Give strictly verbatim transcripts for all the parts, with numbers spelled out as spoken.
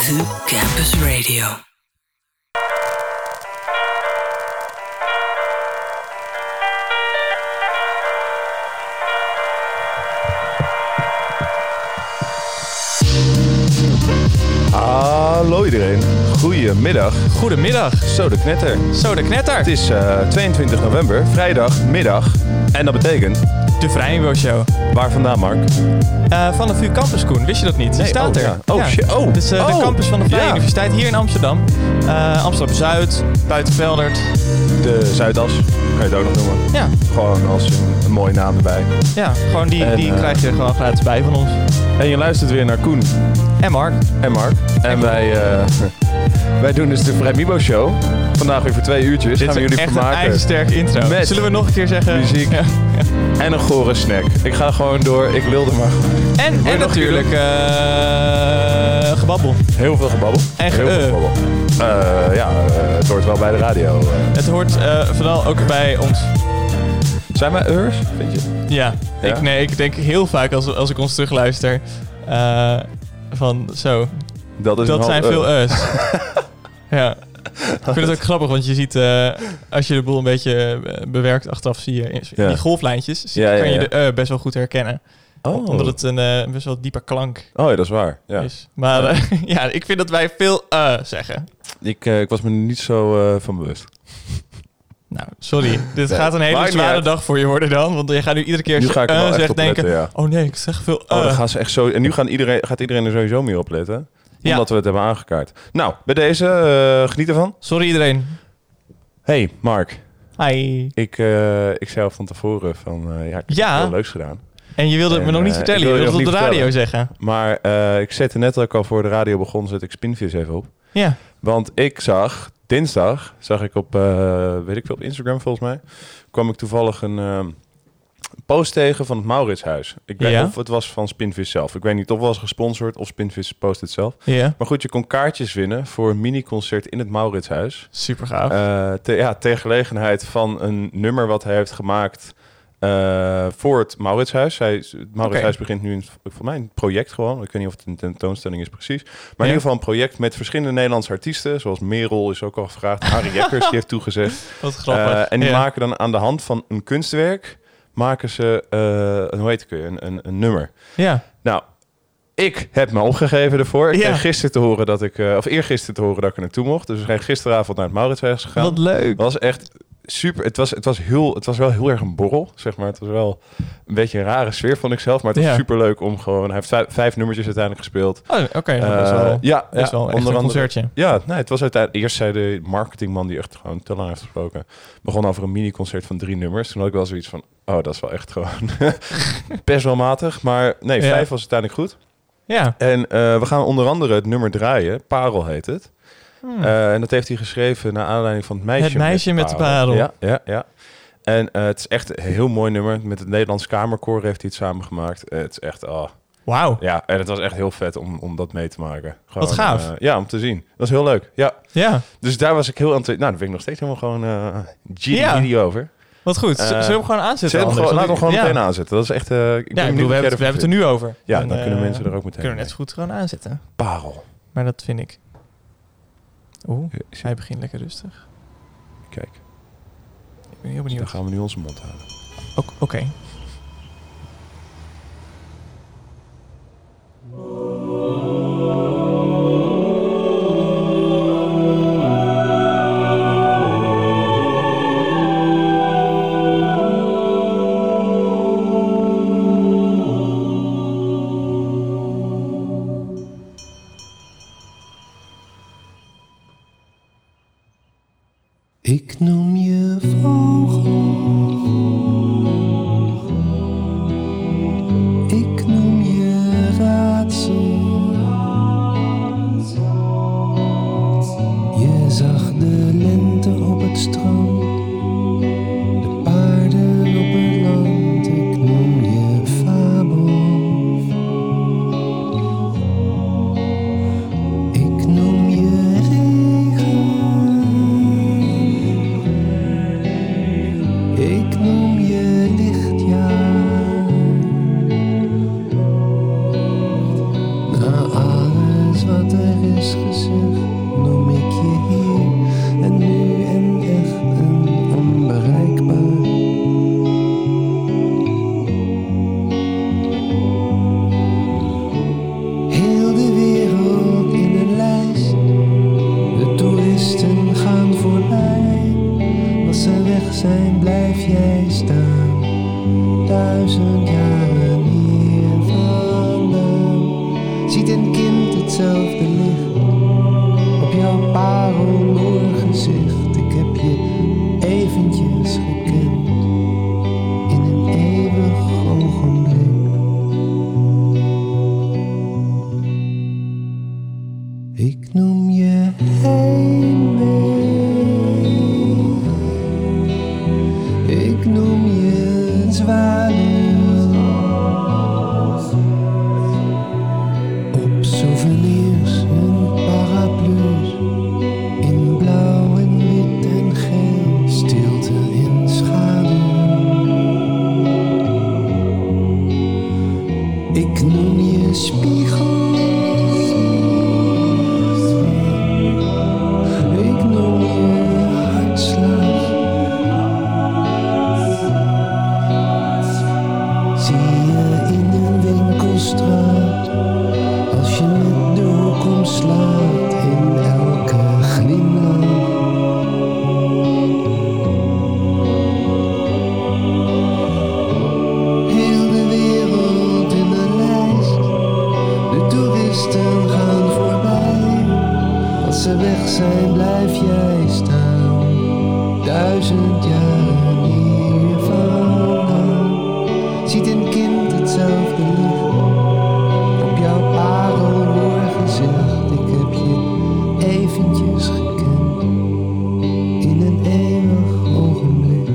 to Campus Radio. Hallo iedereen, goedemiddag. Goedemiddag. Zo de knetter. Zo de knetter. Het is uh, tweeëntwintig november, vrijdagmiddag. En dat betekent... De Vrijinwo Show. Waar vandaan, Mark? Uh, van de V U Campus, Koen. Wist je dat niet? Die Nee, staat oh, er. Ja. Oh, ja. shit. Oh. Het is uh, oh. de campus van de Vrije ja. Universiteit hier in Amsterdam. Uh, Amsterdam-Zuid, Buitenveldert. De Zuidas, kan je het ook nog noemen. Ja. Gewoon als een, een mooie naam erbij. Ja, gewoon die, en, die uh, krijg je gewoon gratis bij van ons. En je luistert weer naar Koen. En Mark. En Mark. En, en wij, uh, wij doen dus de Vrijmibo Show. Vandaag weer voor twee uurtjes. Dit gaan we jullie echt vermaken. Een ijzersterke intro. Met Zullen we nog een keer zeggen? Muziek. Ja. En een gore snack. Ik ga gewoon door. Ik wilde maar. En, en natuurlijk uh, gebabbel. Heel veel gebabbel. En Heel uh. veel gebabbel. Uh, ja, uh, het hoort wel bij de radio. Uh. Het hoort uh, vooral ook bij ons. Zijn wij eurs, vind je? Ja. ja? Ik, nee, ik denk heel vaak als, als ik ons terugluister uh, van zo. Dat, is dat zijn uh. veel us. Ja. Ik vind het ook grappig, want je ziet, uh, als je de boel een beetje bewerkt achteraf, zie je in ja. die golflijntjes, zie, ja, ja, kan je ja. de uh best wel goed herkennen. Oh. Omdat het een uh, best wel dieper klank oh, ja, dat is waar. Ja. is. Maar uh, ja, ik vind dat wij veel uh zeggen. Ik, uh, ik was me er niet zo uh, van bewust. Nou, sorry. Dit nee, gaat een hele zware dag voor je worden dan. Want je gaat nu iedere keer nu ga ik uh, zegt denken, letten, ja. oh nee, ik zeg veel uh. Oh, dan gaan ze echt zo. En nu gaan iedereen, gaat iedereen er sowieso meer op letten. Ja. Omdat we het hebben aangekaart. Nou, bij deze, uh, geniet ervan. Sorry iedereen. Hey, Mark. Hi. Ik, uh, ik zei al van tevoren van, uh, ja, ik heb ja. heel leuks gedaan. En je wilde het en, me nog niet uh, vertellen. Je wil wilde het op de radio vertellen. zeggen. Maar uh, ik zette net ook al voor de radio begon, zet ik Spinvis even op. Ja. Want ik zag, dinsdag, zag ik op, uh, weet ik veel, op Instagram volgens mij, kwam ik toevallig een uh, post tegen van het Mauritshuis. Ik weet ja. of het was van Spinvis zelf. Ik weet niet of het was gesponsord of Spinvis post het zelf. Ja. Maar goed, je kon kaartjes winnen voor een mini-concert in het Mauritshuis. Super gaaf. Uh, te, ja, ter gelegenheid van een nummer wat hij heeft gemaakt uh, voor het Mauritshuis. Hij, het Mauritshuis okay. begint nu een, voor mij een project gewoon. Ik weet niet of het een tentoonstelling is precies. Maar ja. in ieder geval een project met verschillende Nederlandse artiesten. Zoals Merel is ook al gevraagd. Harry Jekkers die heeft toegezegd. Wat grappig. Uh, en die ja. maken dan aan de hand van een kunstwerk maken ze uh, een, hoe heet het, een, een, een nummer. Ja. Nou, ik heb me opgegeven ervoor. Ik ja. kreeg gisteren te horen dat ik, uh, of eergisteren te horen dat ik er naartoe mocht. Dus we zijn gisteravond naar het Mauritshuis gegaan. Wat leuk. Het was echt super. Het was, het was heel, het was wel heel erg een borrel, zeg maar. Het was wel een beetje een rare sfeer, vond ik zelf. Maar het was ja. super leuk om gewoon. Hij heeft vijf, vijf nummertjes uiteindelijk gespeeld. Oh, oké. Okay. Uh, dat is wel, ja, dat is wel ja, echt een concertje. Ja, nee, het was uiteindelijk. Eerst zei de marketingman die echt gewoon te lang heeft gesproken, begon over een mini-concert van drie nummers. Toen had ik wel zoiets van, oh, dat is wel echt gewoon best wel matig. Maar nee, vijf ja. was uiteindelijk goed. Ja. En uh, we gaan onder andere het nummer draaien. Parel heet het. Hmm. Uh, en dat heeft hij geschreven naar aanleiding van het meisje. Het meisje met de parel. Ja, ja, ja. En uh, het is echt een heel mooi nummer. Met het Nederlands Kamerkoor heeft hij het samengemaakt. Uh, het is echt, oh. Wauw. Ja, en het was echt heel vet om, om dat mee te maken. Gewoon, wat gaaf. Uh, ja, om te zien. Dat was heel leuk. Ja. Ja. Dus daar was ik heel aan te... Nou, daar ben ik nog steeds helemaal gewoon uh, giddy ja. over. Wat goed. Uh, Zullen we hem gewoon aanzetten? Hem gewoon, laten we hem gewoon ja. meteen aanzetten. Dat is echt... Uh, ik ja, ik bedoel, we, hebben, we hebben het er nu over. Ja, en, dan uh, kunnen mensen er ook meteen kunnen we net zo goed gewoon aanzetten. Parel. Maar dat vind ik... Oeh, hij begint lekker rustig. Kijk. Ik ben heel benieuwd. Dan gaan we nu onze mond houden. Oké. Okay. Ik noem je vogel, ik noem je raadsel. Je zag de lente op het strand, de paarden op het land. Ik noem je fabel, ik noem je regen. Ik noem je spiegel. Ik noem je hartslag. Zie je in een winkelstraat, als je met de hoek omslaat in elke glimlach. Heel de wereld in een lijst, de toeristen gaan voorbij. Als ze weg zijn blijf jij staan, duizend jaren hier vandaan. Ziet een kind hetzelfde licht op jouw parelmoer gezicht. Ik heb je eventjes gekend in een eeuwig ogenblik.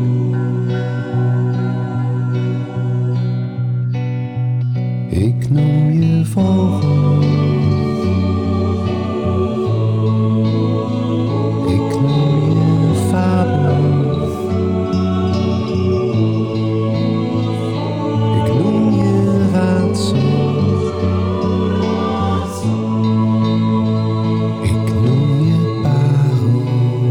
Ik noem je vogel. Ik noem je fabel. Ik noem je raadsel. Ik noem je parel.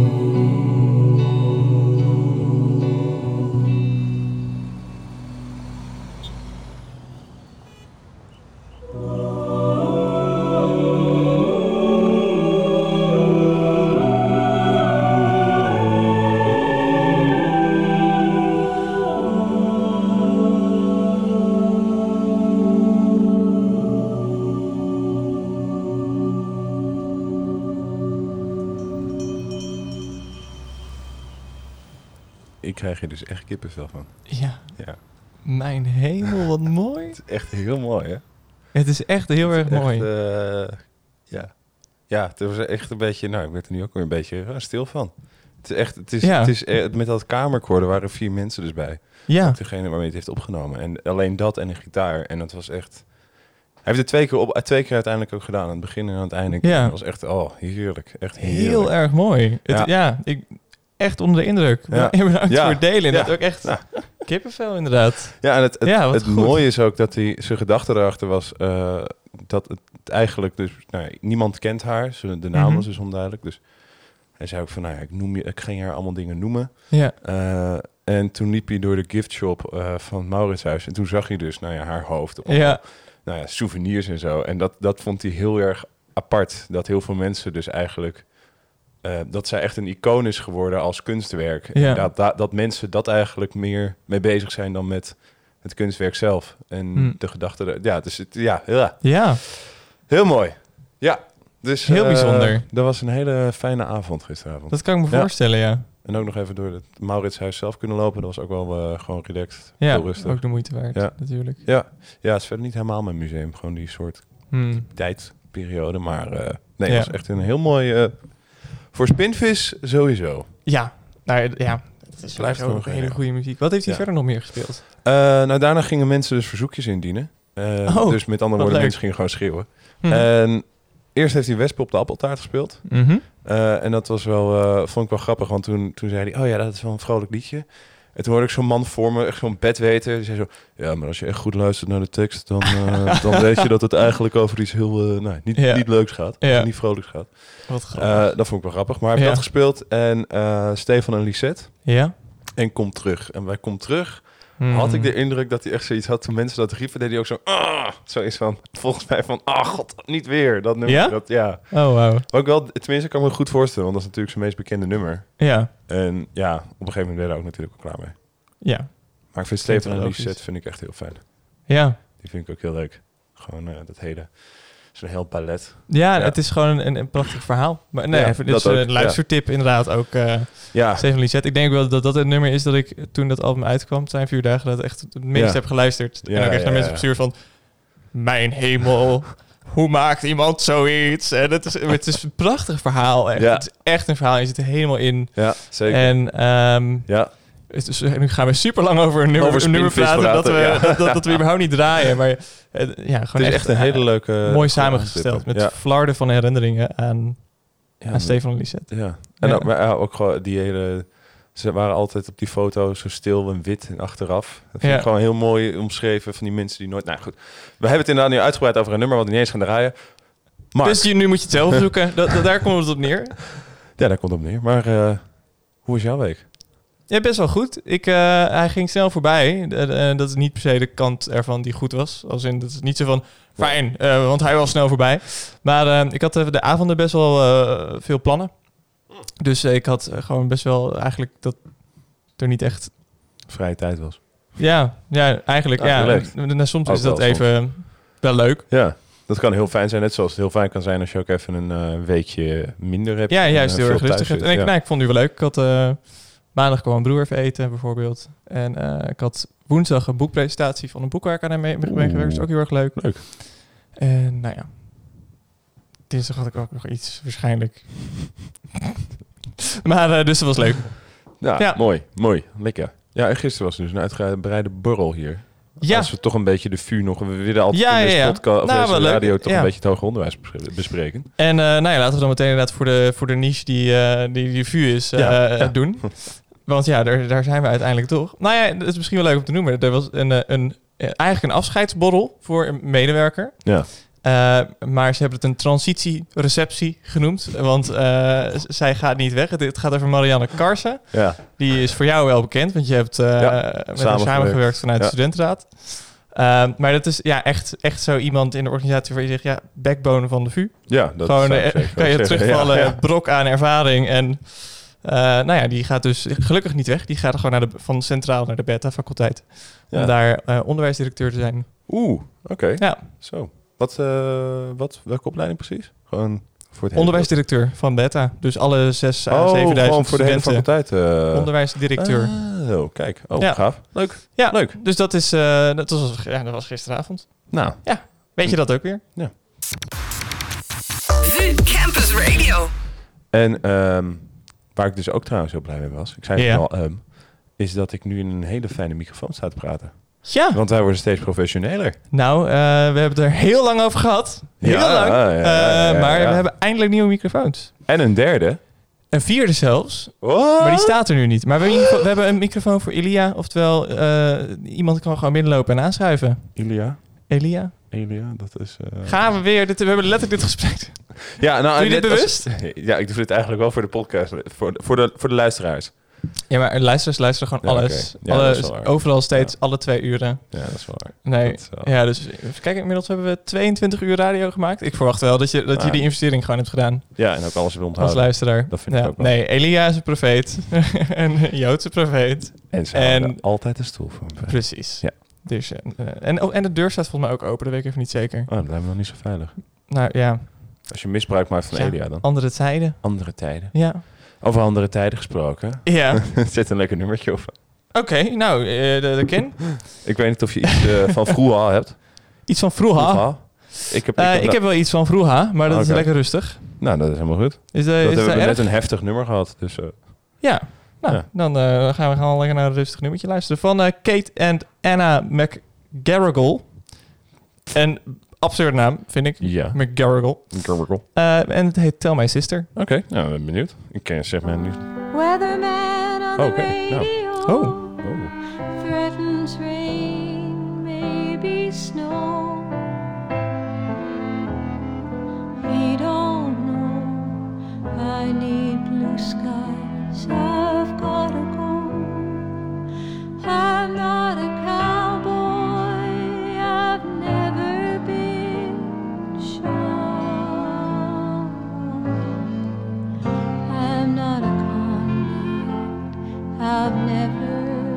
Ik krijg er dus echt kippenvel van. Ja. Ja. Mijn hemel, wat mooi. Het is echt heel mooi, hè? Het is echt heel erg Echt, mooi. eh, ja. Ja, het was echt een beetje... Nou, ik werd er nu ook weer een beetje uh, stil van. Het is echt... Het is, Ja. het is, eh, met dat kamerkoor, er waren vier mensen dus bij. Ja. Degene waarmee het heeft opgenomen. En alleen dat en een gitaar. En dat was echt... Hij heeft het twee keer, op, twee keer uiteindelijk ook gedaan. Aan het begin en aan het einde. Ja. Dat was echt... Oh, heerlijk. Echt heerlijk. Heel erg mooi. Het, Ja. ja. ik echt onder de indruk. Ja. Bedankt Ja. voor het delen. Ja. Dat ook echt Ja. kippenvel inderdaad. Ja, en het, het, Ja, wat het goed. mooie is ook dat hij zijn gedachte erachter was uh, dat het eigenlijk dus nou, ja, niemand kent haar. Ze, de naam Mhm. was dus onduidelijk. Dus hij zei ook van, nou ja, ik noem je, ik ging haar allemaal dingen noemen. Ja. Uh, en toen liep hij door de giftshop uh, van Mauritshuis en toen zag hij dus, nou ja, haar hoofd op Ja. nou ja, souvenirs en zo. En dat, dat vond hij heel erg apart. Dat heel veel mensen dus eigenlijk Uh, dat zij echt een icoon is geworden als kunstwerk. Ja. En dat, dat, dat mensen dat eigenlijk meer mee bezig zijn dan met het kunstwerk zelf. En Hmm. de gedachte... Ja, dus het, ja, ja, Ja. heel mooi. Ja, dus... Heel uh, bijzonder. Dat was een hele fijne avond gisteravond. Dat kan ik me Ja. voorstellen, ja. En ook nog even door het Mauritshuis zelf kunnen lopen. Dat was ook wel uh, gewoon relaxed. Ja, heel rustig. ook de moeite waard, Ja. natuurlijk. Ja. ja, het is verder niet helemaal mijn museum. Gewoon die soort Hmm. tijdperiode. Maar uh, nee, Ja. het was echt een heel mooi... Uh, voor Spinvis sowieso. Ja, nou ja, het is Blijft blijft ook gewoon hele ja. goede muziek. Wat heeft hij Ja. verder nog meer gespeeld? Uh, nou, daarna gingen mensen dus verzoekjes indienen. Uh, Oh, dus met andere wat woorden, leuk. mensen gingen gewoon schreeuwen. Hm. En eerst heeft hij Wespen op de appeltaart gespeeld. Mhm. Uh, en dat was wel, uh, vond ik wel grappig, want toen, toen zei hij, oh ja, dat is wel een vrolijk liedje. En toen hoorde ik zo'n man voor me, echt zo'n bedweter. Die zei zo, ja, maar als je echt goed luistert naar de tekst, dan, uh, dan weet je dat het eigenlijk over iets heel, uh, nou, niet, Ja. niet leuks gaat. Ja. Niet vrolijks gaat. Wat grappig. Uh, dat vond ik wel grappig. Maar hij heeft Ja. dat gespeeld en uh, Stefan en Lisette. Ja? En Kom Terug. En bij Kom Terug Hmm. had ik de indruk dat hij echt zoiets had. Toen mensen dat riepen, deed hij ook zo... Ah, zoiets van, volgens mij van... Ah, god, niet weer. Dat nummer. Ja? Dat, ja. Oh, wauw. Ook wel, tenminste, ik kan me goed voorstellen. Want dat is natuurlijk zijn meest bekende nummer. Ja. En ja, op een gegeven moment ben je daar ook natuurlijk al klaar mee. Ja. Maar ik vind Klinkt Stefan wel en logisch. Lisette vind ik echt heel fijn. Ja. Die vind ik ook heel leuk. Gewoon uh, dat hele... Zo'n heel palet. Ja, Ja. het is gewoon een, een prachtig verhaal. Maar nee, Ja, even, dus dat ook, een luistertip inderdaad ook. Uh, Ja, Stefan Lisette. Ik denk wel dat dat het nummer is dat ik toen dat album uitkwam, het zijn vier dagen, dat echt het meest Ja. heb geluisterd. Ja, en ook echt ja, naar mensen ja. opgestuurd van, mijn hemel, hoe maakt iemand zoiets? En het is, het is een prachtig verhaal. Echt. Ja. Het is echt een verhaal. Je zit er helemaal in. ja, zeker. En ehm, ja, het is, nu gaan we super lang over een nummer, Over een nummer Spinvis praten, dat we, praten, ja. dat, dat, dat we überhaupt niet draaien. Maar eh, ja, het gewoon is echt een hele leuke... mooi goede samengesteld. aanstippen. Met Ja. flarden van herinneringen aan, Ja, aan Stefan en Lisette. Ja, en Ja. ook, maar ja, ook gewoon die hele Ze waren altijd op die foto zo stil en wit en achteraf. Dat vind Ja. ik gewoon heel mooi omschreven van die mensen die nooit... Nou goed, we hebben het inderdaad nu uitgebreid over een nummer wat we niet eens gaan draaien. Mark. Dus je, nu moet je het zelf zoeken. dat, dat, daar komt het op neer. Ja, daar komt het op neer. Maar uh, hoe was jouw week? Ja, best wel goed. Ik, uh, hij ging snel voorbij. Uh, uh, dat is niet per se de kant ervan die goed was. Als in, dat is niet zo van, fijn, uh, want hij was snel voorbij. Maar uh, ik had uh, de avonden best wel uh, veel plannen. Dus uh, ik had uh, gewoon best wel eigenlijk dat er niet echt... Vrije tijd was. Ja, ja eigenlijk. Ja, ja. En soms ook is dat wel, even soms. wel leuk. Ja, dat kan heel fijn zijn. Net zoals het heel fijn kan zijn als je ook even een uh, weekje minder hebt. Ja, juist en, uh, heel erg veel rustig thuis hebt. En ik, zit. nou, ik vond het nu wel leuk. Ik had uh, maandag kwam mijn broer even eten bijvoorbeeld. En uh, ik had woensdag een boekpresentatie van een boek waar ik aan mee ben gewerkt. Dat is ook heel erg leuk. Leuk. En nou ja, dinsdag had ik ook nog iets waarschijnlijk. maar uh, dus dat was leuk. Ja, Ja. mooi. Mooi. Lekker. Ja, en gisteren was er dus een uitgebreide borrel hier. Ja. Als we toch een beetje de V U nog... We willen altijd Ja, in deze ja, ja. podcast of Nou, deze wel leuk. radio toch Ja. een beetje het hoger onderwijs bes- bespreken. En uh, nou ja, laten we dan meteen inderdaad voor de, voor de niche die, uh, die, die V U is uh, Ja, ja. doen. Want ja, daar, daar zijn we uiteindelijk toch. Nou ja, dat is misschien wel leuk om te noemen. Er was een, een, een, eigenlijk een afscheidsborrel voor een medewerker. Ja. Uh, maar ze hebben het een transitiereceptie genoemd. Want uh, z- zij gaat niet weg. Het, het gaat over Marianne Karsen. Ja. Die is voor jou wel bekend, want je hebt uh, Ja, met haar samengewerkt. samengewerkt vanuit Ja. de studentenraad. Uh, maar dat is ja, echt, echt zo iemand in de organisatie waar je zegt, ja, backbone van de V U. Ja, dat Gewoon zou ik uh, zeker kan je zeggen. terugvallen, Ja, ja. brok aan ervaring. En uh, nou ja, die gaat dus gelukkig niet weg. Die gaat gewoon naar de, van centraal naar de beta-faculteit. Ja. Om daar uh, onderwijsdirecteur te zijn. Oeh, oké. Ja, Zo. Wat, uh, wat, welke opleiding precies? Gewoon voor het hele... onderwijsdirecteur van beta. Dus alle zes à Oh, zevenduizend gewoon voor de hele studenten. faculteit. Uh... Onderwijsdirecteur. Oh, kijk. Oh, Ja. gaaf. Leuk. Ja, Leuk. dus dat is uh, dat was, ja, dat was gisteravond. Nou, Weet je dat ook weer? V U Campus Radio. en um, waar ik dus ook trouwens heel blij mee was, ik zei het Ja. al, um, is dat ik nu in een hele fijne microfoon sta te praten. Ja. Want wij worden steeds professioneler. Nou, uh, we hebben het er heel lang over gehad. Heel Ja, lang. ja, ja, ja, Uh, maar ja. we hebben eindelijk nieuwe microfoons. En een derde. Een vierde zelfs. What? Maar die staat er nu niet. Maar we hebben, in ieder geval- we hebben een microfoon voor Ilia. Oftewel, uh, iemand kan gewoon binnenlopen en aanschuiven. Ilia. Elia? Elia, dat is... Uh... Gaan we weer. Dit, we hebben letterlijk dit gesprek. Ja, nou, Doe je dit net als- bewust? Ja, ik doe dit eigenlijk wel voor de podcast. Voor de, voor de, voor de luisteraars. Ja, maar luisteraars luisteren gewoon Ja, alles. oké. Ja, Alle, dat is wel waar. overal steeds, Ja. alle twee uren. Ja, dat is wel waar. Nee. Dat is wel- Ja, dus even kijken. Inmiddels hebben we tweeëntwintig uur radio gemaakt. Ik verwacht wel dat je, dat je Ja. die investering gewoon hebt gedaan. Ja, en ook alles wil Als onthouden. luisteraar. Dat vind ja. ik ook wel. Nee, Elia is een profeet. en Joodse profeet. En ze En- houden altijd een stoel voor me. Precies. Ja. Dus, uh, en, oh, en de deur staat volgens mij ook open. Dat weet ik even niet zeker. Oh, dat lijkt me nog niet zo veilig. Nou ja, Als je misbruik maakt van Ja. Elia dan. andere tijden. Andere tijden. Ja. Over andere tijden gesproken. Ja. Er zit een lekker nummertje op. Oké, nou, uh, dat ken. Ik weet niet of je iets uh, van vroeger hebt. Iets van vroeger. Vroeger. Ik heb, ik Uh, heb, ik heb wel iets van vroeger, maar dat Oké. is lekker rustig. Nou, dat is helemaal goed. Is, uh, Dat is hebben dat we erg? net een heftig nummer gehad. Dus, uh, Ja. Nou, Ja. dan uh, gaan we gewoon lekker naar een rustig nummertje luisteren. Van uh, Kate en Anna McGarrigle. Een absurde naam, vind ik. ja. McGarrigle. Oké, Uh, en het heet Tell My Sister. nou, ik ben benieuwd. Ik ken zeg maar nu. Weatherman on the Oké, nou. radio Oh. Oh. threatens rain, maybe snow. We don't know. I need blue skies. I've gotta go. I'm not a cowboy. I've never been shot. I'm not a convict. I've never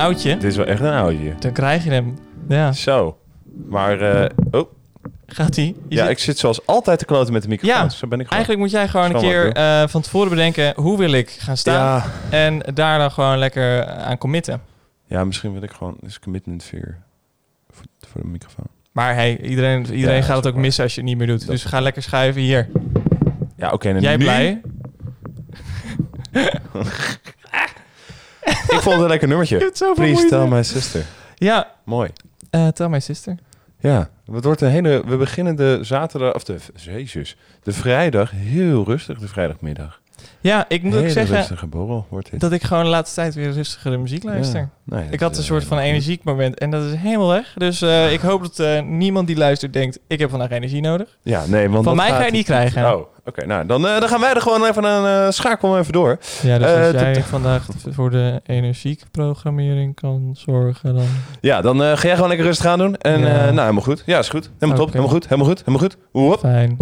oudje. Dit is wel echt een oudje. Dan krijg je hem. Ja, Zo. Maar, uh, oh. gaat hij? Ja, ik zit zoals altijd te kloten met de microfoon. Ja, Zo ben ik gewoon. Eigenlijk moet jij gewoon een Schoonmaak, keer uh, van tevoren bedenken... hoe wil ik gaan staan? Ja. En daar dan gewoon lekker aan committen. Ja, misschien wil ik gewoon... Dus commitment fear. Voor, voor de microfoon. Maar hey, iedereen, iedereen Ja, gaat het ook waar. missen als je het niet meer doet. Dat Dus ga lekker schuiven hier. Ja, oké. Okay, Jij nu... blij? Ik vond het een lekker nummertje. Je hebt zoveel Please moeite. tell my sister. Ja, Mooi. uh, tell my sister. Ja, het wordt een hele... We beginnen de zaterdag... Of de... Jezus. De vrijdag heel rustig. De vrijdagmiddag. Ja, ik moet Hele ook zeggen rustige borrel wordt dit. dat ik gewoon de laatste tijd weer rustigere muziek luister. Ja, nee, Ik dat had is, een soort uh, van energiek moment en dat is helemaal weg. Dus uh, ik hoop dat uh, niemand die luistert denkt, ik heb vandaag energie nodig. Ja, nee, want Van dat mij ga gaat- je niet krijgen. Oh, oké. Okay, nou, dan, uh, dan gaan wij er gewoon even aan uh, schakelen even door. Ja, dus Uh, als jij t- vandaag voor de energiekprogrammering kan zorgen, dan... Ja, dan uh, ga jij gewoon lekker rustig aan doen. En Ja. uh, nou, helemaal goed. Ja, is goed. Helemaal top. Oké. Helemaal goed. Helemaal goed. Helemaal goed. Woep. Fijn.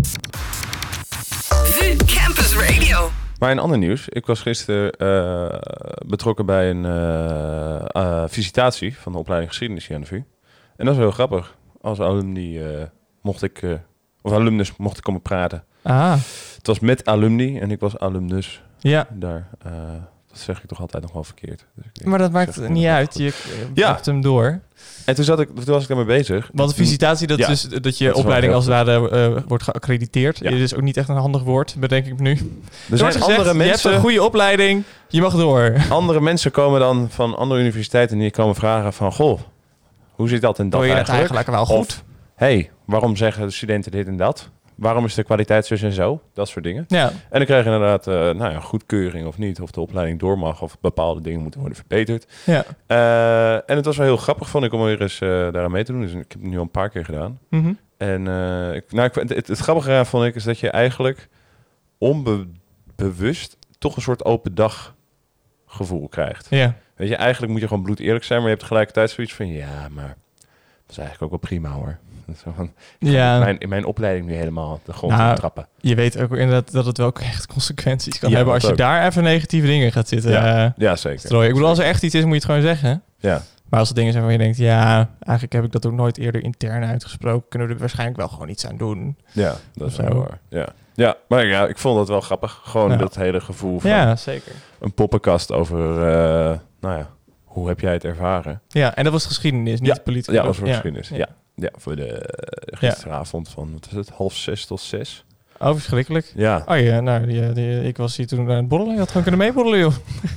VU Campus Radio. Maar in ander nieuws. Ik was gisteren uh, betrokken bij een uh, uh, visitatie van de opleiding geschiedenis hier aan de V U. En dat is wel heel grappig. Als alumni uh, mocht ik... Uh, of alumnus mocht ik komen praten. Ah, Het was met alumni en ik was alumnus ja. daar. Uh, dat zeg ik toch altijd nog wel verkeerd. Dus ik denk, Maar dat ik maakt zeg het niet nog uit. goed. Je uh, Ja. hebt hem door. En toen, zat ik, toen was ik daarmee bezig. Want een visitatie, dat Ja. is dus dat je Dat is wel opleiding als heel het ware uh, wordt geaccrediteerd. Ja. Dit is ook niet echt een handig woord, bedenk ik me nu. Er Er zijn wordt gezegd, andere je hebt mensen, een goede opleiding, je mag door. andere mensen komen dan van andere universiteiten en die komen vragen van... Goh, hoe zit dat en dat Doe je dat eigenlijk? eigenlijk wel goed? Of, hey, waarom zeggen de studenten dit en dat? Waarom is de kwaliteit zo en zo? Dat soort dingen. Ja, En dan krijg je inderdaad uh, nou ja, goedkeuring of niet. Of de opleiding door mag of bepaalde dingen moeten worden verbeterd. ja. Uh, en het was wel heel grappig, vond ik, om weer eens uh, daaraan mee te doen. Dus ik heb het nu al een paar keer gedaan. Mhm. En uh, ik, nou, ik, het, het, het grappige eraan vond ik is dat je eigenlijk onbewust toch een soort open dag gevoel krijgt. Ja. Weet je, eigenlijk moet je gewoon bloed eerlijk zijn, maar je hebt tegelijkertijd zoiets van, ja, maar dat is eigenlijk ook wel prima hoor. Dat is zo van, ik ga Ja. mijn, in mijn opleiding nu helemaal de grond Nou, in trappen. Je weet ook inderdaad dat het wel ook echt consequenties kan Ja, hebben als dat je ook. daar even negatieve dingen gaat zitten Ja. uh, Ja, zeker. strooien. Ik bedoel, als er echt iets is, moet je het gewoon zeggen. Ja, Maar als er dingen zijn waar je denkt, ja, eigenlijk heb ik dat ook nooit eerder intern uitgesproken, kunnen we er waarschijnlijk wel gewoon iets aan doen. ja, dat is Of wel zo. waar. Ja. Ja, maar ja, ik vond dat wel grappig. Gewoon Ja. dat hele gevoel van Ja, zeker. een poppenkast over, uh, nou ja, hoe heb jij het ervaren? Ja, en dat was geschiedenis, niet Ja. politica. Ja, dat was voor geschiedenis. Ja. Ja. Ja, voor de uh, gisteravond van, wat is het, half zes tot zes. Oh, verschrikkelijk. Ja. Oh ja, nou, die, die, ik was hier toen aan het borrelen. Je had gewoon kunnen meeborrelen, joh.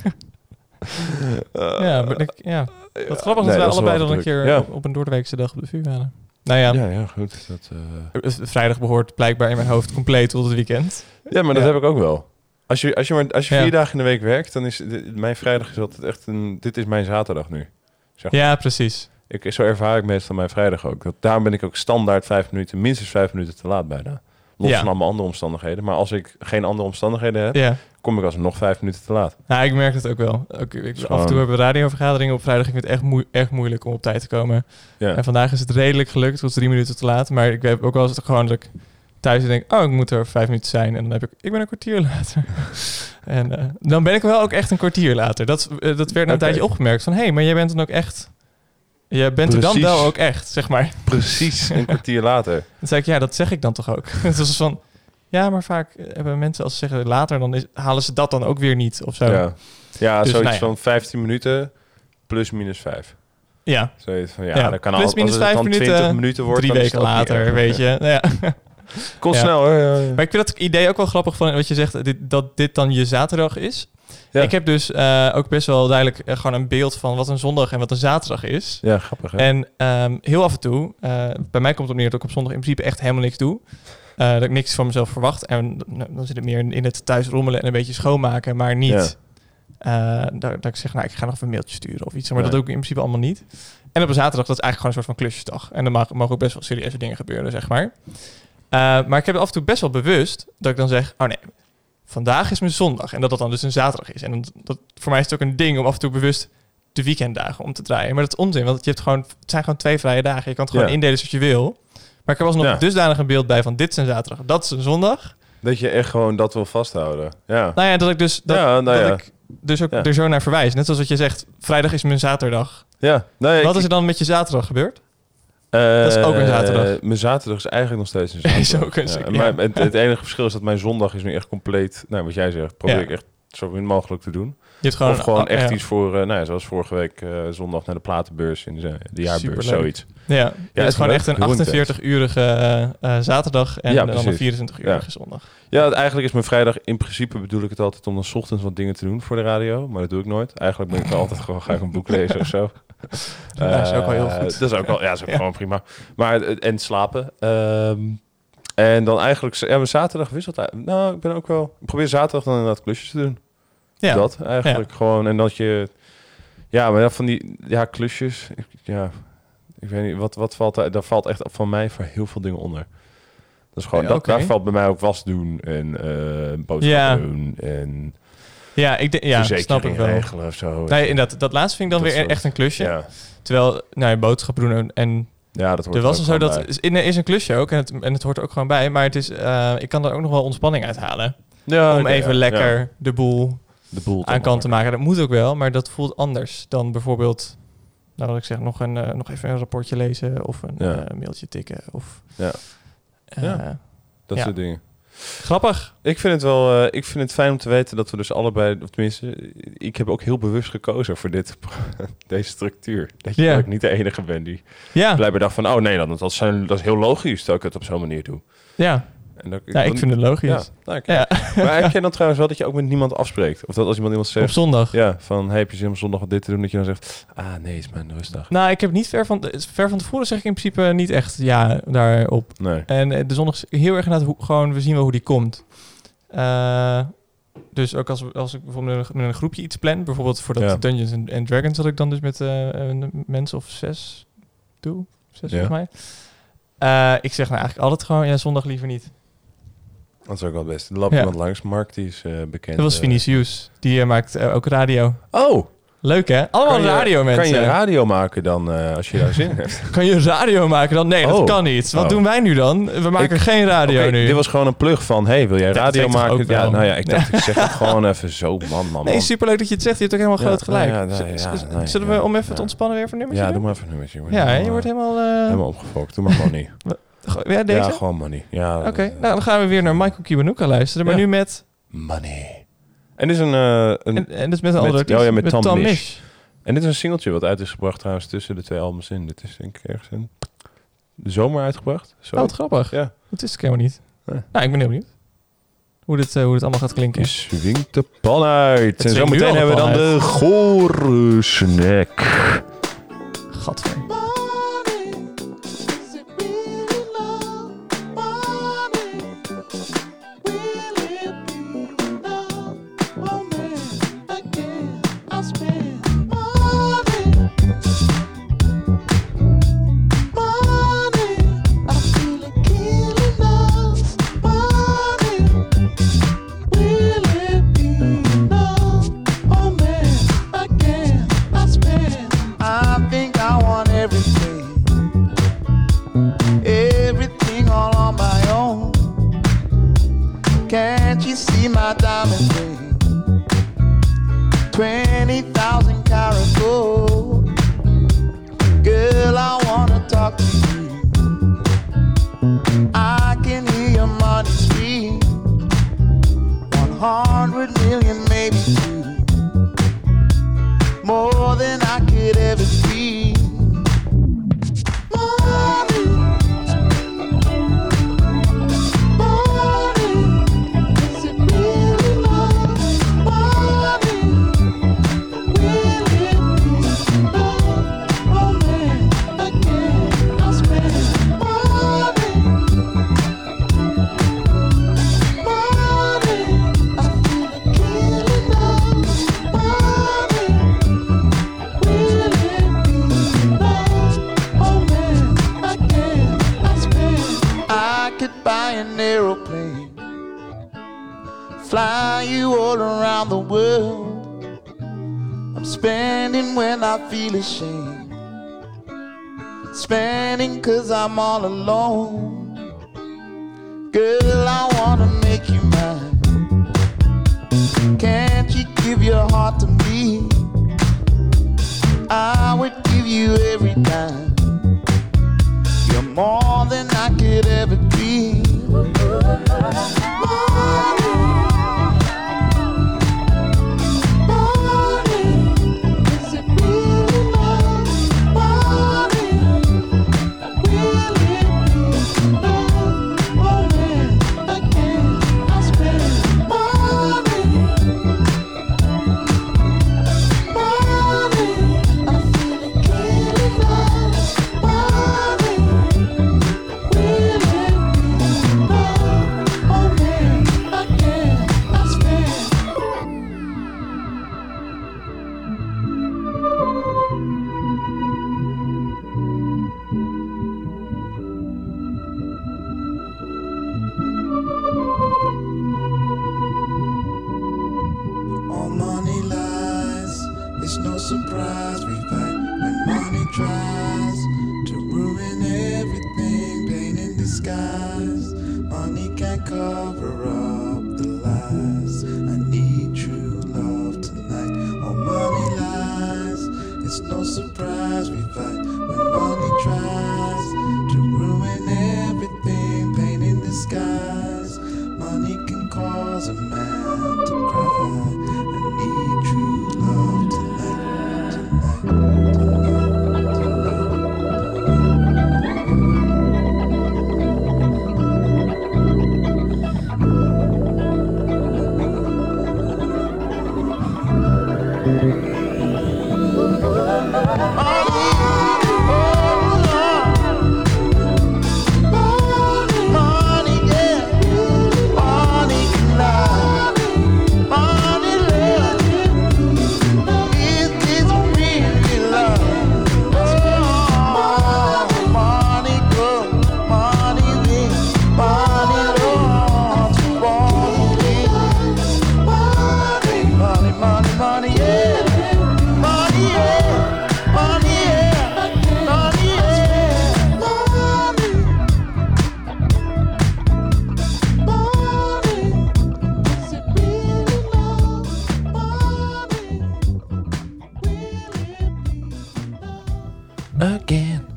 Uh, ja, maar ik, ja. Wat grappig nee, dat wij is allebei wel dan een druk. keer Ja. op, op een doordeweekse dag op de V U waren. Nou ja, Ja, ja, goed. Dat, uh... vrijdag behoort blijkbaar in mijn hoofd compleet tot het weekend. Ja, maar dat Ja. heb ik ook wel. Als je, als je, maar, als je Ja. vier dagen in de week werkt, dan is de- mijn vrijdag is altijd echt een... Dit is mijn zaterdag nu. Zeg maar. Ja, precies. Ik, zo ervaar ik meestal mijn vrijdag ook. Dat, daarom ben ik ook standaard vijf minuten, minstens vijf minuten te laat bijna. Los Ja. van allemaal andere omstandigheden. Maar als ik geen andere omstandigheden heb, Ja. kom ik alsnog vijf minuten te laat. Nou, ik merk het ook wel. Ook, ik, Gewoon- af en toe hebben we radiovergaderingen op vrijdag. Ik vind het echt, moe- echt moeilijk om op tijd te komen. Ja. En vandaag is het redelijk gelukt. Het was drie minuten te laat. Maar ik heb ook wel eens gewoon dat ik thuis denk... oh, ik moet er vijf minuten zijn. En dan heb ik... ik ben een kwartier later. en uh, dan ben ik wel ook echt een kwartier later. Dat, uh, dat werd na een Oké. tijdje opgemerkt. Van, hé, hey, maar jij bent dan ook echt... Je bent er dan Precies. wel ook echt, zeg maar. Precies een kwartier later. Dan zei ik, ja, dat zeg ik dan toch ook. Het was van... Ja, maar vaak hebben mensen als ze zeggen later... dan is, halen ze dat dan ook weer niet of zo. Ja, ja Dus, zoiets nou ja. van vijftien minuten plus minus vijf. Ja, Zoiets van, ja, Ja, dan kan plus al, minus als het vijf dan minuten, twintig minuten wordt, drie dan is weken het ook niet later, erg. weet je. Ja. Komt Ja. snel hoor. Ja, ja. Maar ik vind dat idee ook wel grappig van wat je zegt, dit, dat dit dan je zaterdag is. Ja. Ik heb dus uh, ook best wel duidelijk uh, gewoon een beeld van wat een zondag en wat een zaterdag is. Ja, grappig hè? En um, heel af en toe, uh, bij mij komt het op neer dat ik op zondag in principe echt helemaal niks doe. Uh, dat ik niks van mezelf verwacht. En nou, dan zit het meer in, in het thuis rommelen en een beetje schoonmaken, maar niet uh, dat, dat ik zeg, nou ik ga nog even een mailtje sturen of iets. Maar Nee. dat doe ik in principe allemaal niet. En op een zaterdag, dat is eigenlijk gewoon een soort van klusjesdag. En dan mag, mogen ook best wel serieuze dingen gebeuren, zeg maar. Uh, maar ik heb het af en toe best wel bewust dat ik dan zeg, oh nee, vandaag is mijn zondag. En dat dat dan dus een zaterdag is. En dan, dat, voor mij is het ook een ding om af en toe bewust de weekenddagen om te draaien. Maar dat is onzin, want je hebt gewoon, het zijn gewoon twee vrije dagen. Je kan het gewoon Ja. indelen zoals je wil. Maar ik heb alsnog Ja. dusdanig een beeld bij van dit is een zaterdag, dat is een zondag. Dat je echt gewoon dat wil vasthouden. Ja. Nou ja, dat ik dus dat, Ja, nou dat ja. ik dus ook Ja. er zo naar verwijst. Net zoals wat je zegt, vrijdag is mijn zaterdag. Ja. Nee, Wat ik- is er dan met je zaterdag gebeurd? Uh, Dat is ook een zaterdag. Mijn zaterdag is eigenlijk nog steeds een zaterdag. Is ook een- ja, ja. Maar het, het enige verschil is dat mijn zondag is nu echt compleet... Nou, wat jij zegt, probeer Ja. ik echt zo min mogelijk te doen. Je hebt gewoon, of gewoon oh, echt ja. iets voor... Uh, nou ja, zoals vorige week uh, zondag naar de platenbeurs in de, de jaarbeurs, Superleuk. zoiets. Ja, Ja, het is gewoon leuk. echt een Heel intens. achtenveertig-urige uh, uh, zaterdag en Ja, dan een precies. vierentwintig-urige Ja. zondag. Ja, het, eigenlijk is mijn vrijdag... In principe bedoel ik het altijd om dan 's ochtends wat dingen te doen voor de radio. Maar dat doe ik nooit. Eigenlijk ben ik dan altijd gewoon... Ga ik een boek lezen of zo. Ja, dat is ook wel heel Uh, goed. Dat is ook wel... Ja, dat is ook Ja. gewoon prima. Maar, uh, en slapen. Um, en dan eigenlijk... Ja, mijn zaterdag wisselt eigenlijk... Nou, ik ben ook wel... Ik probeer zaterdag dan inderdaad klusjes te doen. Ja. Dat eigenlijk gewoon. En dat je... Ja, maar ja, van die... Ja, klusjes... Ik, ja... Ik weet niet, wat, wat valt daar... Daar valt echt van mij voor heel veel dingen onder. Dat is gewoon... Ja, dat, oké. Daar valt bij mij ook was doen en uh, boodschappen Ja. doen en Ja, ik de, ja, snap verzekering ik wel. regelen of zo. Nee, inderdaad, dat laatste vind ik dan Dat weer soort- echt een klusje. Ja, Terwijl, nou, je boodschappen doen en- en ja dat hoort er was er er ook zo gewoon dat bij. is, in- is een klusje ook en het, en het hoort er ook gewoon bij. Maar het is, uh, ik kan er ook nog wel ontspanning uithalen. Ja, om oké, even ja, lekker ja. de boel de boel aan kant te maken. Dat moet ook wel, maar dat voelt anders dan bijvoorbeeld, nou wat ik zeg, nog, een, uh, nog even een rapportje lezen of een Ja. uh, mailtje tikken. Of, Ja. uh, Ja. Dat ja. soort dingen. Grappig. Ik vind het wel, uh, ik vind het fijn om te weten dat we dus allebei, of tenminste, ik heb ook heel bewust gekozen voor dit, deze structuur. Dat je Ja. dat ik niet de enige ben die Ja, blijkbaar dacht van, oh nee, dan, dat, is, dat is heel logisch dat ik het op zo'n manier doe. ja. En dat, ja, ik vind het logisch. Ja, nou, ik- Ja. Maar heb jij dan trouwens wel dat je ook met niemand afspreekt? Of dat als iemand iemand Op zegt, zondag. ja, van hey, heb je zin om zondag wat dit te doen, dat je dan zegt, ah nee, is mijn rustdag. Nou, ik heb niet ver van, ver van tevoren zeg ik in principe niet echt ja daarop. Nee. En eh, de zondag is heel erg inderdaad hoe, gewoon, we zien wel hoe die komt. Uh, dus ook als, als ik bijvoorbeeld met een, met een groepje iets plan, bijvoorbeeld voor dat Ja. Dungeons and, and Dragons, dat ik dan dus met uh, een mensen of zes doe. Zes Ja. volgens mij. Uh, ik zeg nou eigenlijk altijd gewoon, ja, zondag liever niet. Dat is ook wel het beste. Er loopt Ja. iemand langs, Mark, die is uh, bekend. Dat was uh, Vinicius. Die uh, maakt uh, ook radio. Oh! Leuk hè? Allemaal Kan je- radio mensen. Kan je radio maken dan, uh, als je daar zin in hebt? Kan je radio maken dan? Nee, dat Oh. kan niet. Wat Oh. doen wij nu dan? We maken Ik- geen radio Oké, nu. dit was gewoon een plug van, hey, wil jij dat radio weet ik toch maken? ook wel. Ja, nou ja, ik dacht, ik zeg het gewoon even zo, man, man, man. Nee, superleuk dat je het zegt. Je hebt ook helemaal Ja, groot gelijk. nou ja, Z- nee, z- ja, z- nee, Zullen we ja, om even ja. te ontspannen weer voor nummertje Ja, doen? doe maar even een nummertje. hoor. Ja, hè, je Helemaal, wordt uh, helemaal... Uh, helemaal opgefokt. Doe maar money. ja, deze? Ja, Oké, gewoon money. Ja, uh, nou, dan gaan we weer naar Michael Kiwanuka luisteren. Maar Ja. nu met... money. En dit is een... uh, een En, en dus met een Met- andere artiest. oh ja, met Tom Misch. Misch. En dit is een singeltje wat uit is gebracht trouwens tussen de twee albums in. Dit is denk ik ergens in de zomer uitgebracht. Zo. Oh, wat grappig. Ja. Dat is ik helemaal niet. Nee. Nou, ik ben heel benieuwd. Hoe dit, uh, hoe dit allemaal gaat klinken. Je swingt de pan uit. En swingt nu zometeen al de hebben we pan dan de gore snack. Gadver. I think I want everything, everything all on my own. Can't you see my diamond ring? Twenty thousand karat gold. Girl, I wanna talk to you. I can hear your money scream. One hundred million, maybe two. More than I could ever be. Money, money, is it really love? Money, will it be love? Oh man, again I spend money, money, I feel a killing love. Money. Will it be love? Oh man, again I spend. I could buy an aeroplane, fly you all around the world. I'm spending when I feel ashamed, spending cause I'm all alone. Girl, I wanna make you mine. Can't you give your heart to me? I would give you every dime. You're more than I could ever dream. All money lies, it's no surprise we fight when money tries to ruin everything, pain in disguise. Money can't cover up the lies. I need true love tonight. All money lies, it's no surprise we fight when money tries to ruin everything, pain in disguise. Money can cause a man to cry. I need true love tonight, tonight, tonight, money, yeah, money can lie. Money, love, it is really love. Oh, money good, money win, money lost, money win. Money, money, money, yeah, money, yeah, money, yeah, money, yeah, money, money. Is it really love? Money, Again.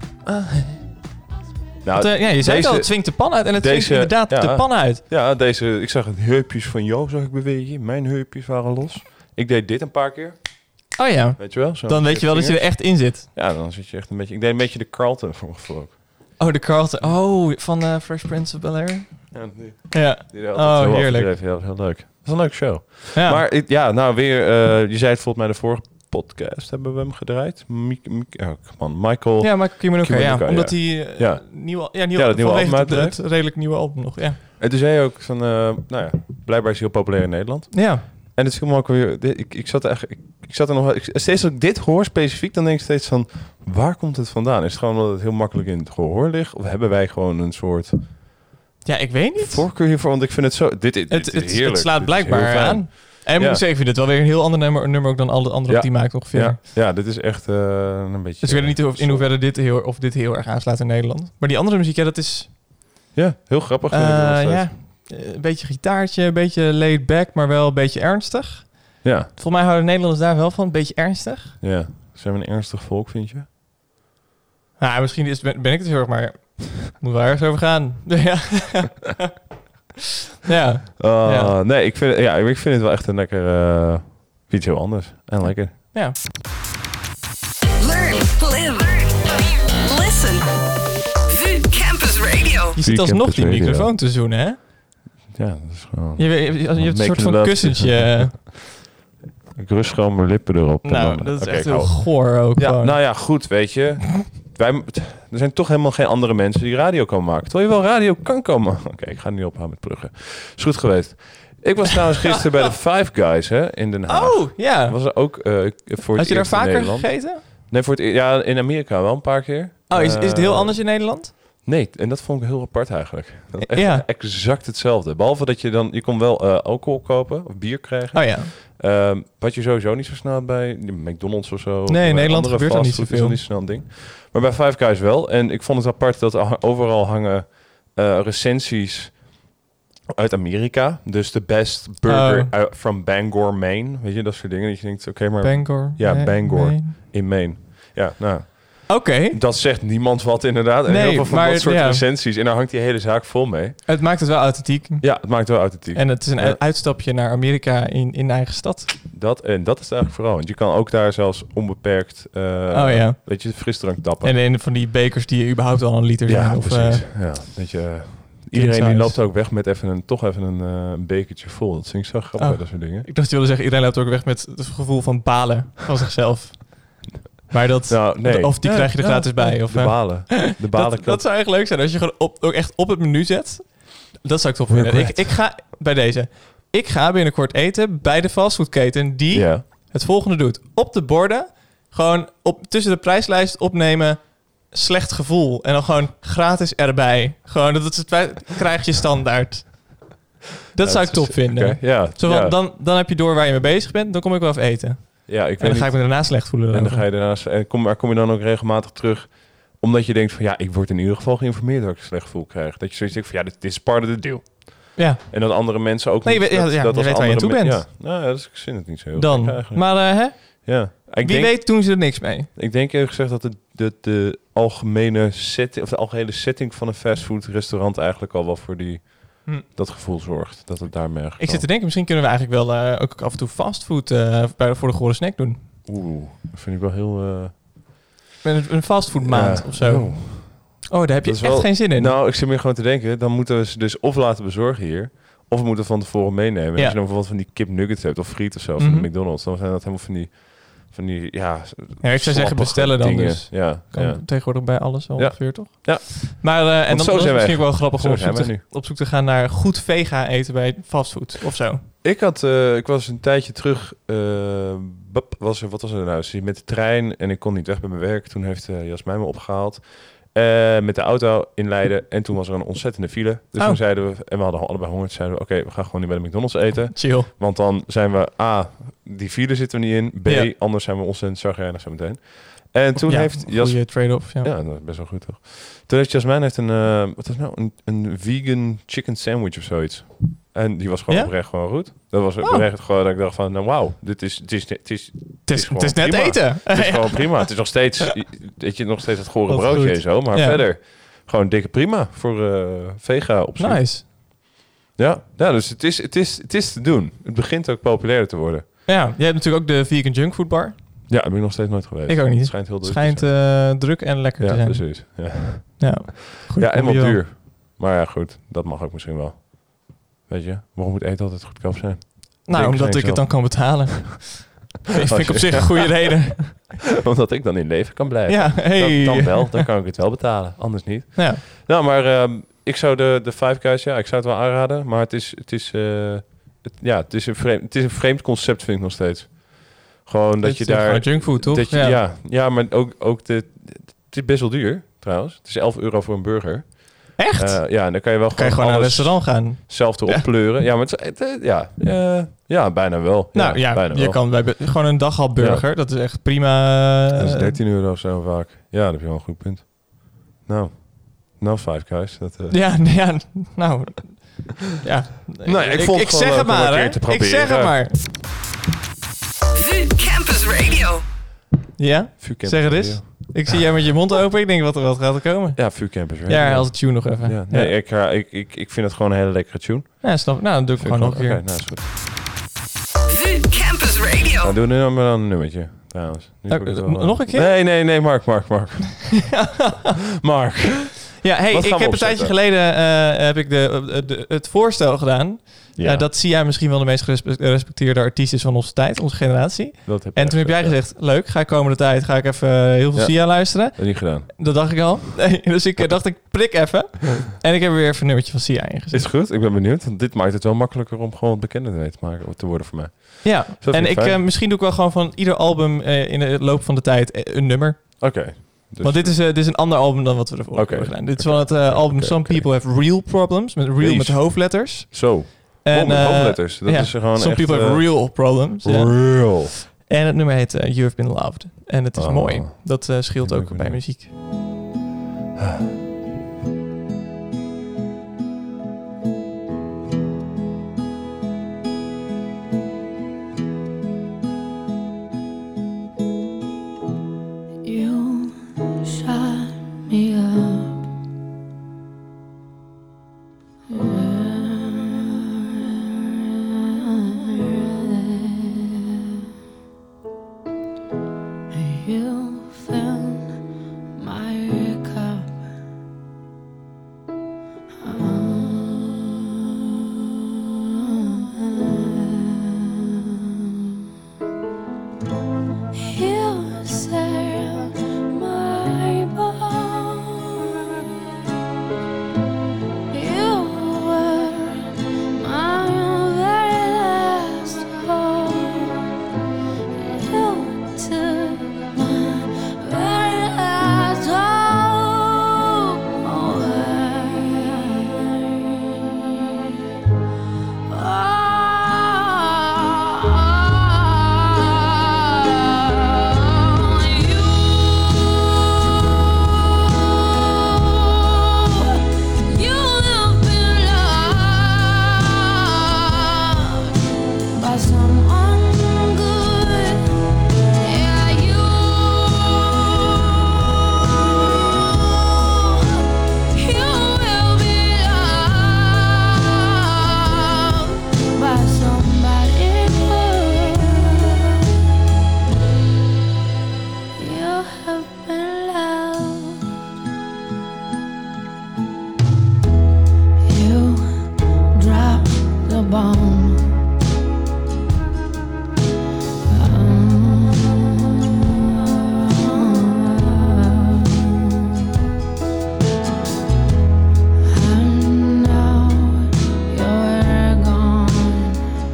Nou, Want, eh, ja, je zei het deze- al, het zwingt de pan uit. En het deze- zwingt inderdaad ja. de pan uit. Ja, deze, ik zag het heupjes van jou, zag ik bewegen. Mijn heupjes waren los. Ik deed dit een paar keer, Oh ja, weet je wel. Zo dan weet je wel dat je er echt in zit. Ja, dan zit je echt een beetje... Ik deed een beetje de Carlton voor mijn gevoel ook. Oh, de Carlton. Oh, van eh, Fresh Prince of Bel-Air. Ja, die, Ja. die deed Oh, altijd heel heerlijk. overdreven. Ja, heel leuk. Dat is een leuke show. ja. Maar ik- ja, nou weer... eh, je zei het volgens mij de vorige podcast hebben we hem gedraaid. Miek, Miek, oh, man, Michael... Ja, Michael Kiwanuka, ja. Kiwanuka, Omdat ja. hij uh, Ja. nieuw, ja, nieuw, Ja, dat nieuwe vanwege album het, uitbrengt. het redelijk nieuwe album nog, ja. En toen zei je ook van... eh, nou ja, blijkbaar is hij heel populair in Nederland. Ja, En het viel me ook weer... dit- Ik, ik zat er echt... Ik, ik zat er nog... Ik, steeds als ik dit hoor specifiek, dan denk ik steeds van... Waar komt het vandaan? Is het gewoon dat het heel makkelijk in het gehoor ligt? Of hebben wij gewoon een soort ja, ik weet niet. voorkeur hiervoor? Want ik vind het zo... Dit, dit, dit Het, is het, heerlijk. het slaat Dit is heel blijkbaar fijn. aan. En ik Ja. moet zeggen, ik vind het wel weer een heel ander nummer, nummer ook dan alle andere Ja. die maakt ongeveer. Ja, ja, dit is echt eh, een beetje... Dus ik weet niet of, in hoeverre dit heel, of dit heel erg aanslaat in Nederland. Maar die andere muziek, ja, dat is Ja, heel grappig. Vind ik eh, nog steeds. ja, eh, een beetje gitaartje, een beetje laid back, maar wel een beetje ernstig. Ja, Volgens mij houden Nederlanders daar wel van, een beetje ernstig. ja. Zijn we een ernstig volk, vind je? Nou, misschien is, ben, ben ik het heel erg, maar moet wel ergens over gaan. ja. ja. Uh, Ja. Nee, ik vind, het- ja, ik vind het wel echt een lekker... eh, iets heel anders. En lekker. Ja. Learn, live, listen. VU Campus Radio. Je zit alsnog Campus die Radio. microfoon te zoenen, hè? Ja, dat is gewoon... Je, je, je, je hebt een Making soort van love. kussentje. Ik rust gewoon mijn lippen erop. en nou, dan- dat is Oké, echt ik heel hou- goor ook Ja, gewoon. nou ja, goed, weet je. Wij, er zijn toch helemaal geen andere mensen die radio komen maken. Terwijl je wel radio kan komen. Oké, ik ga niet ophouden met pluggen. Is goed geweest. Ik was trouwens gisteren bij de Five Guys hè, in Den Haag. Oh, ja. Was er ook eh, voor het Had je daar eerst in vaker Nederland. gegeten? Nee, voor het, e- ja, in Amerika wel een paar keer. Oh, is, is het heel Eh, anders in Nederland? Nee, en dat vond ik heel apart eigenlijk. Dat is echt Ja. exact hetzelfde. Behalve dat je dan, je kon wel eh, alcohol kopen of bier krijgen. Oh ja. Ehm, wat je sowieso niet zo snel hebt bij McDonald's of zo. of Nee, in bij Nederland andere gebeurt dat niet fastfood is zoveel. dat niet zo snel een ding. Maar bij Five Guys wel. En ik vond het apart dat er overal hangen eh, recensies uit Amerika. Dus de best burger Oh. uit- from Bangor, Maine. Weet je, dat soort dingen. Dat je denkt, oké, maar Bangor. Ja, Nee, Bangor. nee. in Maine. Ja, nou, Oké. dat zegt niemand wat inderdaad. En Nee, heel veel van maar dat soort ja. recensies. En daar hangt die hele zaak vol mee. Het maakt het wel authentiek. Ja, het maakt het wel authentiek. En het is een Ja. uitstapje naar Amerika in, in eigen stad. Dat, en dat is het eigenlijk vooral. Want je kan ook daar zelfs onbeperkt uh, Oh, ja. weet je, frisdrank tappen. En in van die bekers die überhaupt al een liter zijn. ja, of, precies. eh, ja, weet je, uh, iedereen die size. loopt ook weg met even een, toch even een, uh, een bekertje vol. Dat vind ik zo grappig, Oh. dat soort dingen. ik dacht je wilde zeggen, iedereen loopt ook weg met het gevoel van balen van zichzelf. Maar dat... Nou, nee. Of die Ja, krijg je er ja, gratis bij. Of, de eh, balen. De balen dat, dat zou echt leuk zijn als je gewoon op, ook echt op het menu zet. Dat zou ik tof vinden. Regret. Ik, ik ga bij deze. Ik ga binnenkort eten bij de fastfoodketen die Ja. het volgende doet. Op de borden, gewoon op, tussen de prijslijst opnemen, slecht gevoel. En dan gewoon gratis erbij. Gewoon, dat is het, wij- krijg je standaard. Dat Ja, zou ik dat is- top vinden. oké, ja, Zo van, ja. dan, dan heb je door waar je mee bezig bent. Dan kom ik wel even eten. ja, ik En dan weet ga ik niet. me daarna slecht voelen. En dan erover. ga je daarnaast. En kom, maar kom je dan ook regelmatig terug? Omdat je denkt van ja, ik word in ieder geval geïnformeerd dat ik een slecht gevoel krijg. Dat je zoiets denkt van ja, dit, dit is part of the deal. Ja, En dat andere mensen ook Nee, je niet. weet- ja, dat, ja, dat je als weet waar je aan andere toe men- bent. Ja, nou, ja, dus ik vind het niet zo heel dan. gek eigenlijk. Maar eh, hè? Ja. Ik Wie denk, weet doen ze er niks mee. Ik denk eerlijk gezegd dat de, de, de algemene setting, of de algehele setting van een fastfood restaurant eigenlijk al wel voor die, Hm. dat gevoel zorgt. Dat het daarmee eigenlijk Ik zit te denken, misschien kunnen we eigenlijk wel eh, ook af en toe fastfood eh, bij- voor de gore snack doen. al- Oeh, dat vind ik wel heel... eh, Met een, een fastfoodmaand ja. of zo. Oh. Oh, daar heb je Dat is echt wel- geen zin in. Nou, ik zit meer gewoon te denken, dan moeten we ze dus of laten bezorgen hier, of we moeten van tevoren meenemen. Ja. Als je dan bijvoorbeeld van die kip nuggets hebt, of friet of zo, Mhm. van de McDonald's, dan zijn dat helemaal van die, van die, ja... Ja, ik zou zeggen slappige bestellen dan dingen. dus. Ja, Kan ja. tegenwoordig bij alles wel Ja. ongeveer, toch? Ja. Maar, eh, en dan, zo dan is zijn het wij. misschien ook wel grappig Zo om op zijn zoek, wij te, nu. op zoek te gaan naar goed vega eten bij fastfood of zo. Ik had, eh, ik was een tijdje terug, eh, bap, was er, wat was er nou? Dus met de trein en ik kon niet weg bij mijn werk. Toen heeft uh, Jasmijn me opgehaald. Eh, met de auto in Leiden. En toen was er een ontzettende file. Dus Oh. toen zeiden we, en we hadden allebei honger. Toen zeiden we, oké, we gaan gewoon nu bij de McDonald's eten. Chill. Want dan zijn we, A, die file zitten we niet in. B, Ja. anders zijn we ontzettend zagrijnig zo meteen. En toen Ja, heeft Jas... goede trade-off. Ja. Ja, dat is best wel goed toch. Toen heeft Jasmijn heeft een, eh, wat was nou, een, een vegan chicken sandwich of zoiets. En die was gewoon Ja? oprecht gewoon goed. Dat was Oh. oprecht gewoon dat ik dacht van, nou wauw, dit is, het is, het is, Het is, gewoon het is net prima. eten. het is gewoon prima. Het is nog steeds, weet je, nog steeds het gore Wat broodje goed. en zo, maar Ja. verder gewoon dikke prima voor uh, vega optie. Nice. Ja, ja, dus het is, het is, het is te doen. Het begint ook populairder te worden. Ja, jij hebt natuurlijk ook de vegan junkfood bar. Ja, daar ben ik nog steeds nooit geweest. Ik ook niet. Het schijnt heel druk Schijnt te zijn. eh, druk en lekker Ja, te zijn. precies. Ja, Ja, Goeie ja en wat combi wel. duur. Maar ja, goed, dat mag ook misschien wel. Weet je, waarom moet eten altijd goedkoop zijn? Nou, Denk omdat geen ik het dan zelf. kan betalen. Vind ik op zich een goede reden. Omdat ik dan in leven kan blijven. Ja, hey. Dan, dan wel, dan kan ik het wel betalen. Anders niet. Ja. Nou, maar ehm, ik zou de, de Five Guys, ja, ik zou het wel aanraden. Maar het is, het is, eh, het, ja, het is, een vreemd, het is een vreemd concept, vind ik nog steeds. Gewoon dat Het je is gewoon daar... junkfood, toch? Dat je, Ja. ja. Ja, maar ook, ook de... Het is best wel duur, trouwens. Het is elf euro voor een burger. Echt? Eh, ja, en dan kan je wel kan je gewoon naar een alles restaurant gaan. zelf erop Ja. pleuren. Ja, maar het, is- het, eh, ja, eh, ja, bijna wel. Nou ja, bijna je wel. kan bij, gewoon een daghapburger. Dat is echt prima. Dat is eh, dertien euro of zo vaak. Ja, dat heb je wel een goed punt. Nou, nou Five Guys. Dat, eh, Ja, nee, ja, nou... Ja. Nou ja, ik vond het ik gewoon zeg leuk het om een maar, keer hè. te Ik proberen. zeg het maar. VU Campus Radio. Ja? VU Campus Zeg het eens. Radio. Ik zie jij met je mond open. Ik denk, wat, wat gaat er komen? Ja, VU Campus Radio. Ja, als het tune nog even. Ja, nee, ja. Ik, ga- ik, ik, ik vind het gewoon een hele lekkere tune. Ja, snap ik. Nou, dan doe ik Vind gewoon ik nog een keer. Oké, nou is goed. VU Campus Radio. Nou, doe nu maar dan een nummertje, trouwens. Nu Oh, heb ik het n- wel, eh, nog een keer? Nee, nee, nee, Mark, Mark, Mark. Mark. Ja, hey, Wat ik gaan we heb een tijdje opzetten? geleden eh, heb ik de, de, de- het voorstel gedaan. Ja, Eh, dat zie jij misschien wel de meest gerespe- gerespecteerde artiest is van onze tijd, onze generatie. dat heb En ik toen heb jij echt, gezegd, leuk, ga ik komende tijd ga ik even eh, heel veel Ja. Sia luisteren. eh, niet gedaan. Dat dacht ik al. Nee, dus ik eh, dacht, ik prik even. En ik heb er weer even een nummertje van Sia ingezet. Is goed, ik ben benieuwd. Want dit maakt het wel makkelijker om gewoon bekender te maken te worden voor mij. Ja, vind en ik ik, fijn. eh, misschien doe ik wel gewoon van ieder album eh, in de loop van de tijd eh, een nummer. Oké. Dus, Want dit is, eh, dit is een ander album dan wat we ervoor Oké. hebben gedaan. Dit is van het eh, album Oké, Some oké. People Have Real Problems. Met real Jeez. met hoofdletters. Zo. En, Oh, met eh, hoofdletters. Dat ja, is gewoon Some echt... People Have eh, Real Problems. ja. Real. En het nummer heet eh, You've Been Loved. En het is Oh. mooi. Dat eh, scheelt Ja, ook ik ben bij benieuwd. muziek. You found my cup. You served my boy. You were my very last hope. You took my very last hope away. Oh, you, you have been loved by someone good. Yeah, you, you will be loved by somebody good. You have been loved. You dropped the bomb. And now you're gone.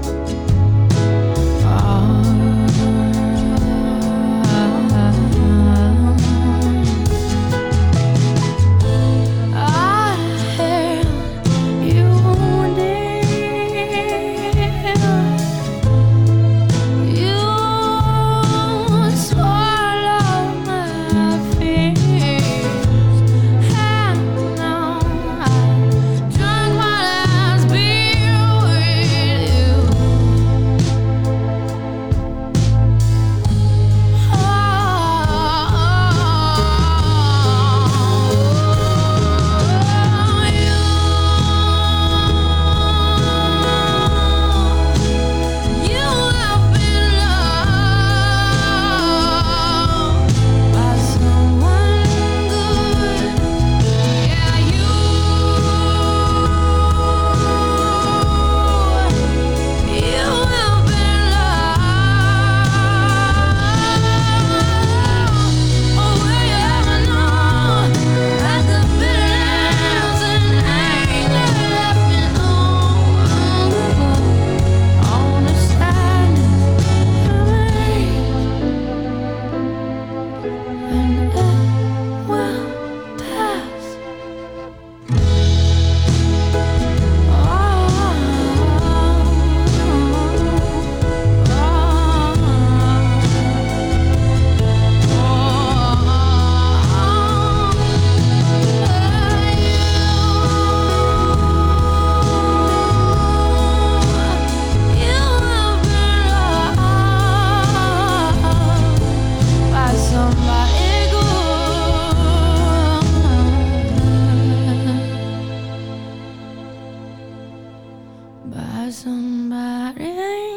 I held you dear. You swallowed my fears, and now I drank my last beer with you. You have been loved by someone good. Yeah, you, you have been loved. Oh, will you ever know that the bitterness and anger left me on the sadness of and it will pass. You have been loved by somebody good. By somebody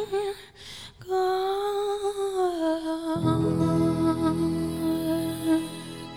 good.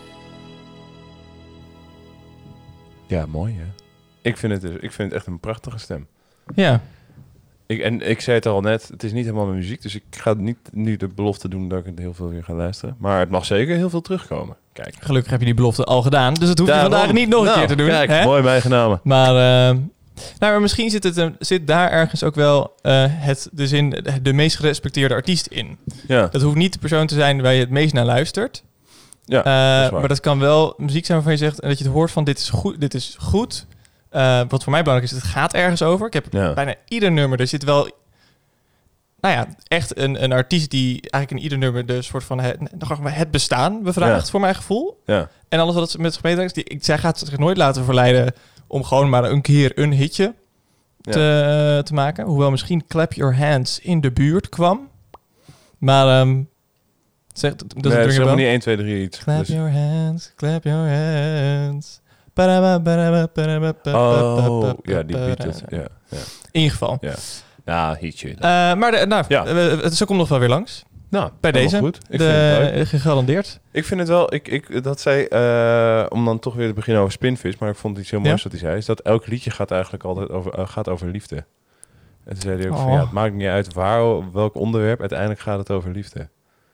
Ja, mooi hè. Ik vind het, dus, ik vind het echt een prachtige stem. Ja. Ik, en ik zei het al net, het is niet helemaal mijn muziek, dus ik ga niet nu de belofte doen dat ik het heel veel weer ga luisteren. Maar het mag zeker heel veel terugkomen. Kijk. Gelukkig heb je die belofte al gedaan. Dus het hoef je Daarom. vandaag niet nog een Nou, keer te doen. Kijk, hè? mooi meegenomen. Maar, uh, nou, maar misschien zit, het, hem- zit daar ergens ook wel uh, het, de zin de, de meest gerespecteerde artiest in. Ja, Dat hoeft niet de persoon te zijn waar je het meest naar luistert. ja Uh, dat is waar. maar dat kan wel muziek zijn waarvan je zegt en dat je het hoort van dit is goed. Dit is goed. Uh, wat voor mij belangrijk is, het gaat ergens over. Ik heb Ja. bijna ieder nummer. Er zit wel, nou ja, echt een, een artiest die eigenlijk in ieder nummer de soort van het, het bestaan bevraagt, Ja. voor mijn gevoel. Ja, En alles wat het met zich meebrengt. Die- ik- Zij gaat zich nooit laten verleiden om gewoon maar een keer een hitje ja. te, te maken. Hoewel misschien Clap Your Hands in de buurt kwam. Maar um, zeg, dat nee, het is is helemaal niet één, twee, drie iets. Clap Dus- your hands, clap your hands. Paraba, paraba, paraba, paraba, Oh, paraba, ja, die beat het. Ja, ja. In ieder geval. ja. Ja, hitje. Uh, maar de, nou, Ja. uh, ze komt nog wel weer langs. Nou, Bij helemaal deze. goed. Ik vind het leuk. De, gegarandeerd. Ik vind het wel, ik, ik, dat zei, uh, om dan toch weer te beginnen over Spinvis, maar ik vond iets heel moois Ja. wat hij zei, is dat elk liedje gaat eigenlijk altijd over, uh, gaat over liefde. En toen zei hij ook van, Oh. ja, het maakt niet uit waar, welk onderwerp, uiteindelijk gaat het over liefde.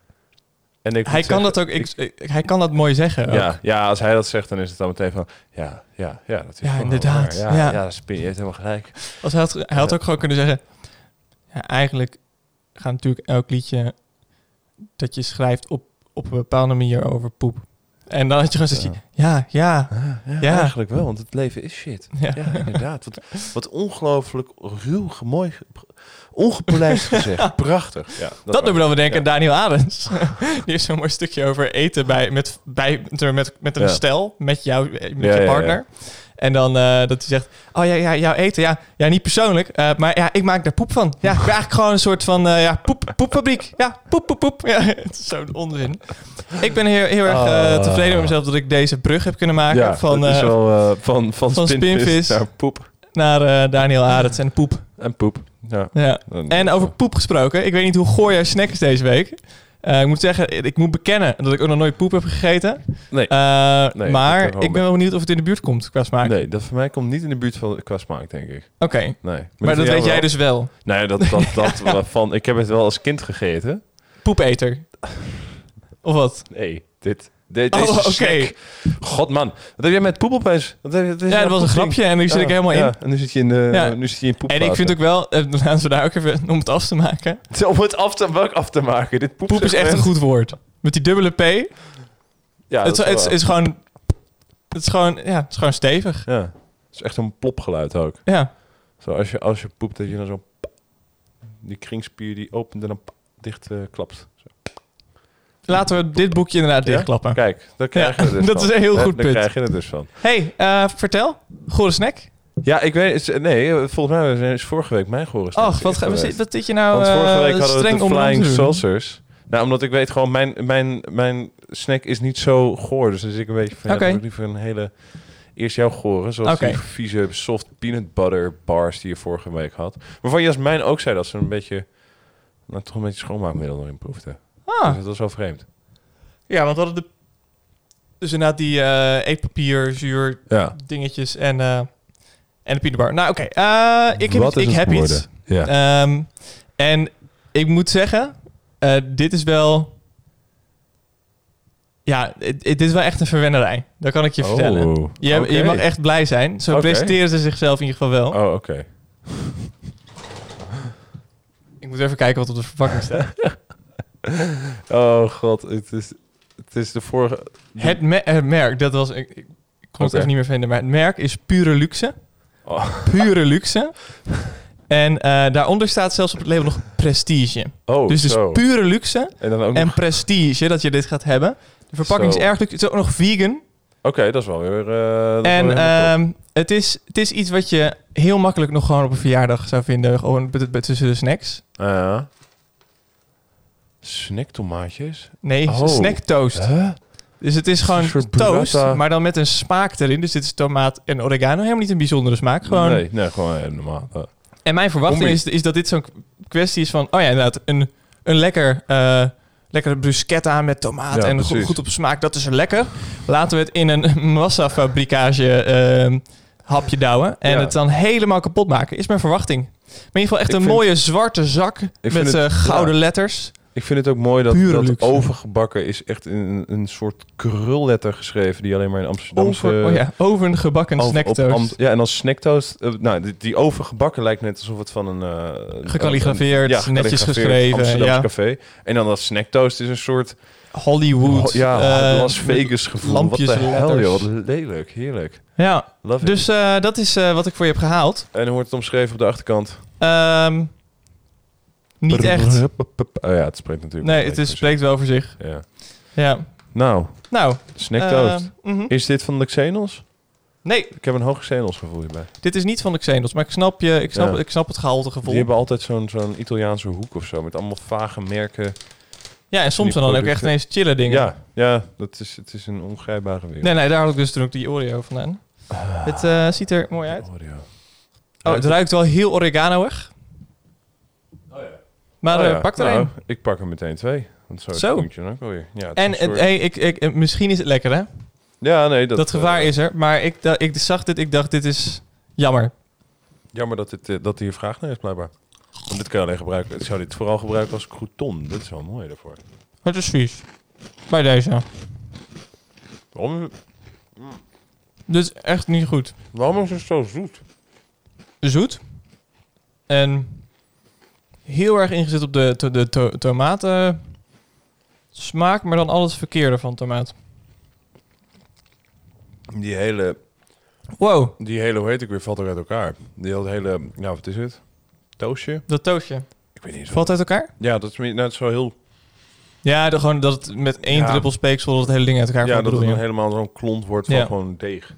En ik Hij moet kan zeggen, dat ook, ik, ik- hij kan dat mooi zeggen. ook. Ja, ja, als hij dat zegt, dan is het dan meteen van, ja, ja, ja, dat is Ja, gewoon inderdaad. waar. Ja, Ja. ja. Spin, je hebt helemaal gelijk. Als hij had, hij had ook gewoon kunnen zeggen... Ja, eigenlijk gaat natuurlijk elk liedje dat je schrijft op, op een bepaalde manier over poep. En dan had je gewoon zoiets van, ja, ja, Ja, Ja. eigenlijk wel, want het leven is shit. ja. Ja, inderdaad. Wat, wat ongelooflijk ruw, mooi, ongepolijst gezegd. Prachtig. Ja, Dat doen we dan weer denken Ja. aan Daniel Adens. Die heeft zo'n mooi stukje over eten bij, met, bij, met, met een Ja. stel, met, jou, met Ja, je ja, partner. En dan uh, dat hij zegt, oh ja, ja, jouw eten, ja, ja niet persoonlijk, uh, maar ja, ik maak daar poep van. Ja, ik ben eigenlijk gewoon een soort van uh, ja, poep, poepfabriek. Ja, poep, poep, poep. Ja, het is zo'n onzin. Ik ben heel, heel erg uh, Ah. tevreden met mezelf dat ik deze brug heb kunnen maken Ja, van, dat is uh, wel uh, van, van, van spinvis, spinvis. naar poep naar uh, Daniel Adens en poep. en poep. Ja. Ja. Dan- En over poep gesproken, ik weet niet hoe goor jouw snack is deze week. Uh, ik moet zeggen, ik moet bekennen dat ik ook nog nooit poep heb gegeten. Nee. Uh, Nee, maar ik ben ik ben wel benieuwd of het in de buurt komt qua smaak. Nee, dat voor mij komt niet in de buurt van qua smaak, denk ik. Oké, Nee. maar, voor dat jou weet jij wel? dus wel. Nee, dat, dat, dat wel van... Ik heb het wel als kind gegeten. Poepeter. Of wat? Nee, dit... dit Oh, deze oké. snack. God, man. Wat heb jij met poep opeens? Wat heb je, wat is Ja, nou dat was een poepding? grapje en nu zit ik Ja, helemaal in. Ja, en nu zit je in, de, Ja. nu zit je in poep. En ik vind ook wel, uh, laten we daar ook even, om het af te maken. Om het af te, welk af te maken. Dit poep, Poep is echt een goed woord. Met die dubbele P. Ja, het, dat is, is het, wel- is, is gewoon, het is gewoon, ja, het is gewoon stevig. Ja. Het is echt een plopgeluid ook. Ja. Zo als je, als je poept, dat je dan zo... Die kringspier die opent en dan dicht uh, klapt. Zo. Laten we dit boekje inderdaad Ja? dichtklappen. Kijk, daar krijg je Ja, er dus dat van. is een heel Hè, goed daar punt. krijg je er dus van. hey, uh, vertel. Gore snack. Ja, ik weet... is- Nee, volgens mij is vorige week mijn gore snack Ach, wat, ga- wat, geweest. wat zit je nou Want vorige uh, week hadden we streng de om Flying te doen? Saucers. Nou, omdat ik weet gewoon, mijn, mijn, mijn snack is niet zo goor. Dus dan zit ik een beetje van, ja, Oké. dan wil ik liever een hele... Eerst jouw goren, zoals Oké. die vieze soft peanut butter bars die je vorige week had. Waarvan Jasmijn ook zei dat ze een beetje... Nou, toch een beetje schoonmaakmiddel erin proefde. Ah, Dus dat was wel vreemd. ja, want we hadden de... Dus inderdaad die uh, eetpapier, zuur, Ja. dingetjes en, uh, en de peanut bar. Nou, oké. Uh, ik heb, Wat iets, is ik het heb geworden? iets. Ja. Um, en ik moet zeggen, uh, dit is wel... Ja, het- dit is wel echt een verwennerij. Dat kan ik je vertellen. Oh, Je, oké. je mag echt blij zijn. Zo Oké. presenteren ze zichzelf in ieder geval wel. Oh, oké. Ik moet even kijken wat op de verpakking staat. Oh, god. Het is, het is de vorige... Het, me- het merk, dat was... Ik, ik kon het Oké. even niet meer vinden, maar het merk is Pure Luxe. Oh. Pure Luxe. En uh, daaronder staat zelfs op het label nog Prestige. Oh, dus het zo. is Pure Luxe En dan ook en nog... Prestige dat je dit gaat hebben. De verpakking Zo. is erg luxe. Het is ook nog vegan. Oké, dat is wel weer... eh, dat is En wel weer helemaal top. ehm, het, is, het is iets wat je heel makkelijk nog gewoon op een verjaardag zou vinden. Gewoon b- b- tussen de snacks. Ja. Snacktomaatjes? Nee, Oh. snacktoast. Huh? Dus het is gewoon Een soort toast, burrata. maar dan met een smaak erin. Dus dit is tomaat en oregano. Helemaal niet een bijzondere smaak. Gewoon. Nee, nee, gewoon eh, normaal. Ja. En mijn verwachting Combi. is, is dat dit zo'n kwestie is van... Oh ja, inderdaad. Een, een lekker, uh, lekkere bruschetta met tomaat Ja, en precies. goed, goed op smaak. Dat is lekker. Laten we het in een massafabrikage uh, hapje douwen. En Ja. het dan helemaal kapot maken. Is mijn verwachting. Maar in ieder geval echt Ik een vind- mooie zwarte zak vind met het- uh, gouden ja. letters. Ik vind het ook mooi dat, Pure dat luxe. overgebakken is echt in een, een soort krulletter geschreven die alleen maar in Amsterdamse... Over, oh ja, ovengebakken over- op snacktoast. Am- ja, en dan snacktoast. uh, nou, die, die overgebakken lijkt net alsof het van een... Uh, Gekalligrafeerd, ja, netjes gekalligrafeerd geschreven, Amsterdamse ja. café. En dan dat snacktoast is een soort... Hollywood. Oh, ja, uh, Las Vegas gevoel. lampjes, Wat de hel, letters. joh. Wat lelijk. Heerlijk. Ja, Love it. dus uh, dat is uh, wat ik voor je heb gehaald. En hoe wordt het omschreven op de achterkant? Um, niet echt. Oh ja, het spreekt natuurlijk. Nee, wel het is, een spreekt wel voor zich. beetje. Ja. Ja. Nou, Nou. snacktoast. Uh, mhm. Is dit van de Xenos? Nee, Ik heb een hoog Xenos gevoel hierbij. dit is niet van de Xenos. Maar ik snap, je, ik snap, Ja. ik snap het gehalte gevoel. Die hebben altijd zo'n zo'n Italiaanse hoek of zo. Met allemaal vage merken. Ja, en soms die dan ook echt producten. ineens chille dingen. Ja, ja dat is, het is een ongrijpbare wereld. Nee, nee, daar had ik dus toen ook die Oreo vandaan. Het eh, ziet er mooi uit. Oreo. Oh, het ruikt wel heel oreganoig. Oh ja. Maar Oh eh, ja. pak er Nou, een. ik pak er meteen twee. Want zo, is Zo. het puntje dan ook alweer. Ja, het is En een eh, soort- hey, ik, ik, eh, misschien is het lekker, hè? ja, nee, dat, Dat, gevaar eh, is er. Maar ik, da- ik zag dit, ik dacht, dit is jammer. Jammer dat, dit, eh, dat hier vraag naar is, blijkbaar. Want dit kan je alleen gebruiken. Ik zou dit vooral gebruiken als crouton. Dit is wel mooi daarvoor. Het is vies. Bij deze. Waarom, Dit is echt niet goed. waarom is het zo zoet? Zoet. En heel erg ingezet op de, to- de to- tomaten smaak, maar dan alles verkeerde van tomaat. Die hele, Wow, die hele, hoe heet ik weer, valt ook uit elkaar. Die hele, ja, wat is het? Toastje? dat toastje. Ik weet niet eens. Valt uit elkaar? Ja, dat is meer- net zo heel... Ja, de, gewoon dat het met één Ja. druppel speeksel dat het hele ding uit elkaar Ja, valt. dat het bedoel dan je? helemaal zo'n klont wordt van Ja. gewoon deeg.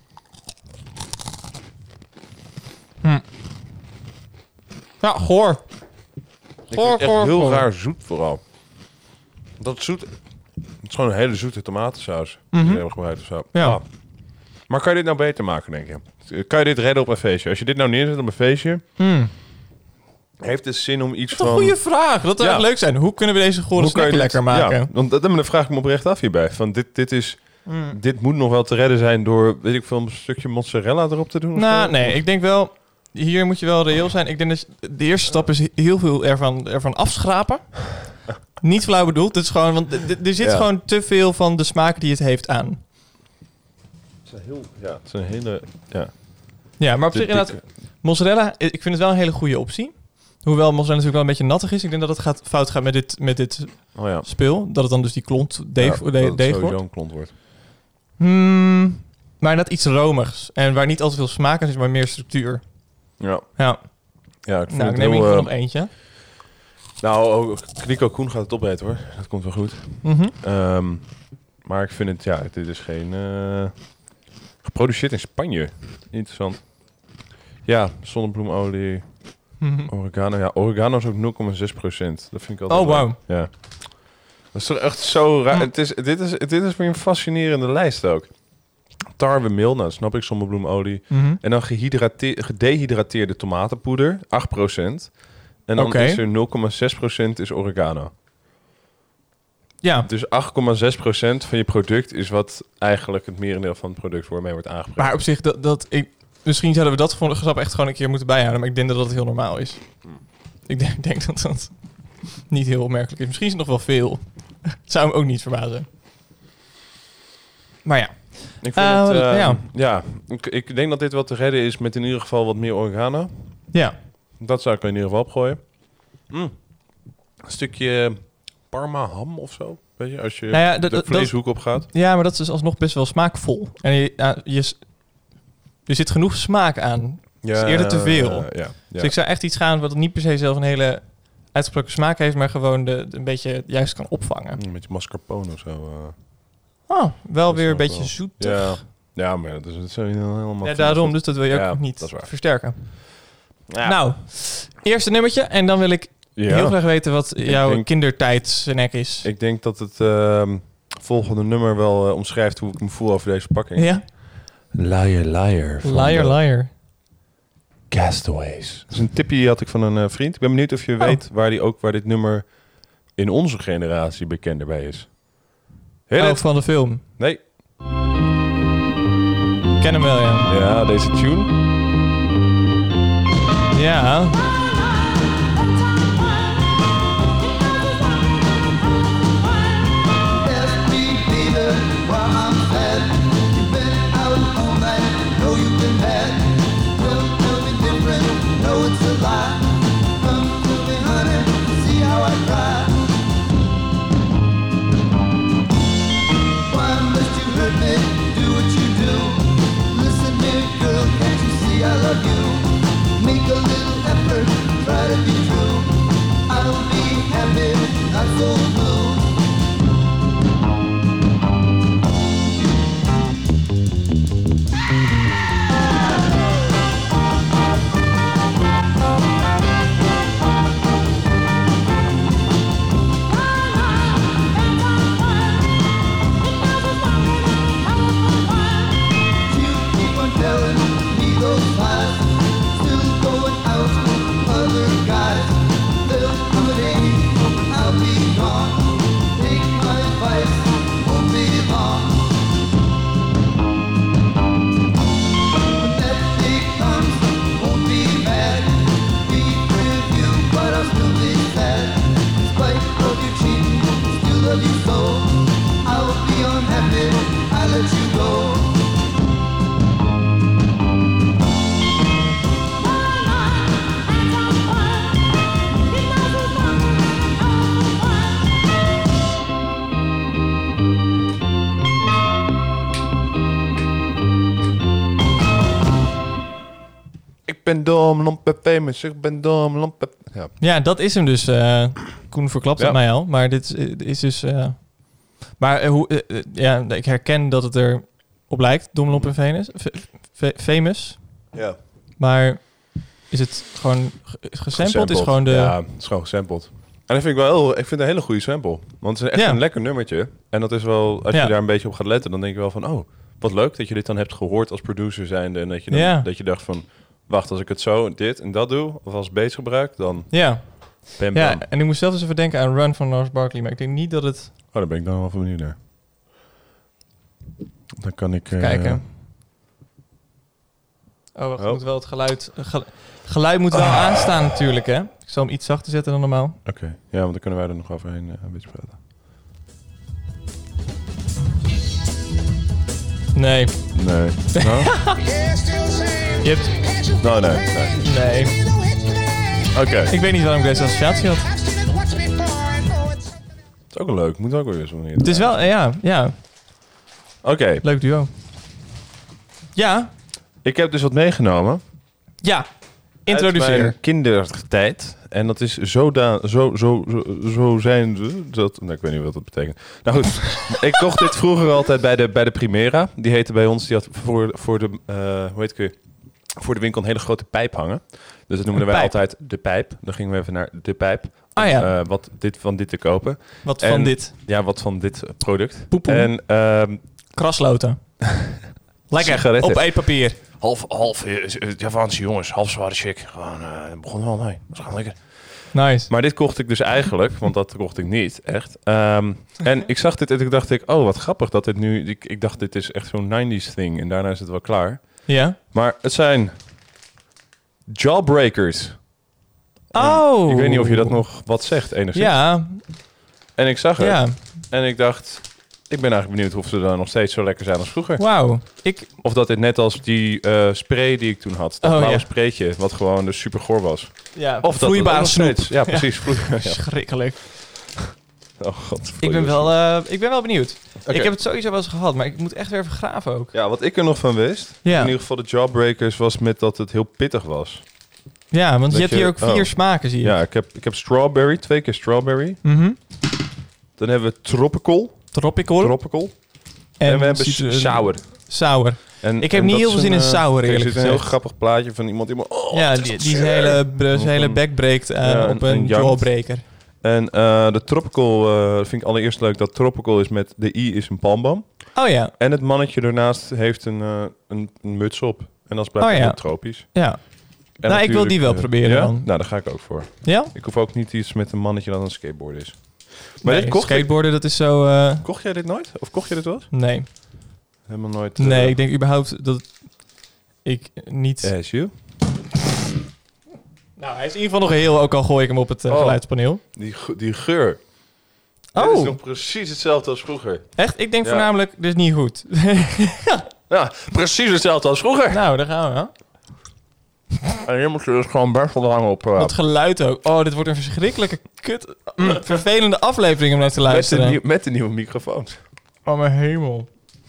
Ja, goor. Ik Goor, vind het echt goor, heel goor. raar zoet vooral. Dat zoet... Het is gewoon een hele zoete tomatensaus. Die Mhm. we hebben gebruikt of zo. Ja. Ah. Maar kan je dit nou beter maken, denk je? Kan je dit redden op een feestje? Als je dit nou neerzet op een feestje... Hmm. Heeft het zin om iets Wat een van... goede vraag. Dat zou Ja. echt leuk zijn. Hoe kunnen we deze gore Hoe kan snack je lekker dit- maken? Ja, want dat, dat vraag ik me oprecht af hierbij. Van dit, dit, is, Hmm. dit moet nog wel te redden zijn door, weet ik veel, een stukje mozzarella erop te doen. of Nou, zo? nee, ik denk wel... Hier moet je wel reëel zijn. Ik denk dat de eerste stap is heel veel ervan, ervan afschrapen. Niet flauw bedoeld. Het is gewoon, want d- d- er zit Ja. gewoon te veel van de smaak die het heeft aan. Het is een heel... Ja, het is een hele... Ja. Ja, maar op De zich inderdaad... dikke- Mozzarella, ik vind het wel een hele goede optie. Hoewel mozzarella natuurlijk wel een beetje nattig is. Ik denk dat het gaat, fout gaat met dit, met dit Oh ja. spul. Dat het dan dus die klont deeg, Ja, de- dat het deeg sowieso wordt. een klont wordt. Hmm, maar net iets romigs. En waar niet al te veel smaak aan is, maar meer structuur. Ja. Ja, Ja, ik vind nou, ik het neem in heel... ieder geval eh, nog eentje. nou, ook Nico Koen gaat het opeten hoor. Dat komt wel goed. Mhm. Ehm, maar ik vind het, ja, dit is geen... eh, geproduceerd in Spanje. Interessant. Ja, zonnebloemolie, Mhm. oregano. Ja, oregano is ook nul komma zes procent. Dat vind ik altijd Oh, leuk. wauw. Ja. Dat is toch echt zo raar. Mm. Het is, dit, is, dit is weer een fascinerende lijst ook. Tarwemeel, nou dat snap ik, zonnebloemolie. Mhm. En dan gehydrate- gedehydrateerde tomatenpoeder, acht procent. En dan Oké. is er nul komma zes procent is oregano. Ja, Dus acht komma zes procent van je product is wat eigenlijk het merendeel van het product waarmee wordt aangebracht. maar op zich, dat, dat ik, misschien zouden we dat voor grap echt gewoon een keer moeten bijhouden. Maar ik denk dat dat heel normaal is. Ik denk, ik denk dat dat niet heel opmerkelijk is. Misschien is het nog wel veel. Zou me ook niet verbazen. Maar ja. Ik vind Eh, het, eh, ja. ja, ik, ik denk dat dit wat te redden is met in ieder geval wat meer oregano. Ja. Dat zou ik er in ieder geval opgooien. Mm. Een stukje Parma ham of zo. Weet je, als je Nou ja, dat- de dat- vleeshoek op gaat. Ja, maar dat is dus alsnog best wel smaakvol. En je, ja, je, s- er zit genoeg smaak aan. Ja, is eerder te veel. ja, ja. Dus ik zou echt iets gaan wat niet per se zelf een hele uitgesproken smaak heeft, maar gewoon de, de- een beetje juist kan opvangen. Een beetje mascarpone of zo. eh. Oh, wel Dat weer een snap ik beetje wel. zoetig. Ja. Ja, maar dat is, dat is helemaal... Ja, daarom, dus dat wil je ook Ja, niet dat is waar. versterken. Ja. Nou, eerste nummertje. En dan wil ik Ja. heel graag weten wat jouw denk- kindertijdsnack is. Ik denk dat het ehm, volgende nummer wel eh, omschrijft hoe ik me voel over deze verpakking. Ja? Liar, liar. van Liar, de liar. Castaways. Dat is een tipje die had ik van een eh, vriend. Ik ben benieuwd of je Oh. weet waar, die ook, waar dit nummer in onze generatie bekender bij is. Hit Oh, it. van de film. Nee. Ik ken hem wel, ja. Ja, deze tune. Ja. Make a little effort, try to be true. I'll be happy, not so blue. You keep on telling ben dom, lompe famous. Ik ben dom, lompe... Ja. Ja, dat is hem dus. eh Koen verklapt het Ja. mij al. Maar dit is, is dus... eh, maar eh, hoe, eh, eh, ja, ik herken dat het er op lijkt. Domlop en Venus. F- f- famous. ja. Maar is het gewoon ge- gesampled? Is gewoon de... Ja, het is gewoon gesampled. En dat vind ik wel heel, ik vind het een hele goede sample. Want het is echt Ja. een lekker nummertje. En dat is wel, als Ja. je daar een beetje op gaat letten, dan denk je wel van, oh, wat leuk dat je dit dan hebt gehoord als producer zijnde. En dat je, dan, Ja. dat je dacht van, wacht, als ik het zo, dit en dat doe, of als beats gebruik, dan Ja. bam, ja, bam. en ik moest zelf eens even denken aan Run van Lars Barkley. Maar ik denk niet dat het... Oh, daar ben ik dan wel van benieuwd naar. Dan kan ik... eh, Kijken. Oh, wacht, Oh. moet wel het geluid... gel- geluid moet wel aanstaan natuurlijk, hè? Ik zal hem iets zachter zetten dan normaal. Oké, ja, want dan kunnen wij er nog overheen eh, een beetje praten. Nee. Nee. Nou? Je hebt... Nou, nee, nee. Nee. Oké. Ik weet niet waarom ik deze associatie had. Het is ook leuk. Moet ook wel weer zo'n Het is wel... eh, Ja, ja. Oké, Leuk duo. Ja. ik heb dus wat meegenomen. Ja. Uit Introduceer. mijn kindertijd. En dat is zoda, zo, zo, zo, zo zijn ze. Dat, nou, ik weet niet wat dat betekent. Nou goed, ik kocht dit vroeger altijd bij de, bij de Primera. Die heette bij ons, die had voor, voor, de, uh, hoe heet het, voor de winkel een hele grote pijp hangen. Dus dat noemden Een wij pijp. altijd de pijp. Dan gingen we even naar de pijp. Ah ja. Uh, wat dit van dit te kopen. Wat en- van dit? Ja, wat van dit product. Poepoe. En ehm, Krasloten. Lekker. Sigaretten. Op eetpapier. half, half uh, Javaanse jongens, half zware chick. Gewoon, uh, begon wel mee. Dat was gewoon lekker. Nice. Maar dit kocht ik dus eigenlijk, want dat kocht ik niet, echt. Ehm, en ik zag dit en ik dacht ik, oh wat grappig dat dit nu... Ik, ik dacht dit is echt zo'n nineties thing en daarna is het wel klaar. Ja. Maar het zijn Jawbreakers. Oh. Ik weet niet of je dat nog wat zegt, enigszins. Ja. En ik zag het Ja. en ik dacht, ik ben eigenlijk benieuwd of ze dan nog steeds zo lekker zijn als vroeger. Wauw. Ik... Of dat dit net als die eh, spray die ik toen had, dat Oh, blauwe ja. spraytje, wat gewoon dus super goor was. Ja. Of dat vloeibare het ook nog snoep. steeds- Ja, precies. vloei- ja. Schrikkelijk. Oh god. Ik ben wel, eh, ik ben wel benieuwd. Oké. Ik heb het sowieso wel eens gehad, maar ik moet echt weer even graven ook. Ja, wat ik er nog van wist, Ja. in ieder geval de Jawbreakers, was met dat het heel pittig was. Ja, want Dat je hebt je- hier ook vier oh. smaken, zie je. Ja, ik heb, ik heb strawberry, twee keer strawberry. Mhm. Dan hebben we tropical. Tropical. Tropical. En, we hebben citroen- sour. Sour. En, Ik heb en niet dat heel is veel zin een, in eh, sour, kijk, Er eerlijk zit een heel gezegd. grappig plaatje van iemand die... Oh, ja, wat is die, dat die zijn zuur. hele, br- zijn hele een- back breekt eh, Ja, op een- een een jankt. jawbreaker. En eh, de tropical eh, vind ik allereerst leuk. Dat tropical is met... De I is een palmboom. Oh ja, En het mannetje ernaast heeft een, eh, een, een muts op. En dat is blijkbaar Oh ja. heel tropisch. ja. En Nou, ik wil die wel natuurlijk, proberen ja? dan. Nou, daar ga ik ook voor. Ja? Ik hoef ook niet iets met een mannetje dat aan een skateboard is. Maar Nee, dit kocht ik. skateboarden, dat is zo... eh, Kocht jij dit nooit? Of kocht je dit wel eens? nee. Helemaal nooit. eh, Nee, ik denk überhaupt dat ik niet... As you. Nou, hij is in ieder geval nog heel, ook al gooi ik hem op het eh, Oh. geluidspaneel. Die, ge- die geur. Dit is Oh, nog precies hetzelfde als vroeger. echt? Ik denk Ja. voornamelijk, dit is niet goed. Ja, precies hetzelfde als vroeger. Nou, daar gaan we. Hè? En hier moet je dus gewoon best wel lang op. Uh, Dat geluid ook. Oh, dit wordt een verschrikkelijke kut... mm, vervelende aflevering om naar te met, de luisteren. nieuw- met de nieuwe microfoon. Oh, mijn hemel.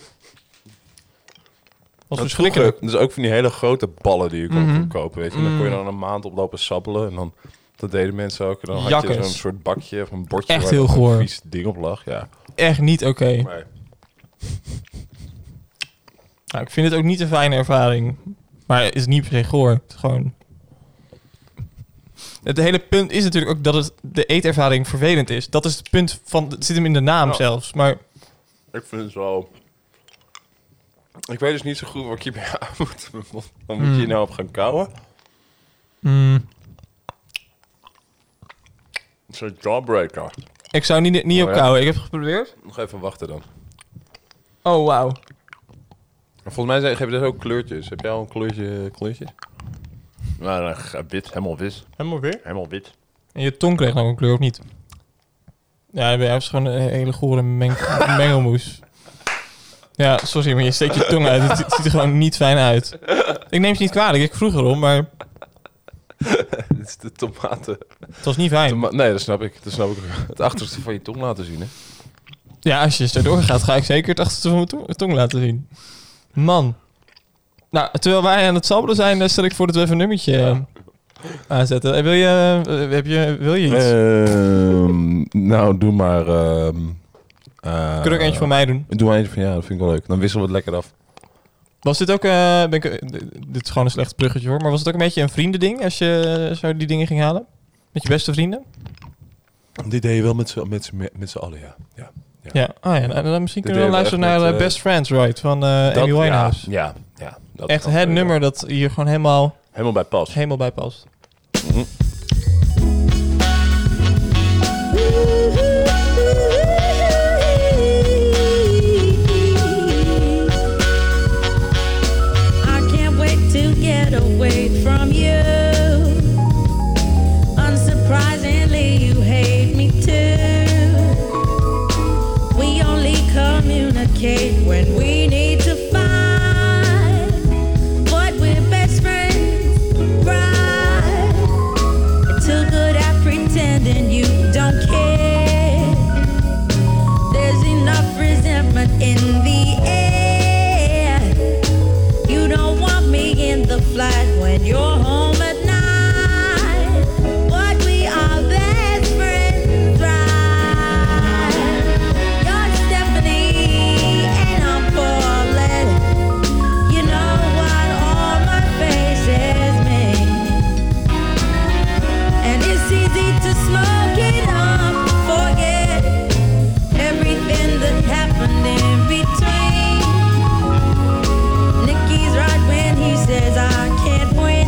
Wat Want verschrikkelijk. vroeger, dus ook van die hele grote ballen die je kon, Mhm. kon kopen. Weet je. En dan kon je Mm. dan een maand oplopen sappelen. En dan, dat deden mensen ook. En dan had je Jakkes. zo'n soort bakje of een bordje Echt waar heel dan een goor. vies ding op lag. Ja. Echt niet oké. Maar, Nou, ik vind het ook niet een fijne ervaring. Maar het is niet per se goor. Het is gewoon... Het hele punt is natuurlijk ook dat het de eetervaring vervelend is. Dat is het punt van... Het zit hem in de naam Ja. zelfs. Maar ik vind het wel... Ik weet dus niet zo goed wat ik hiermee aan moet. Dan moet je Mm. hier nou op gaan kauwen. mm, Het is een jawbreaker. ik zou niet, niet Oh, op ja? kauwen. Ik heb het geprobeerd. Nog even wachten dan. Oh, wauw. Volgens mij zijn- geven dit ook kleurtjes. Heb jij al een kleurtje? kleurtje? Nou, dan ga- wit. Helemaal wit. Helemaal weer. Helemaal wit. En je tong kreeg nog een kleur of niet? Ja, bij jou is gewoon een hele gore meng mengelmoes. Ja, sorry, maar je steekt je tong uit. Het, ziet- het ziet er gewoon niet fijn uit. Ik neem ze niet kwalijk. Ik vroeg erom, maar Dit is de tomaten. het was niet fijn. Toma- nee, dat snap ik. Dat snap ik. Het achterste van je tong laten zien, hè? Ja, als je zo doorgaat, ga ik zeker het achterste van mijn tong, tong laten zien. Man. Nou, terwijl wij aan het sabbelen zijn, eh, stel ik voor dat we even een nummertje eh, aanzetten. Eh, Wil je, eh, heb je, wil je iets? Ehm, nou, doe maar... ehm eh, Kun je ook eentje van mij doen? Doe maar eentje van jou, dat vind ik wel leuk. Dan wisselen we het lekker af. Was dit ook... eh, ben ik, eh, dit is gewoon een slecht bruggetje hoor. Maar was het ook een beetje een vriendending als je eh, zo die dingen ging halen? Met je beste vrienden? Dit deed je wel met z'n met, z'n- met z'n allen, ja. ja. Ja. Oh ja, nou, dan misschien Dit kunnen we deden we luisteren echt naar met, eh, eh, Best Friends, right? Van eh Dat- Amy Winehouse. Ja, ja, ja dat Echt kan het wel, nummer ja. dat hier gewoon helemaal, Helemaal bij pas. helemaal bij past. I can't wait to get away from you. Unsurprisingly, you hate me too. We only communicate when we need to fight. But we're best friends, right? You're too good at pretending you don't care. There's enough resentment in the air. You don't want me in the flat when you're home at night. But we are best friends, right? You're Stephanie and I'm Paulette. You know what all my faces mean. And it's easy to smoke it up, forget everything that happened in between. Nicky's right when he says I can't win.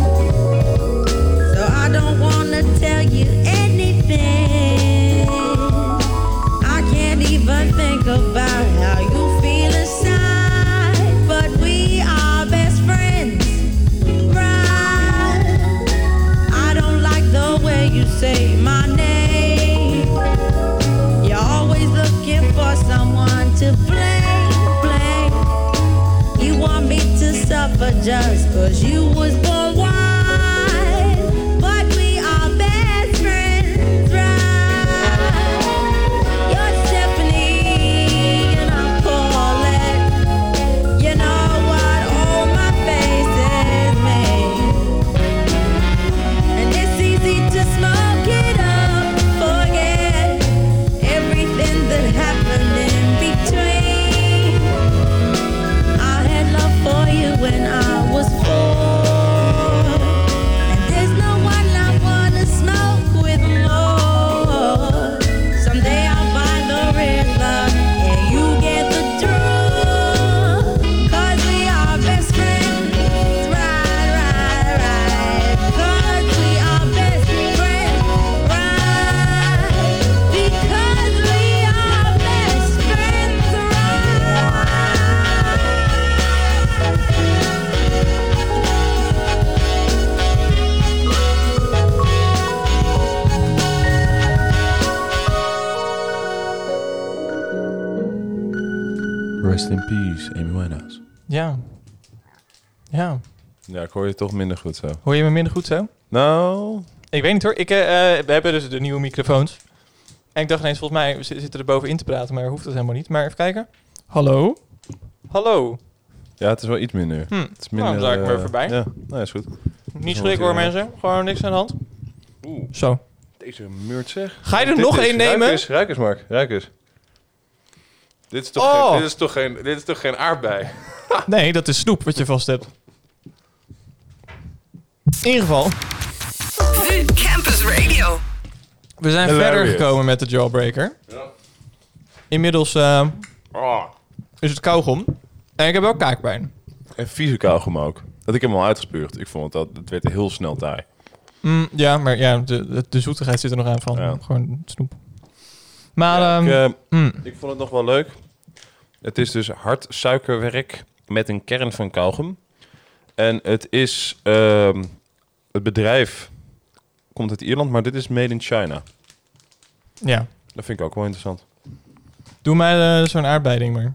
So I don't wanna tell you anything. I can't even think about how you feel inside. But we are best friends, right? I don't like the way you say my name. You're always looking for someone to blame, blame. You want me to suffer just cause you was born white. But we are best friends, right? You're Stephanie and I'm Paulette. You know what all my faces mean. And it's easy to smoke it up, forget everything that happened in between. I had love for you when I was four. And there's no one I wanna smoke with more. Someday I'll find the river and you get the truth. Cause we are best friends, right, right, right. Cause we are best friends, right. Because we are best friends, right. Rest in peace, Amy Winehouse. Ja. Ja. Ja, ik hoor je toch minder goed zo. Hoor je me minder goed zo? Nou, Ik weet niet hoor. Ik, eh, eh, we hebben dus de nieuwe microfoons. En ik dacht ineens, volgens mij we zi- zitten er bovenin te praten, maar hoeft dat helemaal niet. Maar even kijken. Hallo? Hallo? ja, het is wel iets minder. Hm. Het is minder, Nou, dan draai ik me eh, even voorbij. Ja, nou is goed. Niet schrikken hoor mensen. Gewoon niks aan de hand. Oeh, Zo. deze meurt zeg. Ga je er Dit nog is- één nemen? Ruik eens, ruik eens, Mark. Ruik eens. Dit is toch, Oh. geen, dit is toch, geen, dit is toch geen aardbei? Nee, dat is snoep wat je vast hebt. In ieder geval, VU Campus Radio. we zijn Hilarious. verder gekomen met de Jawbreaker. Ja. Inmiddels eh, Oh. is het kauwgom. En ik heb ook kaakpijn. En vieze kauwgom ook. Dat ik hem al uitgespuugd. Ik vond dat het werd heel snel taai. Mm, ja, maar ja, de, de, de zoetigheid zit er nog aan van. Ja. Gewoon snoep. Maar, Ja, ehm, ik, eh, mm, ik vond het nog wel leuk. Het is dus hard suikerwerk met een kern van kauwgom. En het is... ehm, het bedrijf komt uit Ierland, maar dit is made in China. ja. Dat vind ik ook wel interessant. Doe mij eh, zo'n aardbeiding maar.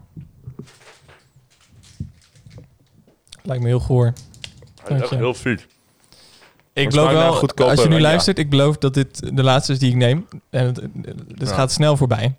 Lijkt me heel goor. Hij is Dank echt je. heel vies. Ik smaakt beloof naar wel, goedkope als je nu oranje. luistert, ik beloof dat dit de laatste is die ik neem. En het, het Ja. gaat snel voorbij.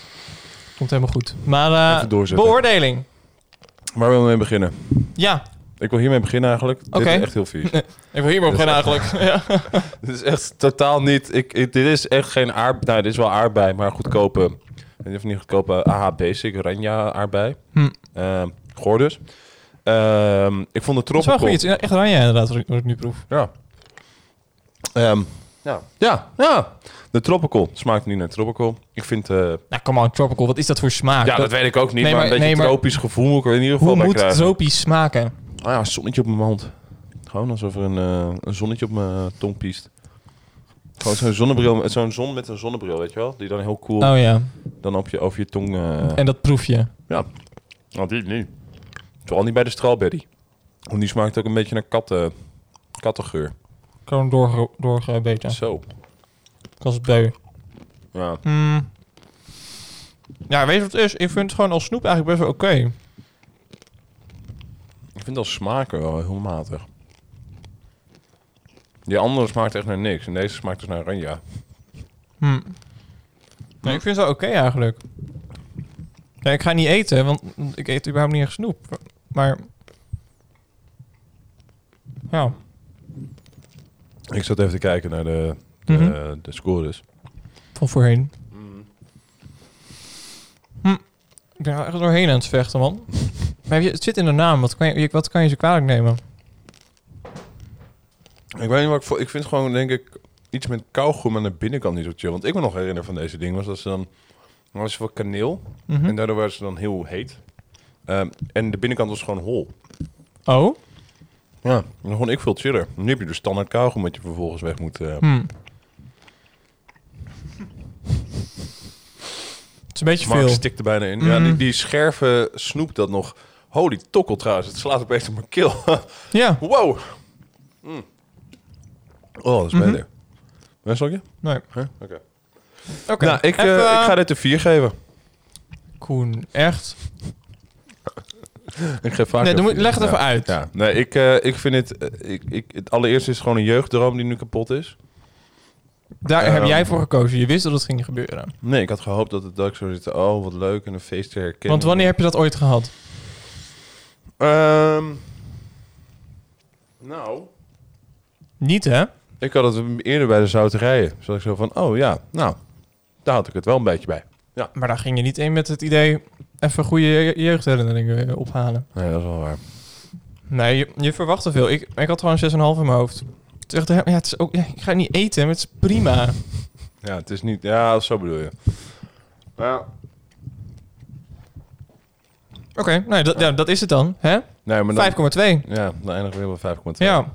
Komt helemaal goed. Maar eh, Even doorzetten. beoordeling. Waar willen we mee beginnen? Ja, Ik wil hiermee beginnen eigenlijk. Oké. Dit is echt heel vies. Ik wil hier maar beginnen eigenlijk. Ja. Dit is echt totaal niet... Ik, ik, dit is echt geen aardbei. Nou, dit is wel aardbei, maar goedkope... Ik weet niet of niet goedkope A H Basic, Ranja aardbei. Hm. Uh, Goor dus. Um, ik vond de Dat is wel tropical... goed. Ja, echt oranje inderdaad, wat ik, wat ik nu proef. Ja. Um, ja. Ja, ja. De tropical smaakt niet naar tropical. Ik vind... Uh, Nou, come on, tropical. Wat is dat voor smaak? ja, dat weet ik ook niet, Nee, maar, maar- een beetje nee, maar- tropisch gevoel moet ik er in ieder geval Hoe bij moet krijgen. tropisch smaken? Ah ja, een zonnetje op mijn mond. Gewoon alsof er een, uh, een zonnetje op mijn uh, tong piest. Gewoon zo'n zonnebril, zo'n zon met een zonnebril, weet je wel? Die dan heel cool Oh ja. dan op je, over je tong... Uh, En dat proef je. ja, nou, die niet. Vooral niet bij de strawberry. Want die smaakt ook een beetje naar katten, kattengeur. Gewoon doorge- doorgebeten. Zo. Ik was het beu. Ja. Hmm. Ja, weet je wat het is? Ik vind het gewoon als snoep eigenlijk best wel oké. Ik vind als smaken wel heel matig. Die andere smaakt echt naar niks. En deze smaakt dus naar oranje. Hm. Nee, ik vind het wel oké eigenlijk. Ja, ik ga niet eten, want ik eet überhaupt niet echt snoep. Maar... Ja. Ik zat even te kijken naar de, de, Mhm. de scores. Van voorheen. Hm. Ik ben er echt doorheen aan het vechten, man. Maar je, het zit in de naam. Wat kan je, wat kan je ze kwalijk nemen? Ik weet niet wat ik voor... Ik vind gewoon, denk ik, iets met kauwgom aan de binnenkant niet zo chill. Want ik me nog herinner van deze dingen was dat ze dan... Dan was er wat kaneel. Mhm. En daardoor waren ze dan heel heet. Um, en de binnenkant was gewoon hol. Oh? Ja, en dan vond ik veel chiller. Nu heb je de standaard kauwgom wat je vervolgens weg moet... Uh, Hm. Het is een beetje Mark veel. stikt er bijna in. Ja, Mm. die, die scherve snoep dat nog... Holy tokkel trouwens. Het slaat opeens op mijn keel. Ja. Wow. Mm. Oh, dat is Mhm. beter. Waar zal je? Nee. Huh? Oké. Oké. Nou, ik, uh, Even, ik ga dit een vier geven. Koen, echt? Ik geef vaak Nee, dan een moet, vier. leg het Ja. even uit. Ja, nee, ik, uh, ik vind het... Uh, ik, ik, het allereerste is gewoon een jeugddroom die nu kapot is. Daar Um, heb jij voor gekozen. Je wist dat het ging gebeuren. Nee, ik had gehoopt dat het dat ik zou zitten. Oh, wat leuk. En een feest te herkennen. Want wanneer heb je dat ooit gehad? Um, nou... Niet, hè? Ik had het eerder bij de zouterijen. Zodat ik zo van, oh ja, nou, daar had ik het wel een beetje bij. Ja. Maar daar ging je niet in met het idee... even goede je- jeugdherinneringen ophalen. Nee, dat is wel waar. Nee, je, je verwacht te veel. Ik, ik had gewoon zes komma vijf in mijn hoofd. Het is echt, ja, het is ook, ja, ik ga niet eten, maar het is prima. Ja, het is niet... Ja, zo bedoel je. Ja. Oké, okay, nou, dat, ja, dat is het dan. Hè? Nee, maar dan... vijf komma twee. Ja, dan eindigen we weer bij vijf komma twee. Ja.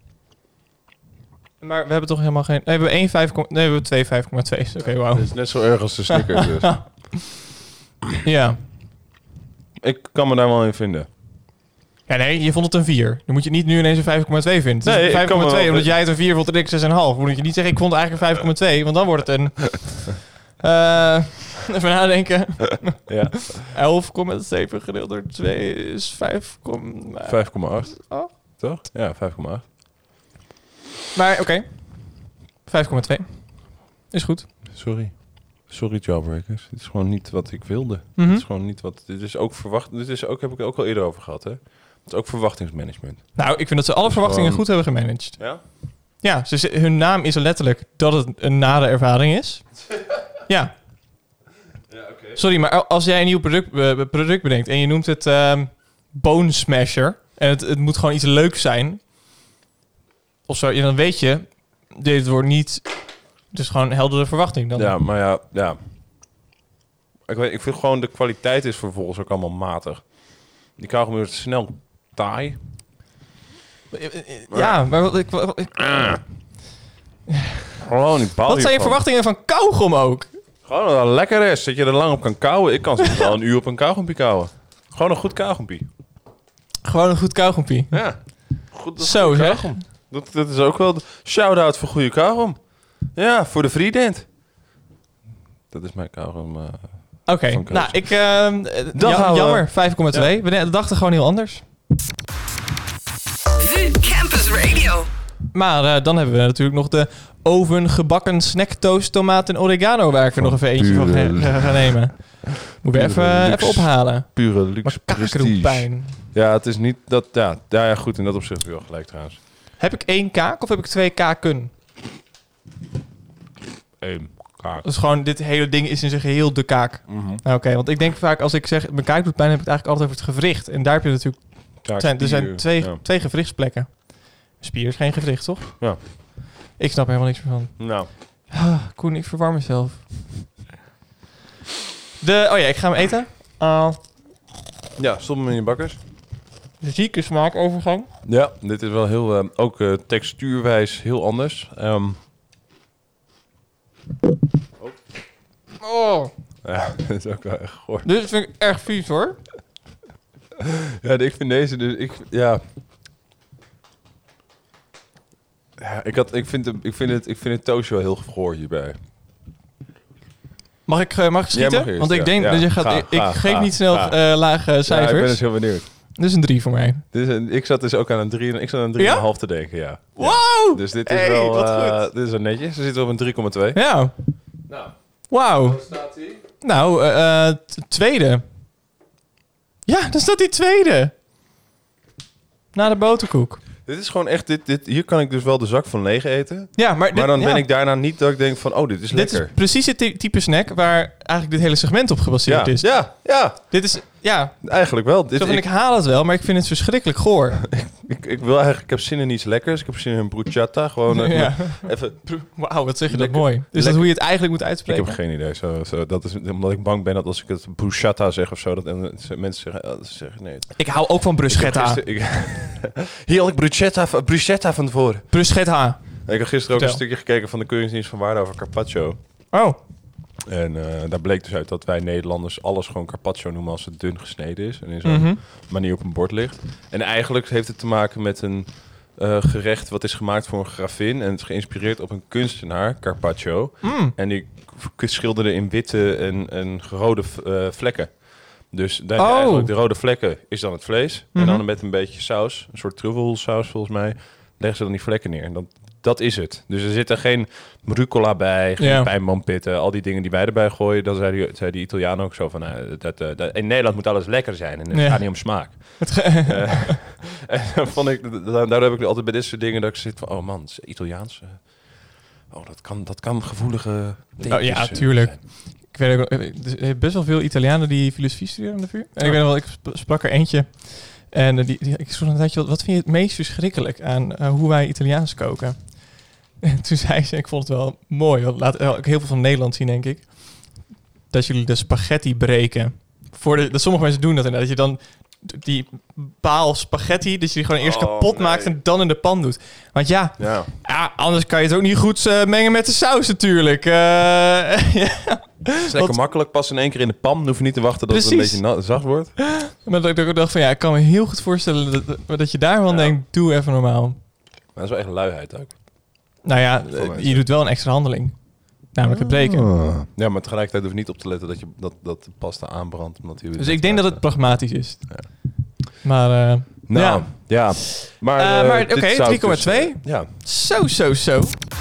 Maar we hebben toch helemaal geen... Nee, we hebben één vijf... Nee, we hebben twee vijf komma twee. Oké, okay, wauw. Het is net zo erg als de Snickers dus. Ja. Ik kan me daar wel in vinden. Ja, nee, je vond het een vier. Dan moet je niet nu ineens een vijf komma twee vinden. Het Nee, is ik vijf komma kan twee, me wel- omdat jij het een vier vond en ik zes komma vijf. Moet je niet zeggen, ik vond het eigenlijk een vijf komma twee, want dan wordt het een... Uh, even nadenken. Ja. elf komma zeven gedeeld door twee is vijf komma vijf komma acht. Oh. Toch? Ja, vijf komma acht. Maar oké. Okay. vijf komma twee. Is goed. Sorry. Sorry, Jawbreakers. Het is gewoon niet wat ik wilde. Mm-hmm. Het is gewoon niet wat... Dit is ook verwacht... Dit is ook, heb ik ook al eerder over gehad, hè. Het is ook verwachtingsmanagement. Nou, ik vind dat ze alle verwachtingen gewoon- goed hebben gemanaged. Ja? Ja, ze, ze- hun naam is letterlijk dat het een nare ervaring is. Ja. Ja, oké. Sorry, maar als jij een nieuw product, eh, product bedenkt en je noemt het ehm Bone Smasher en het, het moet gewoon iets leuks zijn of zo, ja, dan weet je, dit wordt niet, dus gewoon heldere verwachting dan. Ja, maar ja, ja. Ik, weet, ik vind gewoon de kwaliteit is vervolgens ook allemaal matig. Die kauwgom wordt snel taai. Ja, maar wat, ik, wat, ik- Gewoon, ik baal wat zijn je hiervan. verwachtingen van kauwgom ook? Gewoon dat het lekker is, dat je er lang op kan kauwen. Ik kan soms wel een uur op een kauwgompie kauwen. Gewoon een goed kauwgompie. Gewoon een goed kauwgompie. Ja. Goed, dat Zo, goede zeg. kauwgom. Dat, dat is ook wel... de shout-out voor goede kauwgom. Ja, voor de vriendent. Dat is mijn kauwgom. Uh, Oké, okay, Van nou, ik... Uh, Dan ja, gaan we- jammer, vijf komma twee. We dachten gewoon heel anders. VU Campus Radio. Maar uh, dan hebben we natuurlijk nog de ovengebakken snacktoast, tomaat en oregano... waar ik er nog even eentje van ga, ga, ga nemen. Moeten we even, uh, even ophalen. Pure luxe prestige. Kaakroepijn. Ja, het is niet dat... Ja, ja, goed, in dat opzicht heb je wel gelijk trouwens. Heb ik één kaak of heb ik twee kaken? Eén kaak. Dus gewoon, dit hele ding is in zijn geheel de kaak. Mm-hmm. Nou, Oké, okay, want ik denk vaak als ik zeg... mijn kaak doet pijn, heb ik het eigenlijk altijd over het gewricht. En daar heb je natuurlijk... Kaak, zijn, er zijn spier, twee, ja. twee gewrichtsplekken. Spier is geen gewricht, toch? Ja. Ik snap er helemaal niks meer van. Nou. Ah, Koen, ik verwarm mezelf. De, oh ja, ik ga hem eten. Uh, Ja, stop hem in je bakkers. de zieke smaakovergang. Ja, dit is wel heel... Uh, ook uh, textuurwijs heel anders. Um, Oh, ja, dat is ook wel echt goor. dit vind ik erg vies, hoor. Ja, ik vind deze dus... Ik, ja... Ja, ik, had, ik, vind het, ik, vind het, ik vind het toastje wel heel goor hierbij. Mag ik, uh, mag ik Jij schieten? mag eerst, Want ik ja. denk Ja, dat je gaat... ga, ik ik ga, geef ga, niet snel ga. uh, lage Ja, ik cijfers. ben dus heel benieuwd. Dit is een drie voor mij. Dit is een, ik zat dus ook aan een drie, ik zat aan een drie Ja? en een half te denken, ja. Wow! Dus dit is Hey, wel... wat Uh, goed. dit is wel netjes. Ze zitten op een drie komma twee. Ja. Nou, Wauw. staat hij? Nou, uh, uh, t- tweede. Ja, dan staat die tweede. Na de boterkoek. Dit is gewoon echt... Dit, dit, hier kan ik dus wel de zak van leeg eten. Ja, maar, dit, Maar dan ja. ben ik daarna niet dat ik denk van... Oh, dit is Dit lekker. is precies het ty- type snack waar eigenlijk dit hele segment op gebaseerd ja, is. ja, ja, Dit is, ja, eigenlijk wel. Dit, zo van, ik, ik haal het wel, maar ik vind het verschrikkelijk goor. ik, ik wil eigenlijk... Ik heb zin in iets lekkers. Ik heb zin in een bruschetta. Gewoon uh, Ja. even... Wauw, wat zeg je dat Lekker- mooi. Is dat lekker- hoe je het eigenlijk moet Ik uitspreken? heb geen idee. Zo, zo, dat is omdat ik bang ben dat als ik het bruschetta zeg of zo... dat en, mensen zeggen... Oh, dat zeggen nee. Ik hou ook van Ik heb bruschetta. gister- ik- Hier had ik bruschetta, bruschetta van tevoren. Bruschetta. Ik heb gisteren ook Vertel. een stukje gekeken van de Keuringsdienst van Waarde over carpaccio. Oh, En uh, daar bleek dus uit dat wij Nederlanders alles gewoon carpaccio noemen als het dun gesneden is. En in zo'n mhm. manier op een bord ligt. En eigenlijk heeft het te maken met een uh, gerecht wat is gemaakt voor een gravin. En het is geïnspireerd op een kunstenaar, Carpaccio. Mm. En die k- schilderde in witte en, en rode uh, vlekken. Dus dan heb je Oh. eigenlijk de rode vlekken is dan het vlees. Mhm. En dan met een beetje saus, een soort truffelssaus volgens mij, leggen ze dan die vlekken neer. En dat, dat is het. Dus er zit er geen rucola bij, geen Ja. pijnboompitten, al die dingen die wij erbij gooien. Dan zei die, zei die Italiaan ook zo van, uh, dat, uh, dat, in Nederland moet alles lekker zijn. En het Ja. gaat niet om smaak. Het ge- Uh, en dan vond ik, da- daardoor heb ik altijd bij dit soort dingen dat ik zit van, oh man, het is Italiaans. uh, oh, dat kan, dat kan gevoelige Oh, dingetjes, ja, uh, tuurlijk. zijn. Ik weet ook, er zijn best wel veel Italianen die filosofie studeren aan de vuur. En ik weet nog wel, ik sp- sprak er eentje. En uh, die, die, ik vroeg een tijdje, wat, wat vind je het meest verschrikkelijk aan uh, hoe wij Italiaans koken? En toen zei ze, ik vond het wel mooi, want laat uh, heel veel van Nederland zien, denk ik. Dat jullie de spaghetti breken. Voor de, dat sommige mensen doen dat inderdaad. Dat je dan die baal spaghetti, dat je die gewoon eerst Oh, kapot nee. maakt en dan in de pan doet. Want ja, Ja. ja anders kan je het ook niet goed uh, mengen met de saus natuurlijk. Uh, ja. Het is lekker Want- makkelijk. Pas in één keer in de pan. Dan hoef je niet te wachten dat het een Precies. beetje na- zacht wordt. Maar dat ik ook dacht van ja, ik kan me heel goed voorstellen dat, dat- dat je daarvan Ja. denkt, doe even normaal. Maar dat is wel echt luiheid ook. Nou ja, Voor eh, mensen. je doet wel een extra handeling. Namelijk het breken. Ja, maar tegelijkertijd hoef je niet op te letten dat, je, dat, dat de pasta aanbrandt. Omdat die Dus ik denk dat het pragmatisch is. Ja. Maar uh, Nou, ja. ja, Maar, Eh, eh, maar dit oké, zou drie komma dus, twee. eh, ja. zo, zo, zo.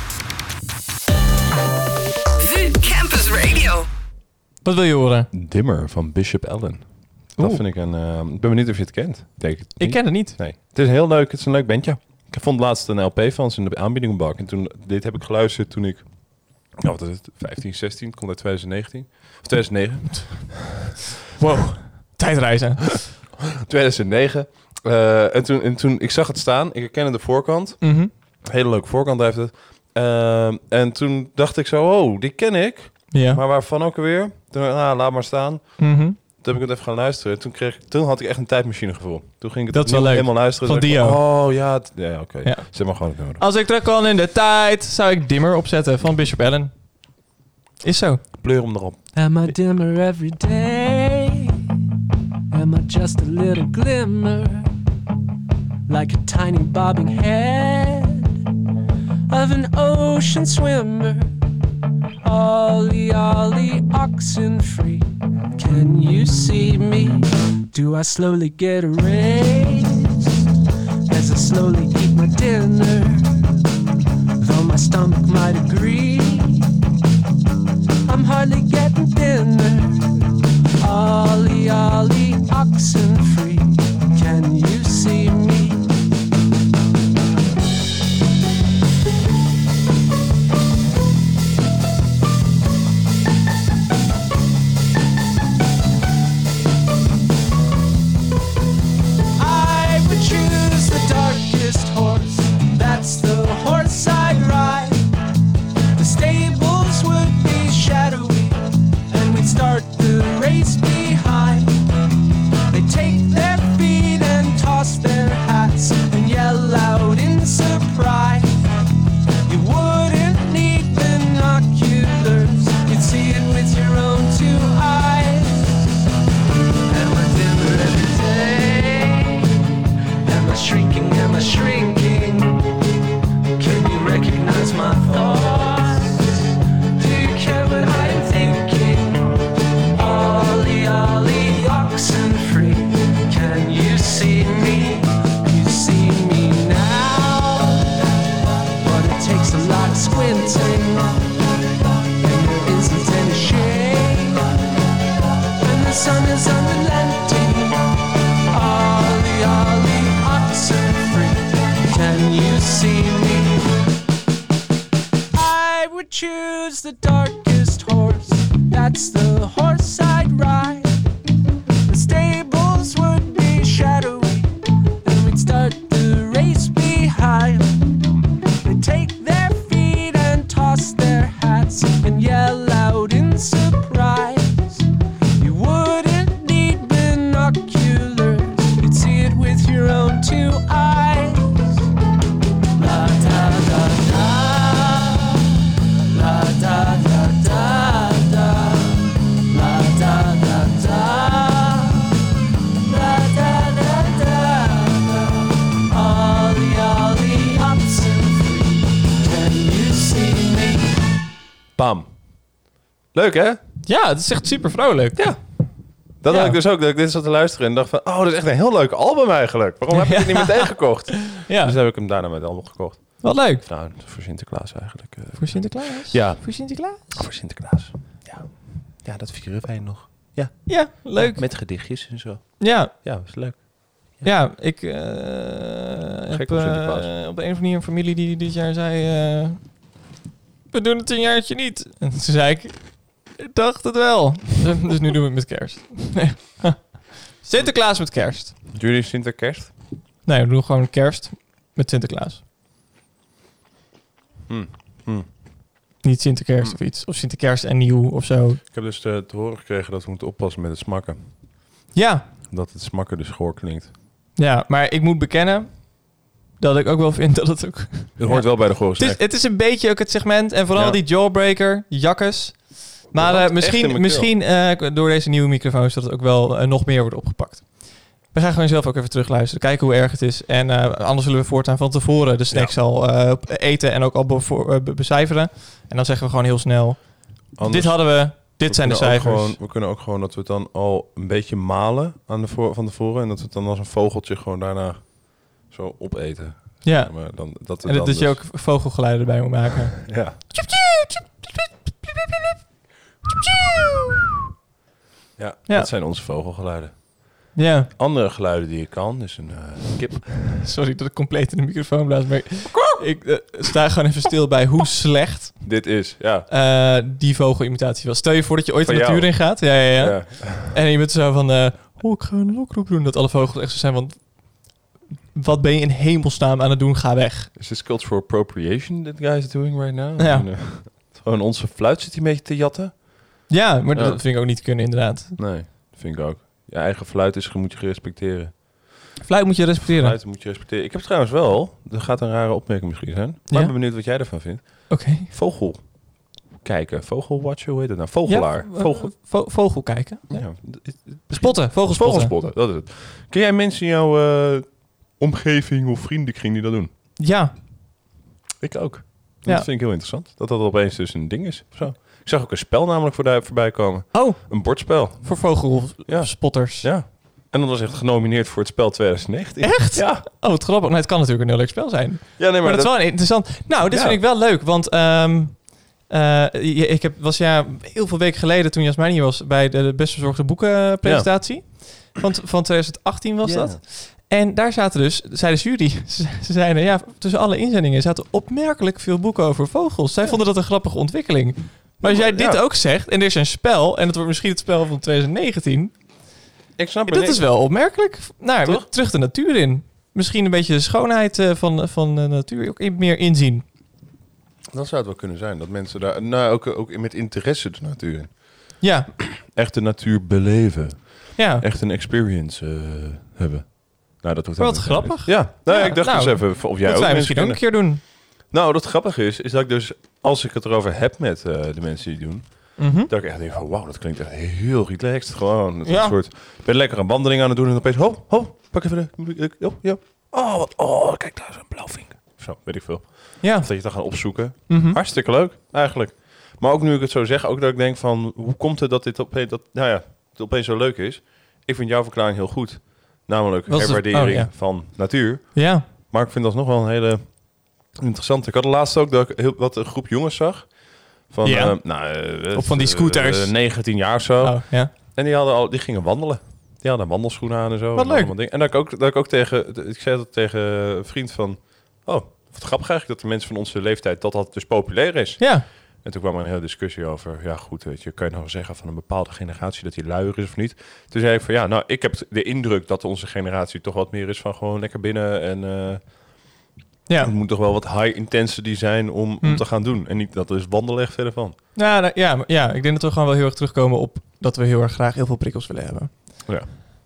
VU Campus Radio. Wat wil je horen? Dimmer van Bishop Allen. Dat Oeh. vind ik een... uh, ik ben benieuwd of je het kent. Ik Denk het Ik niet. ken het niet. Nee. Het is een heel leuk, het is een leuk bandje. Ik vond laatst een L P van ze in de aanbiedingenbak. En toen, dit heb ik geluisterd toen ik... Nou, wat is het? vijftien, zestien. Het komt uit twintig negentien. Of twintig negen. Wow, tijdreizen. twintig negen. Uh, en, toen, en toen, ik zag het staan. Ik herkende de voorkant. Mhm. Hele leuke voorkant heeft het. Uh, en toen dacht ik zo, oh, die ken ik. Ja. Maar waarvan ook alweer? Toen, ah, laat maar staan. Mhm. Toen heb ik het even gaan luisteren. Toen, kreeg, ik- toen had ik echt een tijdmachinegevoel. Toen ging ik Dat het is wel opnieuw leuk. helemaal luisteren. Van Toen dacht ik Dio. oh ja, het- ja oké. Ja. Zet maar gewoon het nummer. Als ik terug kan in de tijd, zou ik Dimmer opzetten van Bishop Allen. Is zo. Pleur hem erop. Am I dimmer every day? Am I just a little glimmer? Like a tiny bobbing head of an ocean swimmer. Ollie, ollie, oxen free. Can you see me? Do I slowly get a raise as I slowly eat my dinner? stomach might agree. I'm hardly getting thinner. Ollie, ollie, oxen free. Can you see me? I would choose the darkest horse. That's the horse I'd ride. The stables would be shadowy, and we'd start the race behind. They take their feet and toss their hats and yell out in surprise. You wouldn't need binoculars, you'd see it with your own two eyes. Am I dimmer every day? Am I shrinking, am I shrinking? Can you recognize my thoughts? Do you care what I'm thinking? Ollie, ollie, oxen free. Can you see me? You see me now. But it takes a lot of squinting, and there isn't any shade, and the sun is unrelenting. Ollie, ollie, oxen free. Can you see me? I would choose the darkest horse. That's the horse I'd ride. The stables would be shadowy, and we'd start the race behind. They'd take their feet and toss their hats and yell out in surprise. You wouldn't need binoculars, you'd see it with your own two eyes. La da da da, la da da da da, la da da da, la da da da da. Ollie, ollie, oxen free. Can you see me? Bam. Leuk, hè? Ja, het is echt super vrolijk. Ja. Dat Ja. had ik dus ook, dat ik dit zat te luisteren en dacht van... oh, dat is echt een heel leuk album eigenlijk. Waarom heb ik het niet meteen gekocht? Ja, Dus heb ik hem daarna met album gekocht. wat leuk. Nou, voor Sinterklaas eigenlijk. eh. Voor Sinterklaas? Ja. Voor Sinterklaas? Voor Sinterklaas. Ja. Ja, dat vieren wij nog. Ja. Ja, leuk. Met gedichtjes en zo. Ja, Ja, dat is leuk. ja ik eh, heb op Sinterklaas. eh, op de een of andere manier een familie die dit jaar zei... eh, we doen het een jaartje niet. En toen zei ik... ik dacht het wel. Dus nu doen we het met kerst. Nee. Sinterklaas met kerst. Jullie Sinterkerst? Nee, we doen gewoon kerst met Sinterklaas. Hm. Hm. Niet Sinterkerst of iets. Of Sinterkerst en nieuw of zo. Ik heb dus te, te horen gekregen dat we moeten oppassen met het smakken. Ja, Dat het smakken dus goor klinkt. ja, maar ik moet bekennen dat ik ook wel vind dat het ook... Het hoort wel bij de gore Het is, snack. het is een beetje ook het segment. En vooral Ja. die jawbreaker, jakkes. Maar Dat eh, echt in misschien, mijn keel. misschien eh, door deze nieuwe microfoons dat het ook wel eh, nog meer wordt opgepakt. We gaan gewoon zelf ook even terugluisteren. Kijken hoe erg het is. En eh, anders zullen we voortaan van tevoren de snacks Ja. al eh, eten en ook al bevo- eh, be- becijferen. En dan zeggen we gewoon heel snel... Anders- dit hadden we, dit we zijn de kunnen ook cijfers. Gewoon, we kunnen ook gewoon dat we het dan al een beetje malen aan de voor, van tevoren. En dat we het dan als een vogeltje gewoon daarna zo opeten. Ja, Maar dan, dat we en dan dat je dus- ook vogelgeluiden erbij moet maken. Ja. Ja, Ja. dat zijn onze vogelgeluiden. Ja, Andere geluiden die je kan, is een eh, kip. sorry dat ik compleet in de microfoon blaas. Maar ik eh, sta gewoon even stil bij hoe slecht Dit is, ja. eh, die vogelimitatie was. Stel je voor dat je ooit de Van natuur jou. in gaat. Ja, ja, ja. ja. En je bent zo van... eh, oh, ik ga een lokroep doen. Dat alle vogels echt zo zijn van... wat ben je in hemelsnaam aan het doen? Ga weg. Is this cultural appropriation that guy is doing right now? Ja. En, eh, gewoon onze fluit zit hij een beetje te jatten. Ja, maar Ja. dat vind ik ook niet kunnen inderdaad. Nee, dat vind ik ook. Je eigen fluit is, moet je respecteren. Fluit moet je respecteren. Fluit moet je respecteren. Ik heb trouwens wel, er gaat een rare opmerking misschien zijn. Maar Ja? ik ben benieuwd wat jij ervan vindt. Oké. Vogel kijken. Vogelwatcher, hoe heet het nou? Vogelaar. Ja, Vogel. vo- vogel kijken. Ja. Ja. het- het- Spotten. Vogelspotten. Vogelspotten, dat is het. Ken jij mensen in jouw eh, omgeving of vriendenkring die dat doen? Ja. Ik ook. Ja. Dat vind ik heel interessant. Dat dat opeens dus een ding is. Of zo. Ik zag ook een spel namelijk voorbij, voorbij komen. Oh, Een bordspel. voor vogelspotters. Ja. Ja. En dat was echt genomineerd voor het spel twintig negentien. Echt? Ja. Oh, wat grappig. Nou, het kan natuurlijk een heel leuk spel zijn. Ja, nee, maar, Maar dat is dat- wel interessant. Nou, dit Ja. vind ik wel leuk, want ehm, eh, je- ik heb, was ja heel veel weken geleden toen Jasmijn hier was bij de, de Best Verzorgde Boeken presentatie. Van, van twintig achttien was Ja. dat. En daar zaten dus, zei de jury, ze, ze zeiden ja, tussen alle inzendingen zaten opmerkelijk veel boeken over vogels. Zij vonden dat een grappige ontwikkeling. Maar als jij dit Ja. ook zegt, en er is een spel, en het wordt misschien het spel van twintig negentien, Ik snap het dat niet. is wel opmerkelijk. Nou, Toch? terug de natuur in. Misschien een beetje de schoonheid eh, van, van de natuur ook in- meer inzien. Dat zou het wel kunnen zijn. Dat mensen daar nou, ook, ook met interesse de natuur in. Ja, Echt de natuur beleven. ja. Echt een experience eh, hebben. Nou, dat wordt Wat ook- grappig. Ja, nou, Ja, ik dacht nou, dus even of jij dat ook wij mensen misschien ook een kennen. keer doen. Nou, dat grappige is, is dat ik dus, als ik het erover heb met eh, de mensen die het doen, Mhm. dat ik echt denk van, wauw, dat klinkt echt heel relaxed. Gewoon, het is Ja. een soort, ik ben lekker een wandeling aan het doen en opeens, ho, ho, pak even de, oh, ja. Oh, wat, oh, kijk, daar is een blauwvink. Zo, weet ik veel. Ja. Of dat je het dan gaat opzoeken. Mhm. Hartstikke leuk, eigenlijk. Maar ook nu ik het zo zeg, ook dat ik denk van, hoe komt het dat dit opeens, dat, nou ja, het opeens zo leuk is? Ik vind jouw verklaring heel goed. Namelijk Wat is de- herwaardering oh, ja. van natuur. Ja. Maar ik vind dat nog wel een hele interessante. Ik had de laatste ook dat ik heel, wat een groep jongens zag. Van, Ja. eh, nou, eh, Op van die eh, scooters. eh, negentien jaar of zo. Oh, ja. En die, hadden al, die gingen wandelen. Die hadden wandelschoenen aan en zo. Wat en leuk. allemaal dingen. En dat ik ook, dat ik ook tegen, ik zei dat tegen een vriend van, oh, wat grappig eigenlijk dat de mensen van onze leeftijd, dat dat dus populair is. Ja. En toen kwam er een hele discussie over, ja goed, weet je, kan je nou wel zeggen van een bepaalde generatie dat die luier is of niet? Toen zei ik van, ja, nou, ik heb de indruk dat onze generatie toch wat meer is van gewoon lekker binnen en eh, Ja. het moet toch wel wat high intensity zijn om, Hm. om te gaan doen. En niet dat er is wandelen echt verder van. Ja, nou, ja, maar ja, ik denk dat we gewoon wel heel erg terugkomen op dat we heel erg graag heel veel prikkels willen hebben. Ja.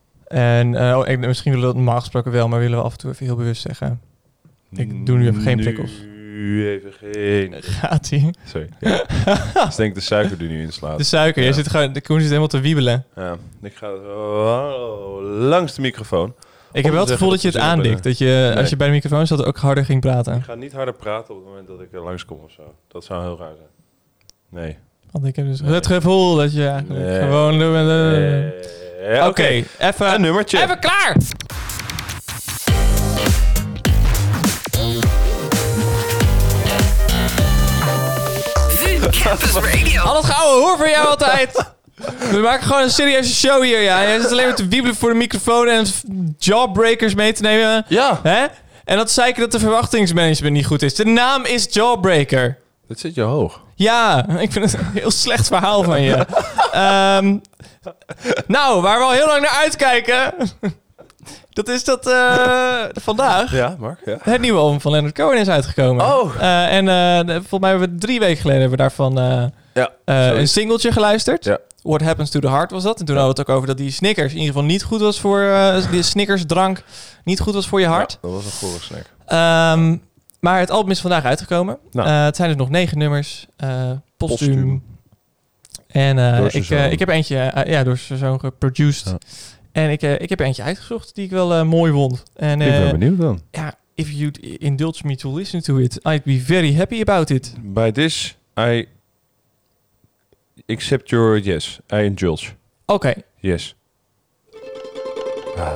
En eh, oh, ik, misschien willen we dat normaal gesproken wel, maar willen we af en toe even heel bewust zeggen. Ik doe nu even geen prikkels. Nu even geen. Gaat-ie. Sorry. Ja. Dat is denk ik de suiker die nu inslaat. De suiker, Ja. je zit gewoon, de Koen zit helemaal te wiebelen. Ja, ik ga zo langs de microfoon. Ik heb wel het gevoel dat je het aandikt. Dat je, als je bij de microfoon zat, ook harder ging praten. Ik ga niet harder praten op het moment dat ik er langskom of zo. Dat zou heel raar zijn. Nee. Want ik heb dus Nee. het gevoel dat je eigenlijk Nee. gewoon... doet met, eh, Eh, Oké, even... Een nummertje. Even klaar! VU Campus Radio. Al het gouden hoor voor jou altijd. We maken gewoon een serieuze show hier, ja. Jij zit alleen maar te wiebelen voor de microfoon en jawbreakers mee te nemen. Ja. Hè? En dat zeiken dat de verwachtingsmanagement niet goed is. De naam is Jawbreaker. Dat zit je hoog. Ja, ik vind het een heel slecht verhaal van je. Ehm, nou, waar we al heel lang naar uitkijken... dat is dat eh, vandaag... Ja, Mark. Ja. het nieuwe album van Leonard Cohen is uitgekomen. Oh. Eh, en eh, de- volgens mij hebben we drie weken geleden hebben we daarvan eh, Ja. eh, Sorry. een singeltje geluisterd. Ja. What Happens to the Heart was dat. En toen hadden we het ook over dat die Snickers in ieder geval niet goed was voor... eh die Snickers drank niet goed was voor je hart. Ja, dat was een gore snack. Ehm, maar het album is vandaag uitgekomen. Nou. Eh, het zijn dus nog negen nummers. eh postuum. Postuum. En eh, Door zijn ik, eh, zoon. ik heb eentje, eh, ja, door zijn zoon geproduced. Ja. En ik, eh, ik heb eentje uitgezocht die ik wel eh, mooi vond. En, Ik ben eh, benieuwd dan. ja, if you'd indulge me to listen to it, I'd be very happy about it. By this, I accept your yes. I indulge. Oké. Yes. Ah.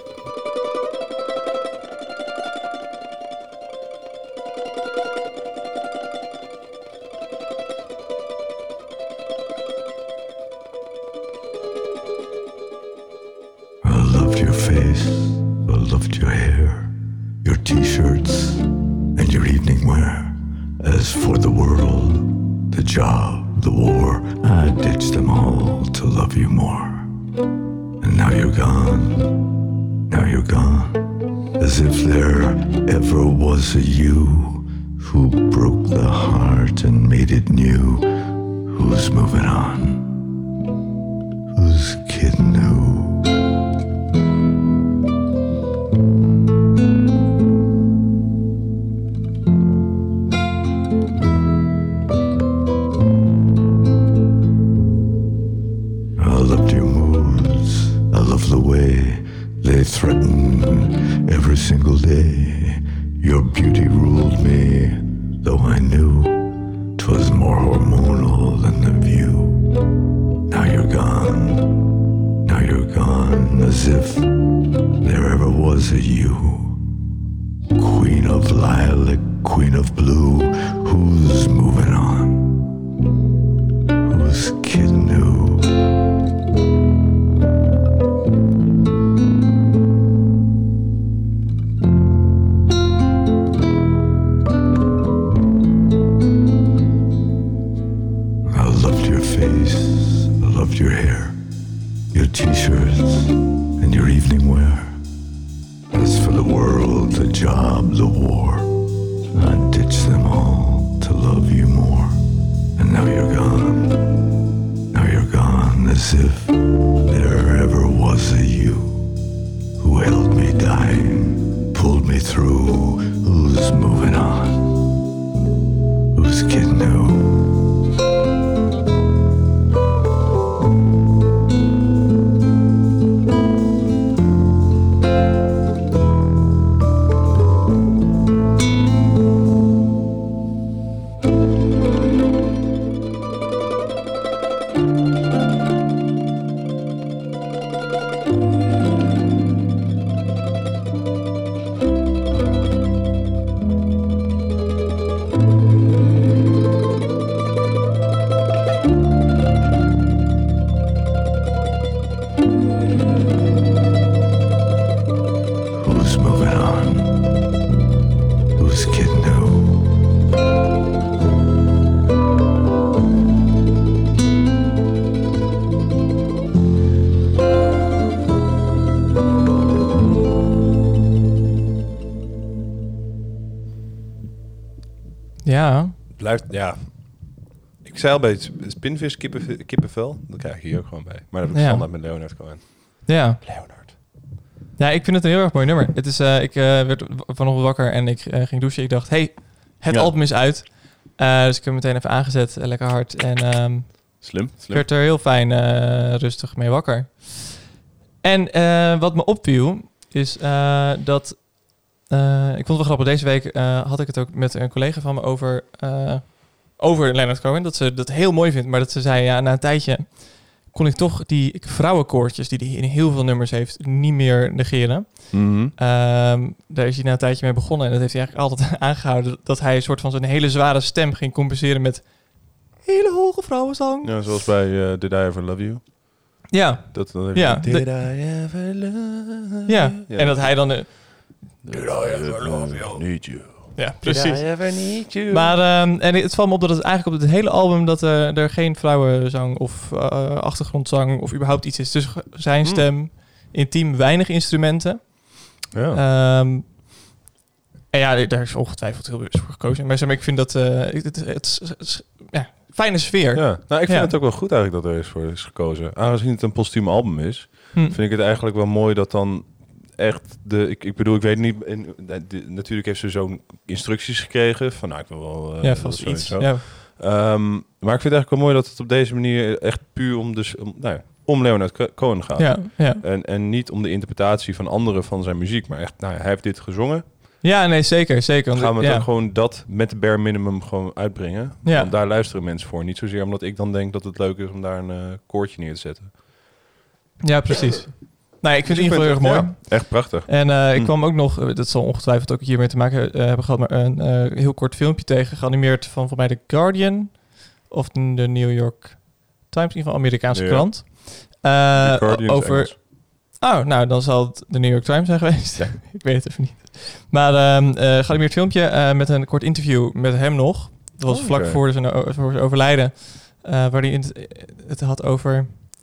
I loved your face, I loved your hair, your t-shirts, and your evening wear. As for the world, the job, the war, I ditched them all to love you more. And now you're gone, now you're gone, as if there ever was a you who broke the heart and made it new. Who's moving on? Who's kidding who? I loved your moods, I loved the way they threatened every single day. Your beauty ruled me, though I knew 'twas more hormonal than the view. t-shirts, and your evening wear. As for the world, the job, the war, I ditched them all to love you more. And now you're gone, now you're gone, as if there ever was a you who held me dying, pulled me through. Who's moving on? Who's getting new? Ja. Blijft, ja. Ik zei al bij het spinvis kippen, kippenvel. Dat krijg je hier ook gewoon bij. Maar dat heb ik Ja. standaard met Leonard Cohen. Ja. Leonard. Ja, ik vind het een heel erg mooi nummer. Het is, uh, ik uh, werd vanochtend wakker en ik uh, ging douchen. Ik dacht, hey, het Ja. album is uit. Uh, dus ik heb hem meteen even aangezet, uh, lekker hard. En um, Slim, ik slim. werd er heel fijn uh, rustig mee wakker. En uh, wat me opviel, is uh, dat... Uh, ik vond het wel grappig. Deze week uh, had ik het ook met een collega van me over... Uh, over Leonard Cohen. Dat ze dat heel mooi vindt. Maar dat ze zei, ja, na een tijdje... kon ik toch die vrouwenkoortjes... die hij in heel veel nummers heeft... niet meer negeren. Mm-hmm. Um, daar is hij na een tijdje mee begonnen. En dat heeft hij eigenlijk altijd aangehouden. Dat hij een soort van zijn hele zware stem ging compenseren met hele hoge vrouwenzang. Ja, zoals bij uh, Did I Ever Love You? Ja. Dat, dat Ja, Did de- I ever love Ja. you? En dat hij dan... Uh, Did I ever love you? Need you. ja, Did I precies. ever need you? Maar um, en het valt me op dat het eigenlijk op het hele album... dat uh, er geen vrouwenzang of uh, achtergrondzang of überhaupt iets is. Dus zijn stem, intiem, weinig instrumenten. Ja. Um, en ja, daar is ongetwijfeld heel bewust voor gekozen. Maar zeg maar, ik vind dat... Uh, het, het, het, het- ja, fijne sfeer. Ja, nou, ik vind Ja. het ook wel goed eigenlijk dat er is voor is gekozen. Aangezien het een postuum album is, Hm. vind ik het eigenlijk wel mooi dat dan echt de... Ik, ik bedoel, ik weet niet... In, de, de- natuurlijk heeft ze zo'n instructies gekregen van, nou, ik wil wel... uh, Ja, dat vast zo iets. en zo. Ja. Ehm, maar ik vind het eigenlijk wel mooi dat het op deze manier echt puur om, dus, om, nou ja, om Leonard Co- Cohen gaat. Ja, ja. En, en niet om de interpretatie van anderen van zijn muziek. Maar echt, nou ja, hij heeft dit gezongen. ja, nee, zeker. zeker. Dan gaan we het ja. ook gewoon dat met de bare minimum gewoon uitbrengen. Ja. Want daar luisteren mensen voor. Niet zozeer omdat ik dan denk dat het leuk is om daar een uh, koortje neer te zetten. Ja, precies. Nou, ik vind het in ieder geval vind heel erg het- mooi. ja, echt prachtig. En uh, ik Hm. kwam ook nog, uh, dat zal ongetwijfeld ook hiermee te maken uh, hebben gehad, maar een uh, heel kort filmpje tegen, geanimeerd van voor mij The Guardian of de New York Times, in ieder geval Amerikaanse Ja. krant. The Uh, Guardian is over. Engels. Oh, nou, dan zal het de New York Times zijn geweest. Ja. Ik weet het even niet. Maar um, uh, geanimeerd filmpje uh, met een kort interview met hem nog. Dat was Oh, vlak oké. voor zijn, o- voor zijn overlijden. Uh, waar hij in het, het had over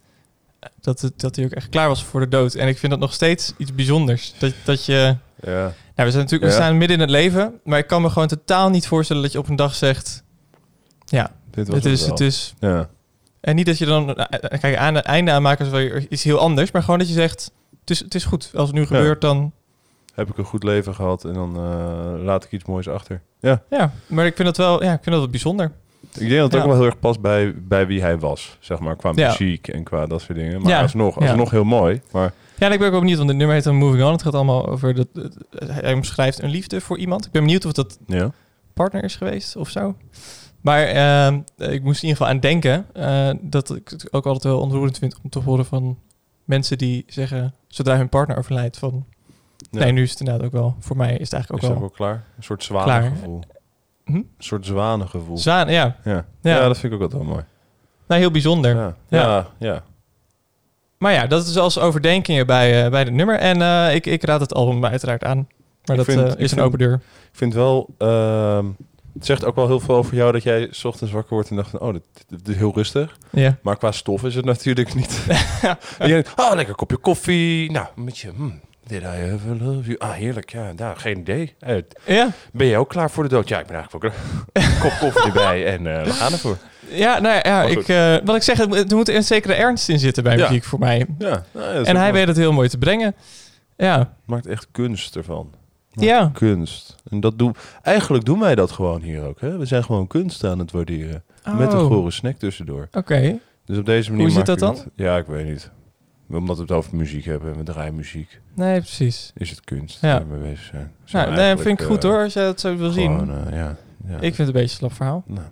dat, het, dat hij ook echt klaar was voor de dood. En ik vind dat nog steeds iets bijzonders. Dat, dat je... Ja. Nou, we, zijn natuurlijk, we Ja. staan midden in het leven. Maar ik kan me gewoon totaal niet voorstellen dat je op een dag zegt... Ja, Dit was het is, wel. het is... Ja. En niet dat je dan... uh, Kijk, aan het einde aanmaken is wel weer iets heel anders. Maar gewoon dat je zegt... Het is, het is goed. Als het nu gebeurt, dan... Heb ik een goed leven gehad en dan uh, laat ik iets moois achter. Ja. Ja, maar ik vind dat wel, ja, ik vind dat wel bijzonder. Ik denk dat het Ja. ook wel heel erg past bij, bij wie hij was. Zeg maar, qua Ja. muziek en qua dat soort dingen. Maar Ja. alsnog, Ja. alsnog heel mooi. Maar Ja, en ik ben ook wel benieuwd, want het nummer heet dan Moving On. Het gaat allemaal over... Dat, het- hij omschrijft een liefde voor iemand. Ik ben benieuwd of dat ja. partner is geweest of zo. Maar eh, ik moest in ieder geval aan denken... eh, dat ik het ook altijd wel ontroerend vind om te horen van mensen die zeggen... zodra hun partner overlijdt van... Ja. Nee, nu is het inderdaad ook wel... Voor mij is het eigenlijk Is ook dat wel... wel klaar? Een soort Klaar. zwanengevoel. Hm? Een soort zwanengevoel. Zwaan, ja. ja. Ja. Ja. dat vind ik ook altijd wel mooi. Nou, heel bijzonder. Ja. Ja. Ja. Ja. Maar ja, dat is als overdenkingen bij, uh, bij het nummer. En uh, ik, ik raad het album uiteraard aan. Maar Ik dat vind- uh, ik is een vind- open deur. Ik vind wel... ehm Het zegt ook wel heel veel over jou dat jij 's ochtends wakker wordt en dacht van, oh, dit, dit is heel rustig. Ja. Maar qua stof is het natuurlijk niet. En je denkt, oh, lekker kopje koffie. Nou, met je, hmm, did I ever love you? Ah, heerlijk, ja, nou, geen idee. Eh, Ja. ben je ook klaar voor de dood? Ja, ik ben eigenlijk ook een kop koffie erbij en uh, we gaan ervoor. Ja, nou ja, Maar ik, goed. uh, wat ik zeg, er moet- er moet een zekere ernst in zitten bij Ja. muziek voor mij. Ja, nou, ja, dat is En ook hij wel- weet het heel mooi te brengen. Ja, maakt echt kunst ervan. Maakt ja. Kunst. En dat doen, eigenlijk doen wij dat gewoon hier ook. Hè? We zijn gewoon kunst aan het waarderen. Met een Oh. gore snack tussendoor. Oké. Dus op deze manier. Hoe zit maak dat ik dan? het. Ja, ik weet niet. Omdat we het over muziek hebben en we draaien muziek. Nee, precies. Is het kunst Ja. waar we bezig zijn. Zo Nou, nee, eigenlijk, vind ik goed eh, hoor, als jij dat zo wil zien. Gewoon, eh, ja, ja. Ik vind het een beetje een slap verhaal. Nou.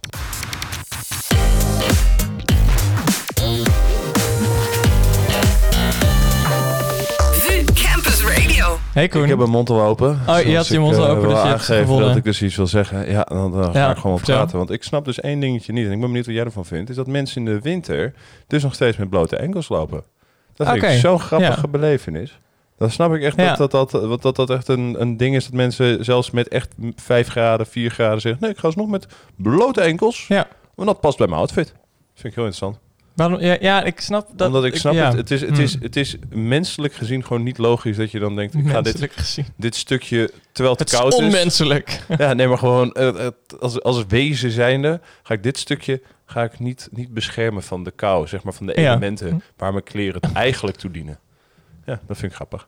VU Campus Radio. Hey Koen. Ik heb mijn mond al open. Oh, je Zoals had je ik, mond al eh, open, wil dus je hebt aangeven gevonden. dat ik dus iets wil zeggen. Ja, dan, dan ga Ja, ik gewoon vertel. praten. Want ik snap dus één dingetje niet. En ik ben benieuwd wat jij ervan vindt. Is dat mensen in de winter dus nog steeds met blote enkels lopen. Dat vind Oké, ik zo'n grappige ja. belevenis. Dan snap ik echt Ja. dat, dat, dat, dat, dat dat echt een, een ding is. Dat mensen zelfs met echt vijf graden, vier graden zeggen. Nee, ik ga alsnog met blote enkels. Ja. Want dat past bij mijn outfit. Vind ik heel interessant. Waarom? Ja, ja, ik snap dat. Omdat ik snap ja. het. Het is, het, Hmm. is, het is menselijk gezien gewoon niet logisch dat je dan denkt. Ik ga dit, Menselijk gezien. dit stukje, terwijl het, Het is koud is. onmenselijk. Ja, nee, maar gewoon eh, het- als, als wezen zijnde ga ik dit stukje ga ik niet, niet beschermen van de kou, zeg maar van de Ja. elementen waar mijn kleren het eigenlijk toe dienen. Ja, dat vind ik grappig.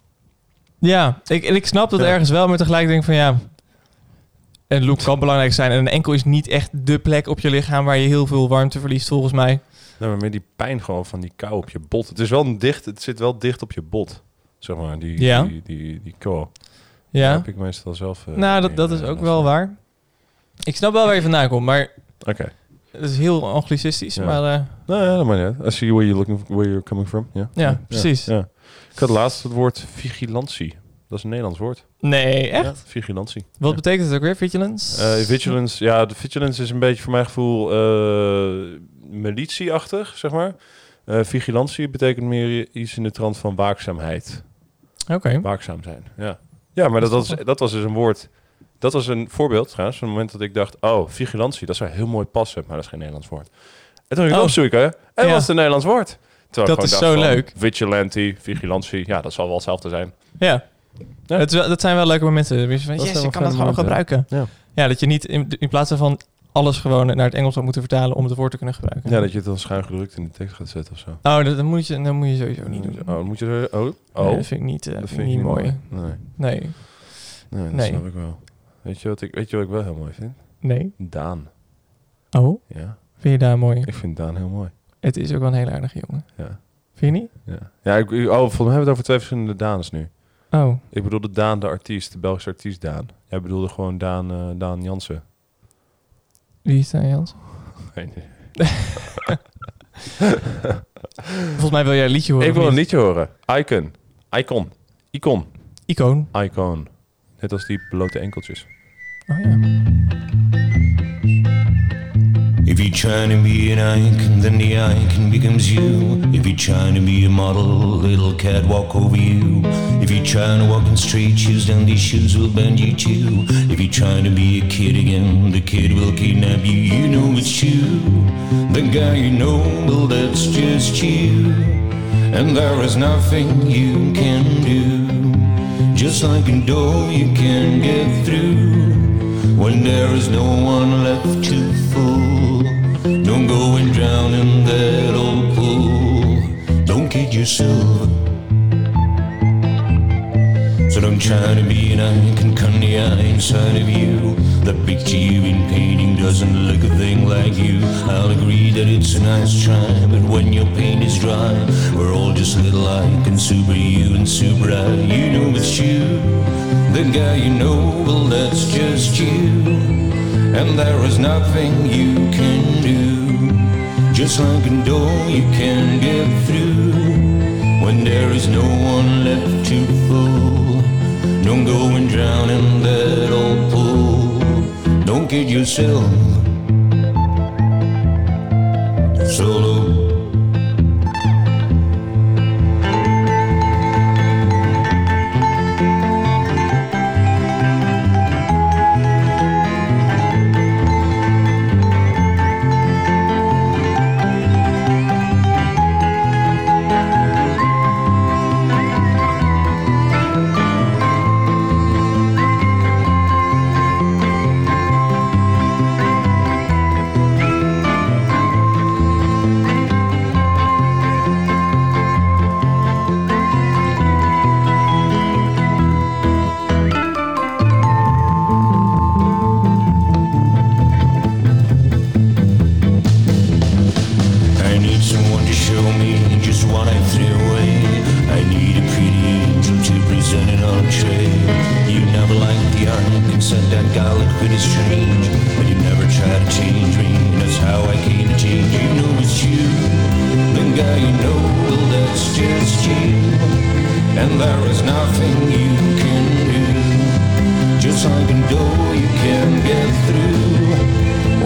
Ja, ik, en ik snap dat Ja. ergens wel, maar tegelijk denk ik van ja. Een look kan belangrijk zijn en een enkel is niet echt de plek op je lichaam waar je heel veel warmte verliest, volgens mij. Nee, maar meer die pijn gewoon van die kou op je bot. Het is wel een dicht, het zit wel dicht op je bot, zeg maar, die, Ja. die, die, die kou. Ja. Daar heb ik meestal zelf. eh, nou, dat, meer, dat is eh, ook last wel van. waar. Ik snap wel waar je vandaan komt, maar Oké. het is heel anglicistisch. Ja. Maar uh, Nou ja, dat maakt niet uit. I see where you're looking, where you're coming from. Ja, Ja, precies. Ja. Ik had laatst het woord vigilantie. Dat is een Nederlands woord. nee, echt? Ja, vigilantie. Wat Ja. betekent het ook weer, vigilance? Eh, vigilance, ja, de vigilance is een beetje voor mijn gevoel uh, militieachtig, zeg maar. Uh, vigilantie betekent meer iets in de trant van waakzaamheid. Oké. Waakzaam zijn, ja. Ja, maar dat, dat, is, dat was dus een woord. Dat was een voorbeeld trouwens, van het moment dat ik dacht, oh, vigilantie, dat zou heel mooi passen, maar dat is geen Nederlands woord. En toen ging ik Oh. opzoeken, en Ja. wat is het een Nederlands woord? Terwijl Dat ik is gewoon zo dacht van, leuk. Vigilante, vigilantie, ja, dat zal wel hetzelfde zijn. Ja. Ja. Het is wel, dat zijn wel leuke momenten. Weet je van, Dat yes, zijn ik wel kan dat fijne gewoon momenten. gebruiken. Ja. Ja, dat je niet in, in plaats van alles gewoon naar het Engels zou moeten vertalen om het woord te kunnen gebruiken. Ja, dat je het dan schuin gedrukt in de tekst gaat zetten of zo. Oh, dat, dat, moet je, dat moet je sowieso niet doen. Oh, moet je er... Oh, oh. Nee, dat vind ik niet, uh, dat vind ik niet mooi. Nee, Nee. nee dat Nee. snap ik wel. Weet je, wat ik, weet je wat ik wel heel mooi vind? Nee. Daan. Oh, Ja, vind je daar mooi? ik vind Daan heel mooi. Het is ook wel een hele aardige jongen. Ja, Vind je niet? ja. ja ik, oh, volgens mij hebben we het over twee verschillende Daans nu. Oh, Ik bedoelde Daan, de artiest, de Belgische artiest Daan. Jij bedoelde gewoon Daan, uh, Daan Jansen. wie is daar, Jans? Geen idee. Volgens mij wil jij een liedje horen. Ik wil of een niet? liedje horen. Icon. Icon. Icon. Icoon. Icon. Net als die blote enkeltjes. Oh ja. If you're trying to be an icon, then the icon becomes you. If you're trying to be a model, little cat walk over you. If you're trying to walk in straight shoes, then these shoes will bend you too. If you're trying to be a kid again, the kid will kidnap you. You know it's true. The guy you know, well, that's just you. And there is nothing you can do. Just like a door you can get through. When there is no one left to fool, don't go and drown in that old pool. Don't kid yourself. So don't try to be an icon, come the eye inside of you. The picture you've been painting doesn't look a thing like you. I'll agree that it's a nice try, but when your paint is dry, we're all just little icons, super you and super I. You know it's you. The guy you know, well, that's just you. And there is nothing you can do. Just like a door you can get through. When there is no one left to fool, don't go and drown in that old pool. Don't kid yourself. Solo.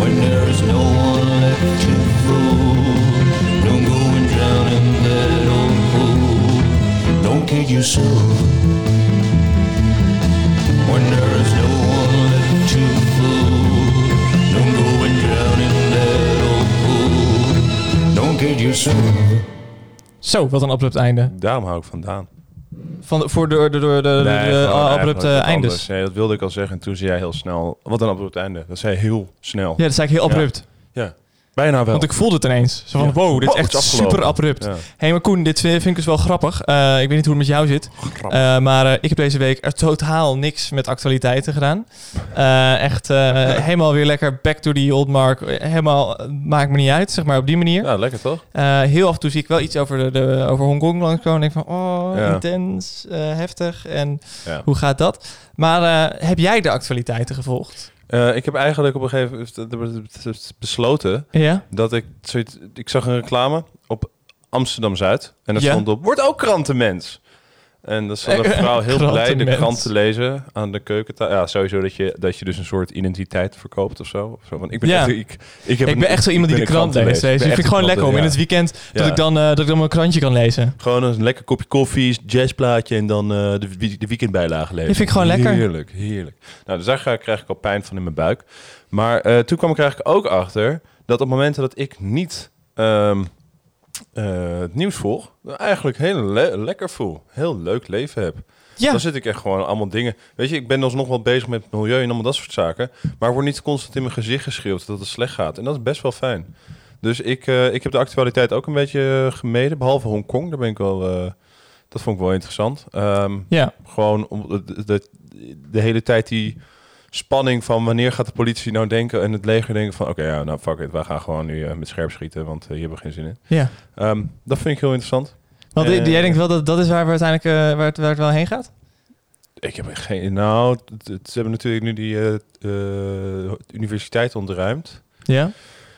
when there is no one left to fool. Don't go and drown in that old pool. Don't kid yourself. When there is no one left to fool. Don't go and drown in that old pool. Don't kid yourself. Zo, wat een abrupt einde. Daarom hou ik van Daan. Van de, voor de, de, de, de, de, Nee, de gewoon abrupte eigenlijk wat eindes. anders. Nee, dat wilde ik al zeggen. En toen zei jij heel snel... Wat een abrupt einde. Dat zei je heel snel. Ja, dat zei ik heel abrupt. Ja. Bijna wel. Want ik voelde het ineens. Zo van, Ja. wow, dit is Oh, echt het is afgelopen. super abrupt. Ja. Hé, hey, maar Koen, dit vind ik dus wel grappig. Uh, ik weet niet hoe het met jou zit. Uh, maar uh, ik heb deze week er totaal niks met actualiteiten gedaan. Uh, echt uh, helemaal weer lekker back to the old mark. Helemaal, uh, maakt me niet uit, zeg maar op die manier. Ja, lekker toch? Uh, heel af en toe zie ik wel iets over, de, de, over Hongkong langskomen. En denk van, oh, Ja. intens, uh, heftig. En Ja. hoe gaat dat? Maar uh, heb jij de actualiteiten gevolgd? Uh, ik heb eigenlijk op een gegeven moment besloten Ja? dat ik... zoiets- Ik zag een reclame op Amsterdam-Zuid. En daar Ja. stond op, word ook krantenmens. En dat zat een vrouw heel blij de Krantenmens. krant te lezen aan de keukentafel. Ja, sowieso dat je, dat je dus een soort identiteit verkoopt of zo. Of zo. Want ik ben Ja. echt... Ik, ik, heb Ik een- ben echt zo iemand die de ben een krant leest. krantenlezer. Dus Ik ik ben vind het gewoon echt lekker om een in het weekend dat, Ja. ik dan, uh, dat ik dan mijn krantje kan lezen. Gewoon een lekker kopje koffie, jazzplaatje en dan uh, de, wie- de weekendbijlage lezen. Dat vind ik gewoon lekker. Heerlijk, heerlijk. Nou, dus daar ga- krijg ik al pijn van in mijn buik. Maar uh, toen kwam ik eigenlijk ook achter dat op momenten dat ik niet um, uh, het nieuws volg, eigenlijk heel le- lekker voel. Heel leuk leven heb. Ja. Dan zit ik echt gewoon allemaal dingen... Weet je, ik ben alsnog wel bezig met milieu en allemaal dat soort zaken. Maar er wordt niet constant in mijn gezicht geschreeuwd dat het slecht gaat. En dat is best wel fijn. Dus ik, uh, ik heb de actualiteit ook een beetje uh, gemeden. Behalve Hongkong, daar ben ik wel... Uh, dat vond ik wel interessant. Um, Ja. Gewoon om de, de, de hele tijd die spanning van wanneer gaat de politie nou denken en het leger denken van oké, okay, ja, nou fuck it, wij gaan gewoon nu uh, met scherp schieten, want uh, hier hebben we geen zin in. Ja. Um, dat vind ik heel interessant. Want Uh, jij denkt wel dat dat is waar we uiteindelijk uh, waar, het, waar het wel heen gaat? Ik heb geen... Nou, het, het- ze hebben natuurlijk nu die uh, uh, universiteit ontruimd. Ja.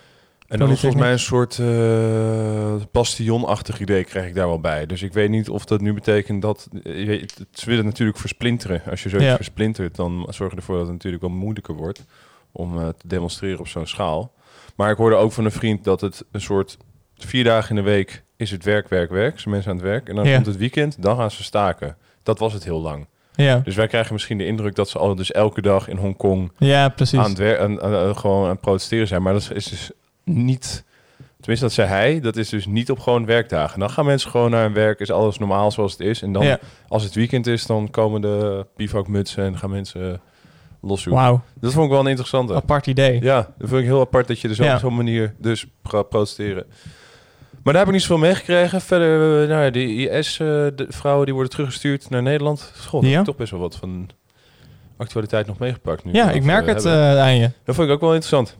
En dan is volgens Polytechnic. mij een soort uh, bastionachtig idee krijg ik daar wel bij. Dus ik weet niet of dat nu betekent dat... Je weet, het- ze willen natuurlijk versplinteren. Als je zoiets Ja. versplintert, dan zorg je ervoor dat het natuurlijk wel moeilijker wordt om uh, te demonstreren op zo'n schaal. Maar ik hoorde ook van een vriend dat het een soort... Vier dagen in de week is het werk, werk, werk. Zijn mensen aan het werk. En dan Ja. komt het weekend, dan gaan ze staken. Dat was het heel lang. Ja. Dus wij krijgen misschien de indruk dat ze al dus elke dag in Hongkong Ja, precies. aan het wer- aan, aan- aan- gewoon aan het protesteren zijn. Maar dat is dus niet... Tenminste, dat zei hij. Dat is dus niet op gewoon werkdagen. Dan gaan mensen gewoon naar hun werk. Is alles normaal zoals het is. En dan, Ja. als het weekend is, dan komen de bivakmutsen en gaan mensen loszoeken. Wauw. Dat vond ik wel een interessante. Apart idee. Ja, dat vind ik heel apart dat je er zo Ja. op zo'n manier dus gaat protesteren. Maar daar heb ik niet zoveel meegekregen. Verder, uh, nou ja, die I S-vrouwen die worden teruggestuurd naar Nederland. God, Ja. heb ik toch best wel wat van actualiteit nog meegepakt nu. Ja, we ik het merk over het hebben. uh, aan je. Dat vond ik ook wel interessant.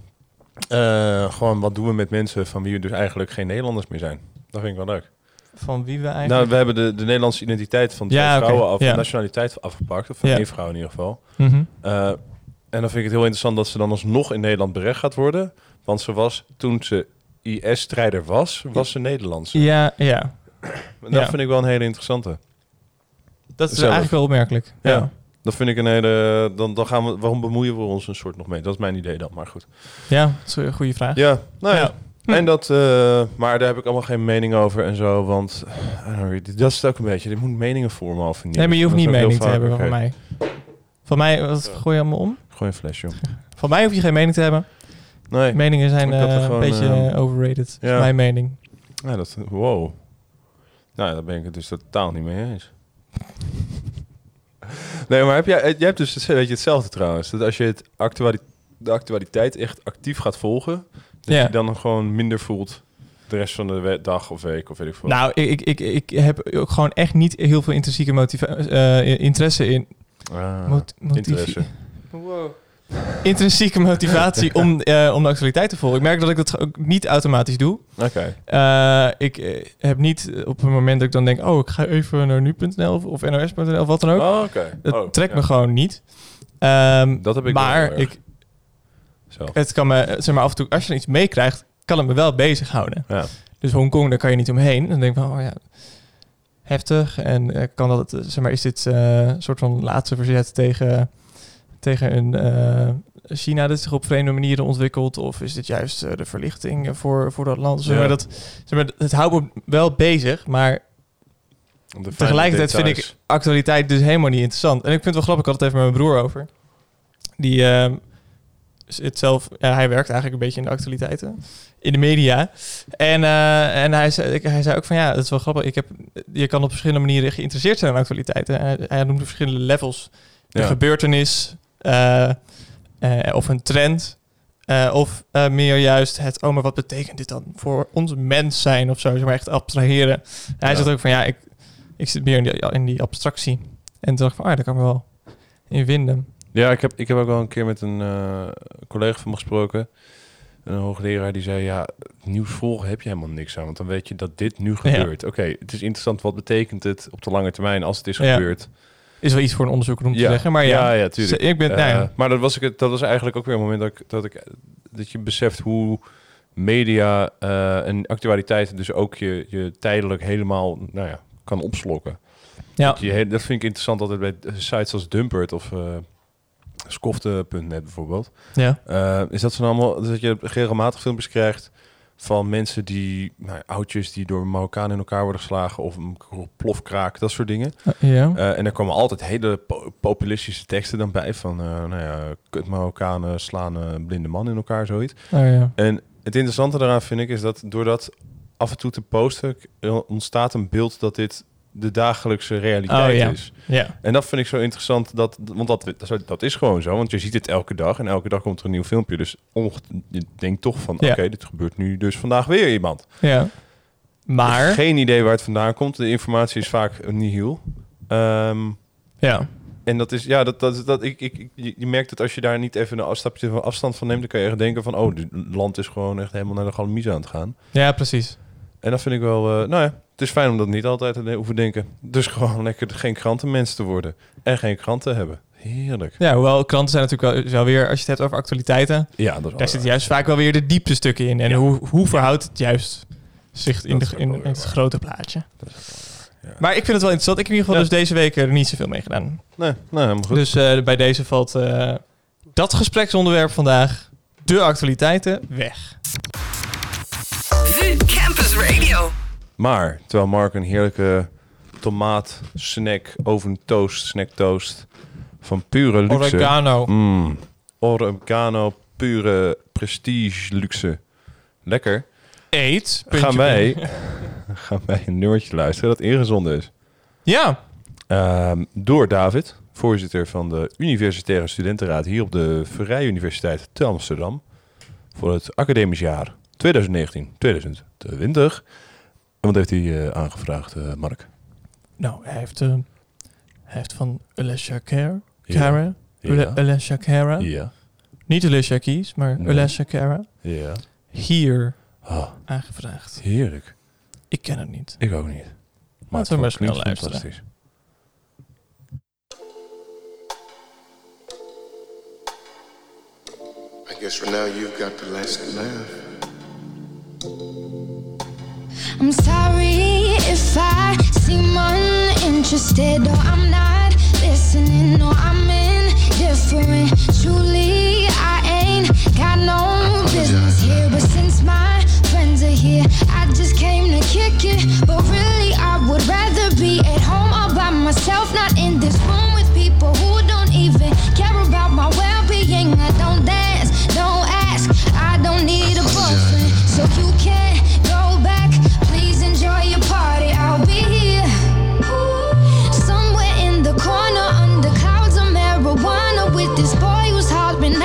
Uh, gewoon, wat doen we met mensen van wie we dus eigenlijk geen Nederlanders meer zijn? Dat vind ik wel leuk. Van wie we eigenlijk... Nou, we hebben de, de Nederlandse identiteit van twee Ja, oké. vrouwen af, Ja. nationaliteit afgepakt. Of van Ja. één vrouw in ieder geval. Mhm. Uh, en dan vind ik het heel interessant dat ze dan alsnog in Nederland berecht gaat worden. Want ze was, toen ze I S-strijder was, was ze Nederlands. Ja, ja. Dat Ja. vind ik wel een hele interessante. Dat is Zelf. eigenlijk wel opmerkelijk. Ja. Ja. Dat vind ik een hele... Dan, dan gaan we, waarom bemoeien we ons een soort nog mee? Dat is mijn idee dan, maar goed. Ja, dat is een goede vraag. Ja, nou ja. Ja. En dat, uh, maar daar heb ik allemaal geen mening over en zo, want I don't know, dat is het ook een beetje. Je moet meningen vormen over nieuws. Nee, maar je hoeft Dat niet is ook mening te heel hebben vaak. van Oké. mij. Van mij, wat gooi je allemaal om? Gooi een flesje om. Van mij hoef je geen mening te hebben. Nee. Meningen zijn Ik had er uh, gewoon, een beetje uh, uh, overrated. ja. Is mijn mening. Ja, dat, wow. Nou, daar ben ik het dus totaal niet mee eens. Nee, maar heb jij, jij hebt dus weet je, hetzelfde trouwens. Dat als je het actuali- de actualiteit echt actief gaat volgen, dat Ja. je dan gewoon minder voelt de rest van de we- dag of week of weet ik veel. Nou, ik, ik, ik, ik heb ook gewoon echt niet heel veel intrinsieke motiva- uh, interesse in... Ah, Mot- motivi- interesse. Wow. Intrinsieke motivatie om, uh, om de actualiteit te volgen. Ik merk dat ik dat ook niet automatisch doe. Oké. Uh, ik uh, heb niet op een moment dat ik dan denk... oh, ik ga even naar nu punt n l of, of N O S punt n l of wat dan ook. Oh, oké. Het Oh, trekt ja. me gewoon niet. Um, Dat heb ik wel maar heel erg. ik, Zelf. het kan me, zeg maar, af en toe, als je er iets meekrijgt, kan het me wel bezighouden. Ja. Dus Hongkong, daar kan je niet omheen. Dan denk ik van, oh ja, heftig. En uh, kan dat, uh, zeg maar, is dit uh, een soort van laatste verzet tegen, tegen een, uh, China dit zich op vreemde manieren ontwikkelt? Of is dit juist uh, de verlichting voor, voor dat land? Zeg maar, Ja. dat, zeg maar, het houdt me wel bezig, maar De tegelijkertijd vind details. ik actualiteit dus helemaal niet interessant. En ik vind het wel grappig, ik had het even met mijn broer over. Die uh, zit zelf, ja, hij werkt eigenlijk een beetje in de actualiteiten, in de media. En, uh, en hij, zei, ik, hij zei ook van ja, dat is wel grappig. Ik heb, je kan op verschillende manieren geïnteresseerd zijn in actualiteiten. Hij, hij noemde verschillende levels. Een Ja. gebeurtenis, uh, uh, of een trend. Uh, of uh, meer juist het, oh, maar wat betekent dit dan voor ons mens zijn of zo? Zeg maar echt abstraheren. En hij Ja. zegt ook van ja, ik, ik zit meer in die, in die abstractie. En toen dacht ik van, ah, daar kan ik me wel in vinden. Ja, ik heb, ik heb ook wel een keer met een uh, collega van me gesproken. Een hoogleraar die zei, ja, nieuws volgen heb je helemaal niks aan. Want dan weet je dat dit nu gebeurt. Ja. Oké, okay, het is interessant, wat betekent het op de lange termijn als het is Ja. gebeurd? Is wel iets voor een onderzoeker om te Ja. zeggen. Maar ja, ja, ja, tuurlijk. ik ben, Uh, nou ja. Maar dat was, ik, het- dat was eigenlijk ook weer een moment dat, ik, dat, ik, dat je beseft hoe media uh, en actualiteiten dus ook je, je tijdelijk helemaal nou ja, kan opslokken. Ja. Dat, je, he- dat vind ik interessant altijd bij sites als Dumpert of uh, Skofte punt net bijvoorbeeld. Ja. Uh, is dat zo allemaal dat je regelmatig filmpjes krijgt van mensen die, nou, oudjes die door Marokkanen in elkaar worden geslagen of een plofkraak, dat soort dingen. Ja. Uh, en er komen altijd hele po- populistische teksten dan bij van, uh, nou ja, kut Marokkanen slaan een blinde man in elkaar, zoiets. Oh, ja. En het interessante daaraan vind ik is dat doordat af en toe te posten k- ontstaat een beeld dat dit de dagelijkse realiteit Oh, ja. is. Ja. En dat vind ik zo interessant, dat, want dat, dat, dat is gewoon zo. Want je ziet het elke dag en elke dag komt er een nieuw filmpje. Dus onge- je denkt toch van, Ja. oké, dit gebeurt nu dus vandaag weer iemand. Ja. Maar... Geen idee waar het vandaan komt. De informatie is vaak nihil. Um, Ja. En dat is, ja, dat, dat, dat ik, ik, ik, je je merkt dat als je daar niet even een afstapje van afstand van neemt, dan kan je echt denken van, oh, het land is gewoon echt helemaal naar de galamise aan het gaan. Ja, precies. En dat vind ik wel, uh, nou ja, het is fijn om dat niet altijd te de- hoeven denken. Dus gewoon lekker geen krantenmens te worden en geen krant te hebben. Heerlijk. Ja, hoewel kranten zijn natuurlijk wel, wel weer, als je het hebt over actualiteiten, Ja, dat is wel daar zit waar. juist vaak wel weer de diepte stukken in. En Ja. hoe, hoe verhoudt het juist zich in, Dat de, is ook in, wel in weer het waar. grote plaatje? Dat is ook wel waar, ja. Maar ik vind het wel interessant. Ik heb in ieder geval Ja. dus deze week er niet zoveel mee gedaan. Nee, nou, helemaal goed. Dus uh, bij deze valt uh, dat gespreksonderwerp vandaag, de actualiteiten, weg. VU Campus Radio. Maar, terwijl Mark een heerlijke tomaat snack, oven toast, snack toast van pure luxe. Oregano. Mm, oregano, pure prestige luxe. Lekker. Eet. Gaan wij, gaan wij een nummertje luisteren dat ingezonden is. Ja. Um, door David, voorzitter van de Universitaire Studentenraad hier op de Vrije Universiteit te Amsterdam. Voor het academisch jaar twintig negentien twintig twintig. En wat heeft hij uh, aangevraagd, uh, Mark? Nou, hij heeft, uh, hij heeft van Alicia Cara. Ja. Cara. Ja. Alicia Cara. Ja. Niet Alicia Keys, maar Nee. Alicia Cara. Ja. Hier Oh, aangevraagd. heerlijk. Ik ken het niet. Ik ook niet. Maar Laten we maar het klinkt snel luisteren. fantastisch. I guess for now you've got the last laugh. I'm sorry if I seem uninterested or I'm not listening or I'm indifferent. Truly, I ain't got no business here. But since my friends are here, I just came to kick it. But really, I would rather be at home all by myself, not in this room with people who don't even care about my well-being. I don't dance, don't ask, I don't need a boyfriend, so you can't go back. Please enjoy your party, I'll be here. Somewhere in the corner under clouds of marijuana with this boy who's hollering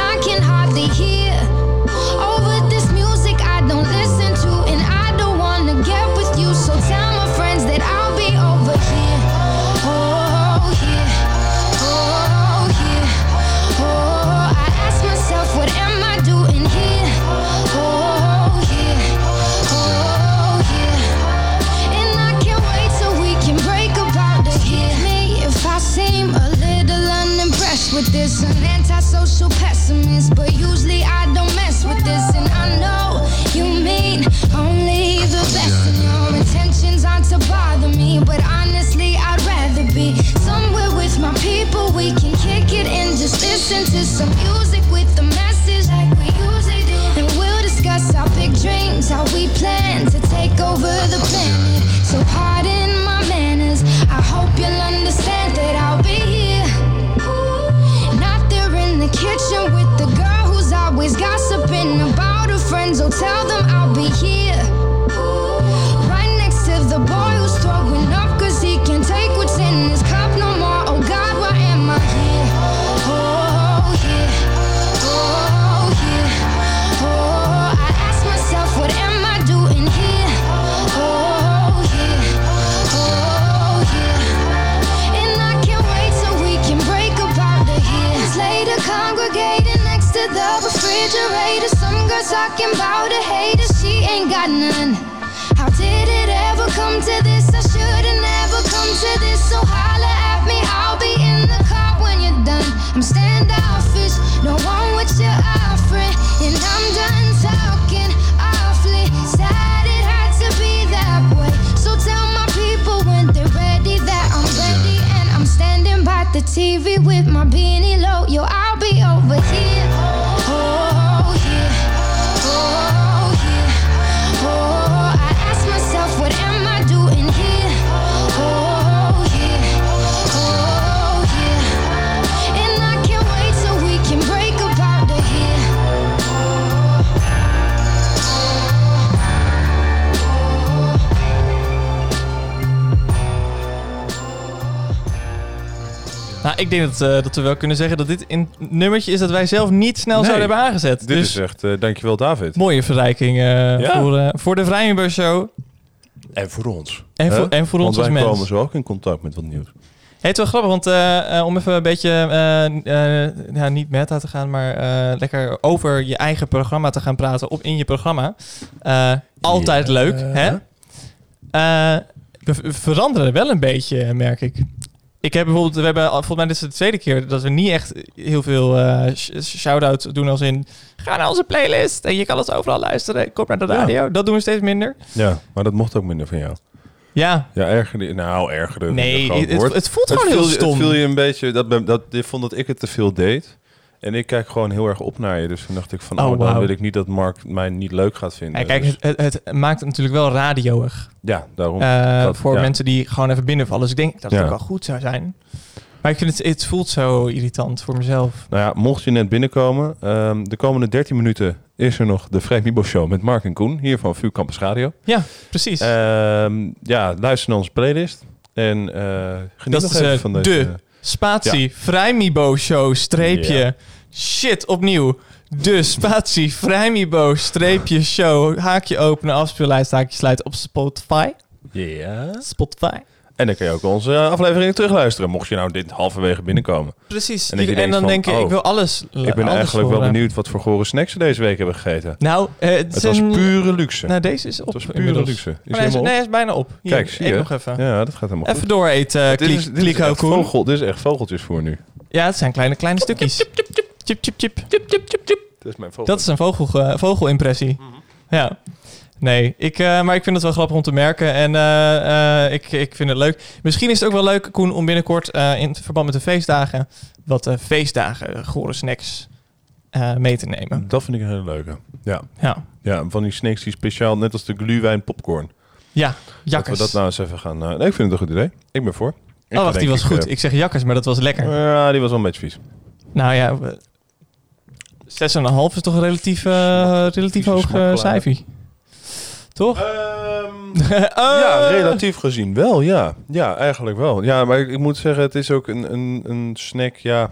tell them I'll be here. Right next to the boy who's throwing up cause he can't take what's in his cup no more. Oh God, why am I here? Oh yeah, oh yeah, oh I ask myself what am I doing here? Oh yeah, oh yeah, and I can't wait till we can break up out of here. It's later congregating next to the refrigerator. Some girl talking about a hater, she ain't got none. How did it ever come to this? I should've never come to this. So holla at me, I'll be in the car when you're done. I'm standoffish, no one what you're offering, and I'm done talking awfully. Sad it had to be that way. So tell my people when they're ready that I'm ready, and I'm standing by the T V with my beanie low. Yo, I'll be over here. Oh yeah, oh yeah, oh I ask myself what am I doing here? Oh yeah, oh yeah, and I can't wait till we can break up out of here. Nou, ik denk dat, uh, dat we wel kunnen zeggen dat dit een nummertje is dat wij zelf niet snel Nee, zouden hebben aangezet. Dit Dus is echt, uh, dankjewel David. mooie verrijking uh, Ja. voor, uh, voor de Vrijmibo Show. En voor ons. En Hè? voor- en voor ons Want als wij mens. komen zo ook in contact met wat nieuws. Hey, het is wel grappig, want uh, uh, om even een beetje, uh, uh, ja, niet meta te gaan, maar uh, lekker over je eigen programma te gaan praten op in je programma. Uh, altijd Ja. leuk, hè? Uh, we v- veranderen wel een beetje, merk ik. Ik heb bijvoorbeeld, we hebben, al- volgens mij dit is de tweede keer dat we niet echt heel veel uh, sh- shout-outs doen als in, ga naar onze playlist en je kan ons overal luisteren, kom naar de radio. Dat doen we steeds minder. Ja, maar dat mocht ook minder van jou. Ja. Ja, ergerde. Nou, ergerde. Nee, groot het- woord. het voelt gewoon heel viel, stom. Het viel je een beetje. Dat, ben- dat, ik vond dat ik het te veel deed. En ik kijk gewoon heel erg op naar je. Dus toen dacht ik van, Oh, oh, dan wauw. wil ik niet dat Mark mij niet leuk gaat vinden. Ja, kijk, Dus, het, het, het maakt het natuurlijk wel radioig. ja, daarom. Uh, Dat- voor ja. mensen die gewoon even binnenvallen. Dus ik denk dat het Ja. ook wel goed zou zijn. Maar ik vind het, het voelt zo irritant voor mezelf. Nou ja, mocht je net binnenkomen, ehm, de komende dertien minuten is er nog de Vrijmibo Show met Mark en Koen, hier van V U Campus Radio. Ja, precies. Ehm, ja, luister naar onze playlist. En uh, geniet Dat nog is even uh, van de deze... spatie Ja. Vrijmibo Show streepje. Ja. Shit, opnieuw. De spatie Vrijmibo streepje show. Haakje openen, afspeellijst, haakje sluiten op Spotify. Ja. Spotify. En dan kun je ook onze afleveringen terugluisteren, mocht je nou dit halverwege binnenkomen. Precies. En, dat je en denkt dan van, denk je, oh, ik wil alles. Ik ben alles eigenlijk wel horen. benieuwd wat voor gore snacks ze deze week hebben gegeten. Nou, uh, het, Het was zijn- pure luxe. Nou, deze is op. Het was pure inmiddels. luxe. Is Maar hij is, helemaal op? nee, hij is bijna op. Hier, Kijk, zie eet je? nog even. Ja, dat gaat helemaal Even goed. door eten, Dit klik, is, dit, is kliko, echt Koen. vogel, dit is echt vogeltjesvoer nu. Ja, het zijn kleine, kleine stukjes. Chip, chip, chip. Dat is mijn vogel. Dat is een vogel, uh, vogelimpressie. Ja. Nee, ik, uh, maar ik vind het wel grappig om te merken. En uh, uh, ik, ik vind het leuk. Misschien is het ook wel leuk, Koen, om binnenkort uh, in verband met de feestdagen... wat uh, feestdagen, uh, gore snacks uh, mee te nemen. Dat vind ik een hele leuke. Ja. Ja. Ja, van die snacks die speciaal, net als de glühwein popcorn. Ja, Dat jakkers. we dat nou eens even gaan... Uh, nee, ik vind het een goed idee. Ik ben voor. Ik Oh, ga wacht, die denk was ik, goed. uh, Ik zeg jakkers, maar dat was lekker. Ja, die was wel een beetje vies. Nou ja, we- zes komma vijf is toch een relatief, uh, relatief hoog uh, smakkelade. cijfer. Toch? Ja, relatief gezien wel, ja. Ja, eigenlijk wel. Ja, maar ik, ik moet zeggen, het is ook een, een, een snack, ja...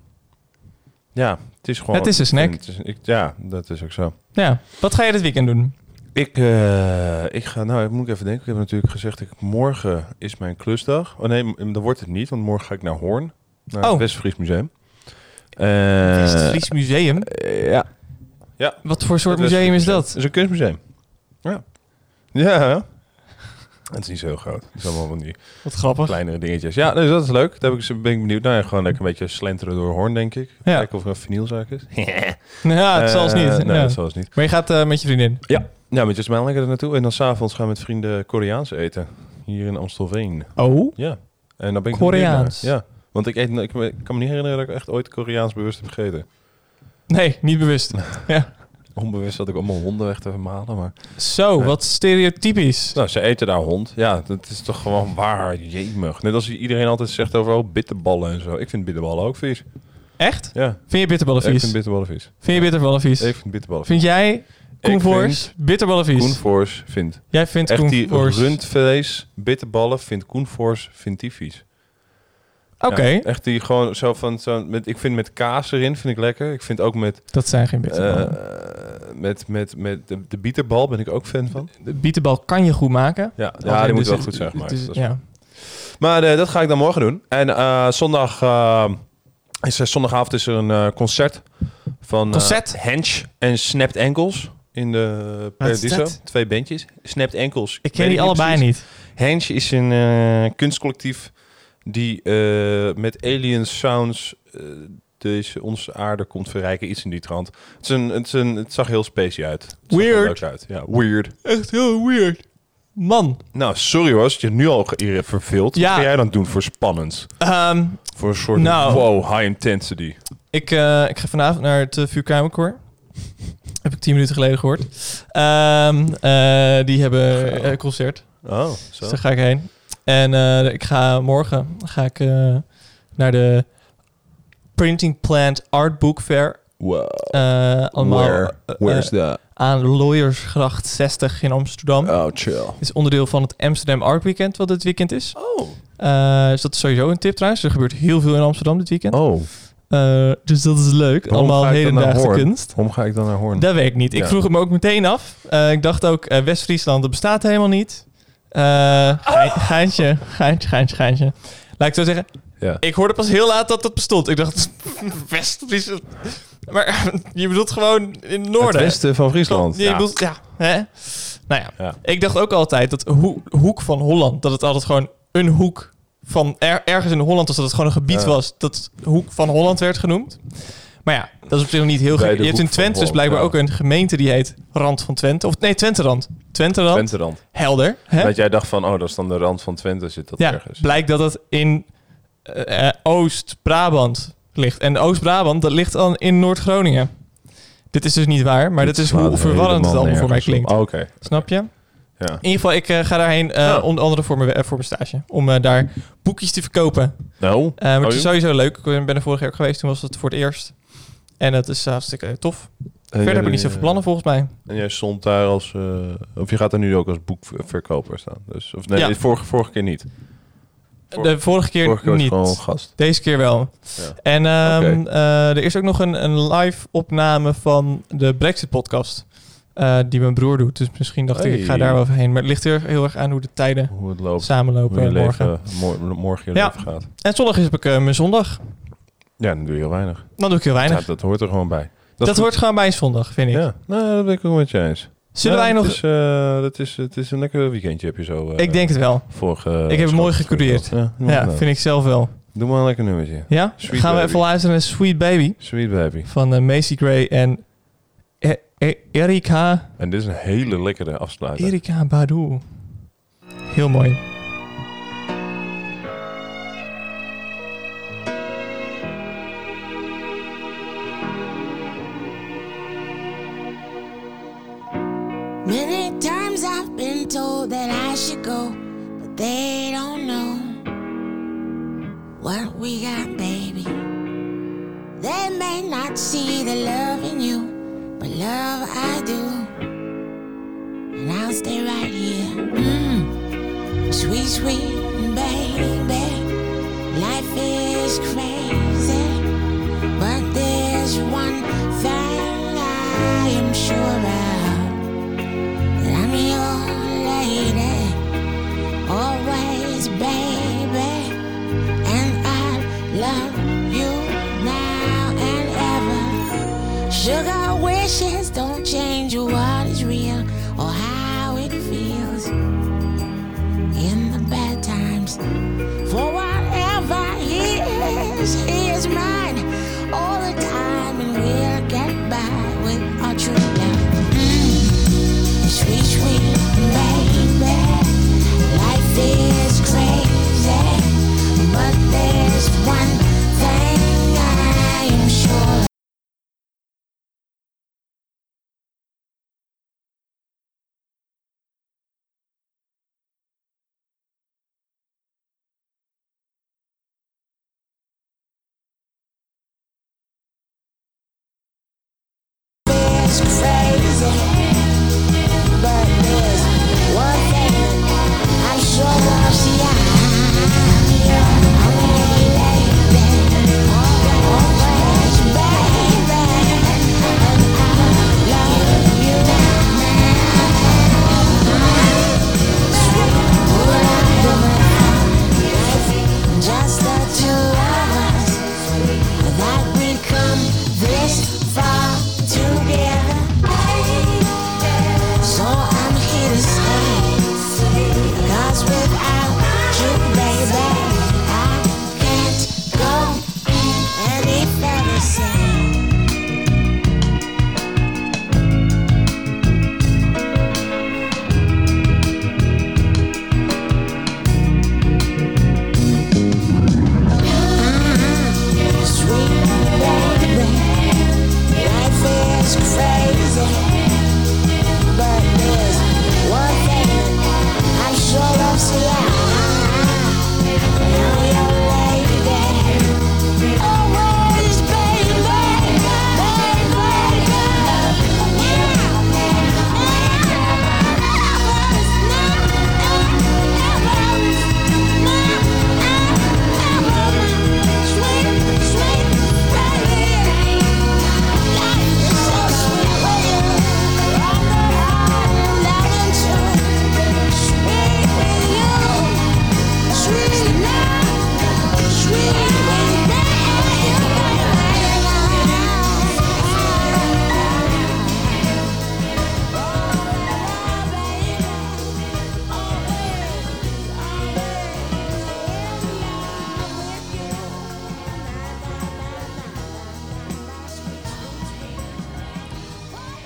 Ja, het is gewoon... Het is een snack. Het is, ik, ja, dat is ook zo. Ja. Wat ga je dit weekend doen? Ik, uh, ik ga, nou, moet ik even denken. Ik heb natuurlijk gezegd, ik, morgen is mijn klusdag. Oh nee, m- dan wordt het niet, want morgen ga ik naar Hoorn. Naar Oh. het West-Fries Museum. Uh, West-Fries Museum? Uh, ja. ja. Wat voor soort Het museum is West-Fries dat? Het is een kunstmuseum. Ja. Ja. Het is niet zo heel groot. Het is allemaal van die Wat grappig. kleinere dingetjes. Ja, dus dat is leuk. Daar heb ik, ben ik benieuwd naar. Gewoon lekker een beetje slenteren door Hoorn, denk ik. Ja. Kijken of er een vinylzaak is. Ja, het zal eens niet. Uh, Nee, Ja. dat zal eens niet. Maar je gaat uh, met je vriendin? Ja. Ja, met Jasmijn lekker er naartoe. En dan s'avonds gaan we met vrienden Koreaans eten. Hier in Amstelveen. Oh? Ja. En dan ben ik Koreaans? benieuwd naar. Ja. Want ik, eet, ik, ik kan me niet herinneren dat ik echt ooit Koreaans bewust heb gegeten. Nee, niet bewust. Ja. Onbewust had ik allemaal honden weg te vermalen, maar... Zo, Nee. wat stereotypisch. Nou, ze eten daar hond. Ja, dat is toch gewoon waar. Jemig. Net als iedereen altijd zegt over oh, bitterballen en zo. Ik vind bitterballen ook vies. Echt? Ja. Vind je bitterballen Ik vies? vind bitterballen vies. Vind je bitterballen vies? Ik vind bitterballen vies. Vind jij Koen Ik Voors, vind- bitterballen vies. Koen Voors vindt. Jij vindt Echt Koen die Voors... rundvlees, bitterballen, vindt Koen Voors, vindt die vies. Oké, Ja, echt die gewoon zo van... Zo met, ik vind met kaas erin, vind ik lekker. Ik vind ook met... dat zijn geen bitterballen. eh, met, met, met de, de bieterbal ben ik ook fan van. De bietenbal kan je goed maken. Ja, Als ja in, die moet dus wel het- goed zijn gemaakt. het is- dat is ja. Maar eh, dat ga ik dan morgen doen. En eh, zondag eh, is er, zondagavond is er een eh, concert van eh, Concert? Hench en Snapped Ankles in de Wat is Paradiso. dat? Twee bandjes. Snapped Ankles. Ik ken die allebei niet. Hench is een eh, kunstcollectief die eh, met alien sounds eh, deze onze aarde komt verrijken. Iets in die trant. Het, is een, het, is een, het zag heel specie uit. Het zag er Weird. leuk uit. Ja, weird. Echt heel weird. Man. Nou, sorry hoor, als je nu al ge- verveelt. Ja. Wat ga jij dan doen voor spannends? Ehm, Voor een soort Nou. wow, high intensity. ik, eh, ik ga vanavond naar het uh, Vuurkamerkoor. Heb ik tien minuten geleden gehoord. Ehm, eh, die hebben een concert. Oh, zo. Dus daar ga ik heen. En eh, ik ga morgen ga ik, eh, naar de Printing Plant Art Book Fair. Wow. Eh, allemaal Where? eh, Where's eh, that? aan Lawyersgracht zestig in Amsterdam. Oh, chill. Het is onderdeel van het Amsterdam Art Weekend, wat dit weekend is. Oh. Eh, dus dat is sowieso een tip trouwens. Er gebeurt heel veel in Amsterdam dit weekend. Oh. Eh, dus dat is leuk. Waarom Allemaal ga ik dan naar hedendaagse Hoorn? kunst. Waarom ga ik dan naar Hoorn? Dat weet ik niet. Ik Ja. vroeg het me ook meteen af. Eh, ik dacht ook, eh, West-Friesland, dat bestaat helemaal niet. Eh gein- geintje, geintje, geintje, geintje. Laat ik zo zeggen. Ja. Ik hoorde pas heel laat dat dat bestond. Ik dacht, West-Friesland. Maar je bedoelt gewoon in het noorden. Het westen van Friesland. Je bedoelt, ja. Hè? Nou ja. Ja. Ik dacht ook altijd dat ho- hoek van Holland, dat het altijd gewoon een hoek van er- ergens in Holland was, dat het gewoon een gebied Ja. was dat hoek van Holland werd genoemd. Maar ja, dat is op zich nog niet heel Bij gek. de Je hebt in hoek van Twente dus Holland, blijkbaar ja. ook een gemeente die heet Rand van Twente. Of nee, Twente-rand. Twente-rand. Twenterand. Helder. Hè? Dat jij dacht van, oh, dat is dan de rand van Twente, zit dat Ja, ergens. blijkt dat het in eh, eh, Oost-Brabant ligt. En Oost-Brabant, dat ligt dan in Noord-Groningen. Dit is dus niet waar, maar dit is hoe verwarrend het allemaal voor mij klinkt. Oh, oké. Snap je? Ja. In ieder geval, ik eh, ga daarheen, eh, Ja. onder andere voor mijn, eh, voor mijn stage. Om eh, daar boekjes te verkopen. Nou? Eh, maar het Oh, is joh. sowieso leuk. Ik ben er vorig jaar ook geweest, toen was het voor het eerst. En dat is hartstikke tof. Verder heb ik niet zoveel plannen volgens mij. En jij stond daar als... eh, of je gaat er nu ook als boekverkoper staan. Dus, of nee, Ja. de vorige, vorige keer niet. De vorige keer Vorige keer was niet. gewoon gast. Deze keer wel. Ja. En ehm, Oké. eh, er is ook nog een, een live opname van de Brexit podcast. eh, die mijn broer doet. Dus misschien dacht ik, ik ga Hey. daar wel even heen. Maar het ligt er heel erg aan hoe de tijden Hoe het loopt. samenlopen Hoe je morgen. leven, mor- morgen je Ja. leven gaat. En zondag is ik, uh, mijn zondag. Ja, dan doe je heel weinig. Dan doe ik heel weinig. Ja, dat hoort er gewoon bij. dat is hoort gewoon bij een zondag, vind ik. Ja, nou, dat ben ik ook met je eens. Zullen Ja, wij nog... Het is, eh, dat is, het is een lekker weekendje heb je zo. eh, ik denk het wel. Vorige, ik heb het mooi schat- gecureerd. Ja, Ja, vind ik zelf wel. Doe maar een lekker nummertje. Ja? Sweet Gaan we Baby. even luisteren naar Sweet Baby Sweet Baby. van eh, Macy Gray en E- E- Erika... En dit is een hele lekkere afsluiter. Erika Badu. Heel mooi. Many times I've been told that I should go, but they don't know what we got, baby. They may not see the love in you, but love I do. And I'll stay right here. Mm. Sweet, sweet baby. Life is crazy, but there's one thing I am sure of. I'm your lady, always, baby, and I love you now and ever. Sugar wishes don't change what is real or how it feels. In the bad times,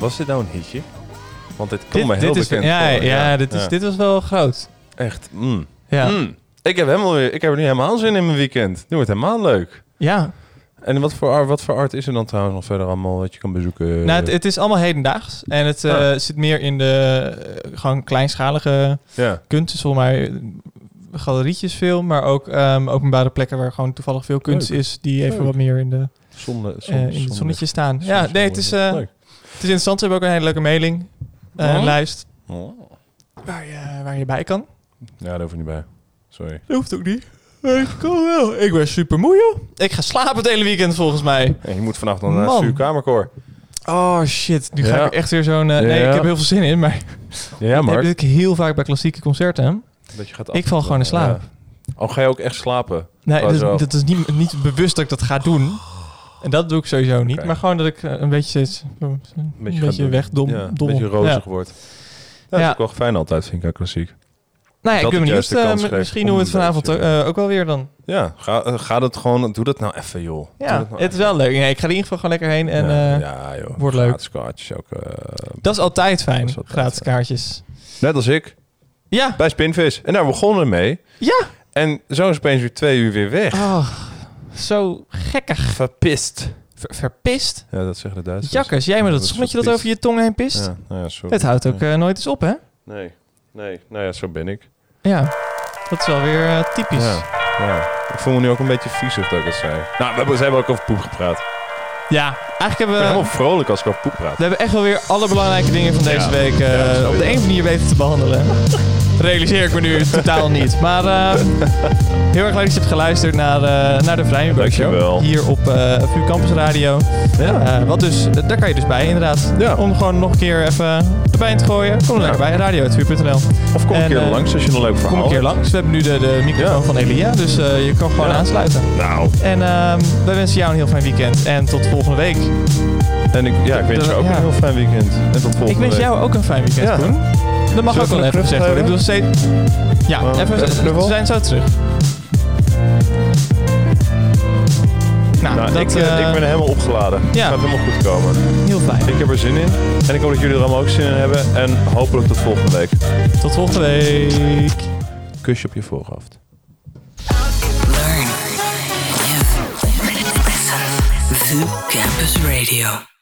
Was dit nou een hitje? Want dit komt Dit, me heel dit is, bekend ja, voor. ja, ja, dit, is, ja. dit was wel groot. Echt. Mm. Ja. Mm. Ik heb helemaal weer, ik heb er nu helemaal zin in mijn weekend. Dit wordt helemaal leuk. Ja. En wat voor, art, wat voor art is er dan trouwens nog verder allemaal wat je kan bezoeken? Nou, het, het is allemaal hedendaags. En het uh, Ah. zit meer in de uh, gewoon kleinschalige Ja. kunst. Dus volgens mij uh, galerietjes veel, maar ook um, openbare plekken waar gewoon toevallig veel kunst Leuk. is. Die even Leuk. wat meer in, de, Zonne, zon, uh, in zonne- het zonnetje staan. zonne- Ja, nee, het is, uh, Leuk. het is interessant. Ze hebben ook een hele leuke mailing. Uh, Oh. Een lijst. Oh. Waar je, waar je bij kan. Ja, daar hoef je niet bij. Sorry. Dat hoeft ook niet. Ik kan wel. Ik ben super moe, joh. Ik ga slapen het hele weekend volgens mij. En je moet vannacht nog naar het Man. vuurkamerkoor. Oh shit, nu ga Ja. ik echt weer zo'n... uh, nee, Ja. ik heb heel veel zin in, maar... Ja, dat Mark. heb ik heel vaak bij klassieke concerten. Dat je gaat Ik val gewoon in slaap. Ja. Oh, ga je ook echt slapen? Nee, Gewoon dat, zo. dat is niet, niet bewust dat ik dat ga doen. En dat doe ik sowieso niet. Oké. Maar gewoon dat ik uh, een beetje steeds... Een beetje, gaat doen. wegdom. Ja, een dommel. beetje rozig Ja. wordt. Ja, dat is Ja. ook wel fijn altijd, vind ik, aan klassiek. Nou ja, ik Dat ben het benieuwd. juist de kans Uh, geeft misschien om doen we het een vanavond beetje- ook, uh, ook wel weer dan. Ja, ga, uh, ga dat gewoon... Doe dat nou even, joh. Doe Ja, dat nou het is even. wel leuk. Ja, ik ga er in ieder geval gewoon lekker heen. En ja, uh, ja, joh. wordt leuk. Gratis kaartjes ook. uh, Dat is altijd fijn, Dat is altijd gratis fijn. kaartjes. Net als ik. Ja. Bij Spinvis. En daar begonnen we mee. Ja. En zo is opeens weer twee uur weer weg. Oh, zo gekkig. Verpist. Ver- verpist? Ja, dat zeggen de Duitsers. Jakkes, jij met dat is zonnetje dat verpist. over je tong heen pist? Ja, nou ja, sorry. Het houdt ook Ja. uh, nooit eens op, hè? Nee, nee. Nou ja, zo ben ik. Ja, dat is wel weer uh, typisch. Ja, ja. Ik voel me nu ook een beetje viezig dat ik het zei. Nou, we hebben, ze hebben ook over poep gepraat. Ja, eigenlijk Ik hebben ben we... helemaal vrolijk als ik over poep praat. We hebben echt wel weer alle belangrijke dingen van deze Ja. week uh, Ja, sowieso. op de een manier weten te behandelen. Realiseer ik me nu totaal niet. Maar uh, heel erg leuk dat je hebt geluisterd naar, uh, naar de Vrijmuur Show. Dankjewel. Hier op uh, V U Campus Radio. Ja. Uh, wat dus, uh, daar kan je dus bij inderdaad. Ja. Om gewoon nog een keer even erbij in te gooien. Kom er lekker bij, radio punt v u punt n l. Of kom een En, keer uh, langs als je een leuk verhaal Kom een keer hebt. langs. We hebben nu de, de microfoon Ja. van Elia. Dus uh, je kan gewoon Ja. aansluiten. Nou, En uh, wij wensen jou een heel fijn weekend. En tot volgende week. en ik, ja, ik wens je ook Ja. een heel fijn weekend. En tot volgende Ik wens week. jou ook een fijn weekend, Ja. Koen. Dat mag Zullen ook we wel een even gezegd knuffel worden. Ik bedoel, steeds... Ja, Oh, even, even knuffel? we zijn zo terug. Nou, Nou, dat ik, uh, uh, ik ben helemaal opgeladen. ja. Het gaat helemaal goed komen. heel fijn. Ik heb er zin in. En ik hoop dat jullie er allemaal ook zin in hebben. En hopelijk tot volgende week. Tot volgende week. Kusje op je voorhoofd. Learn. Live. Listen. V U Campus Radio.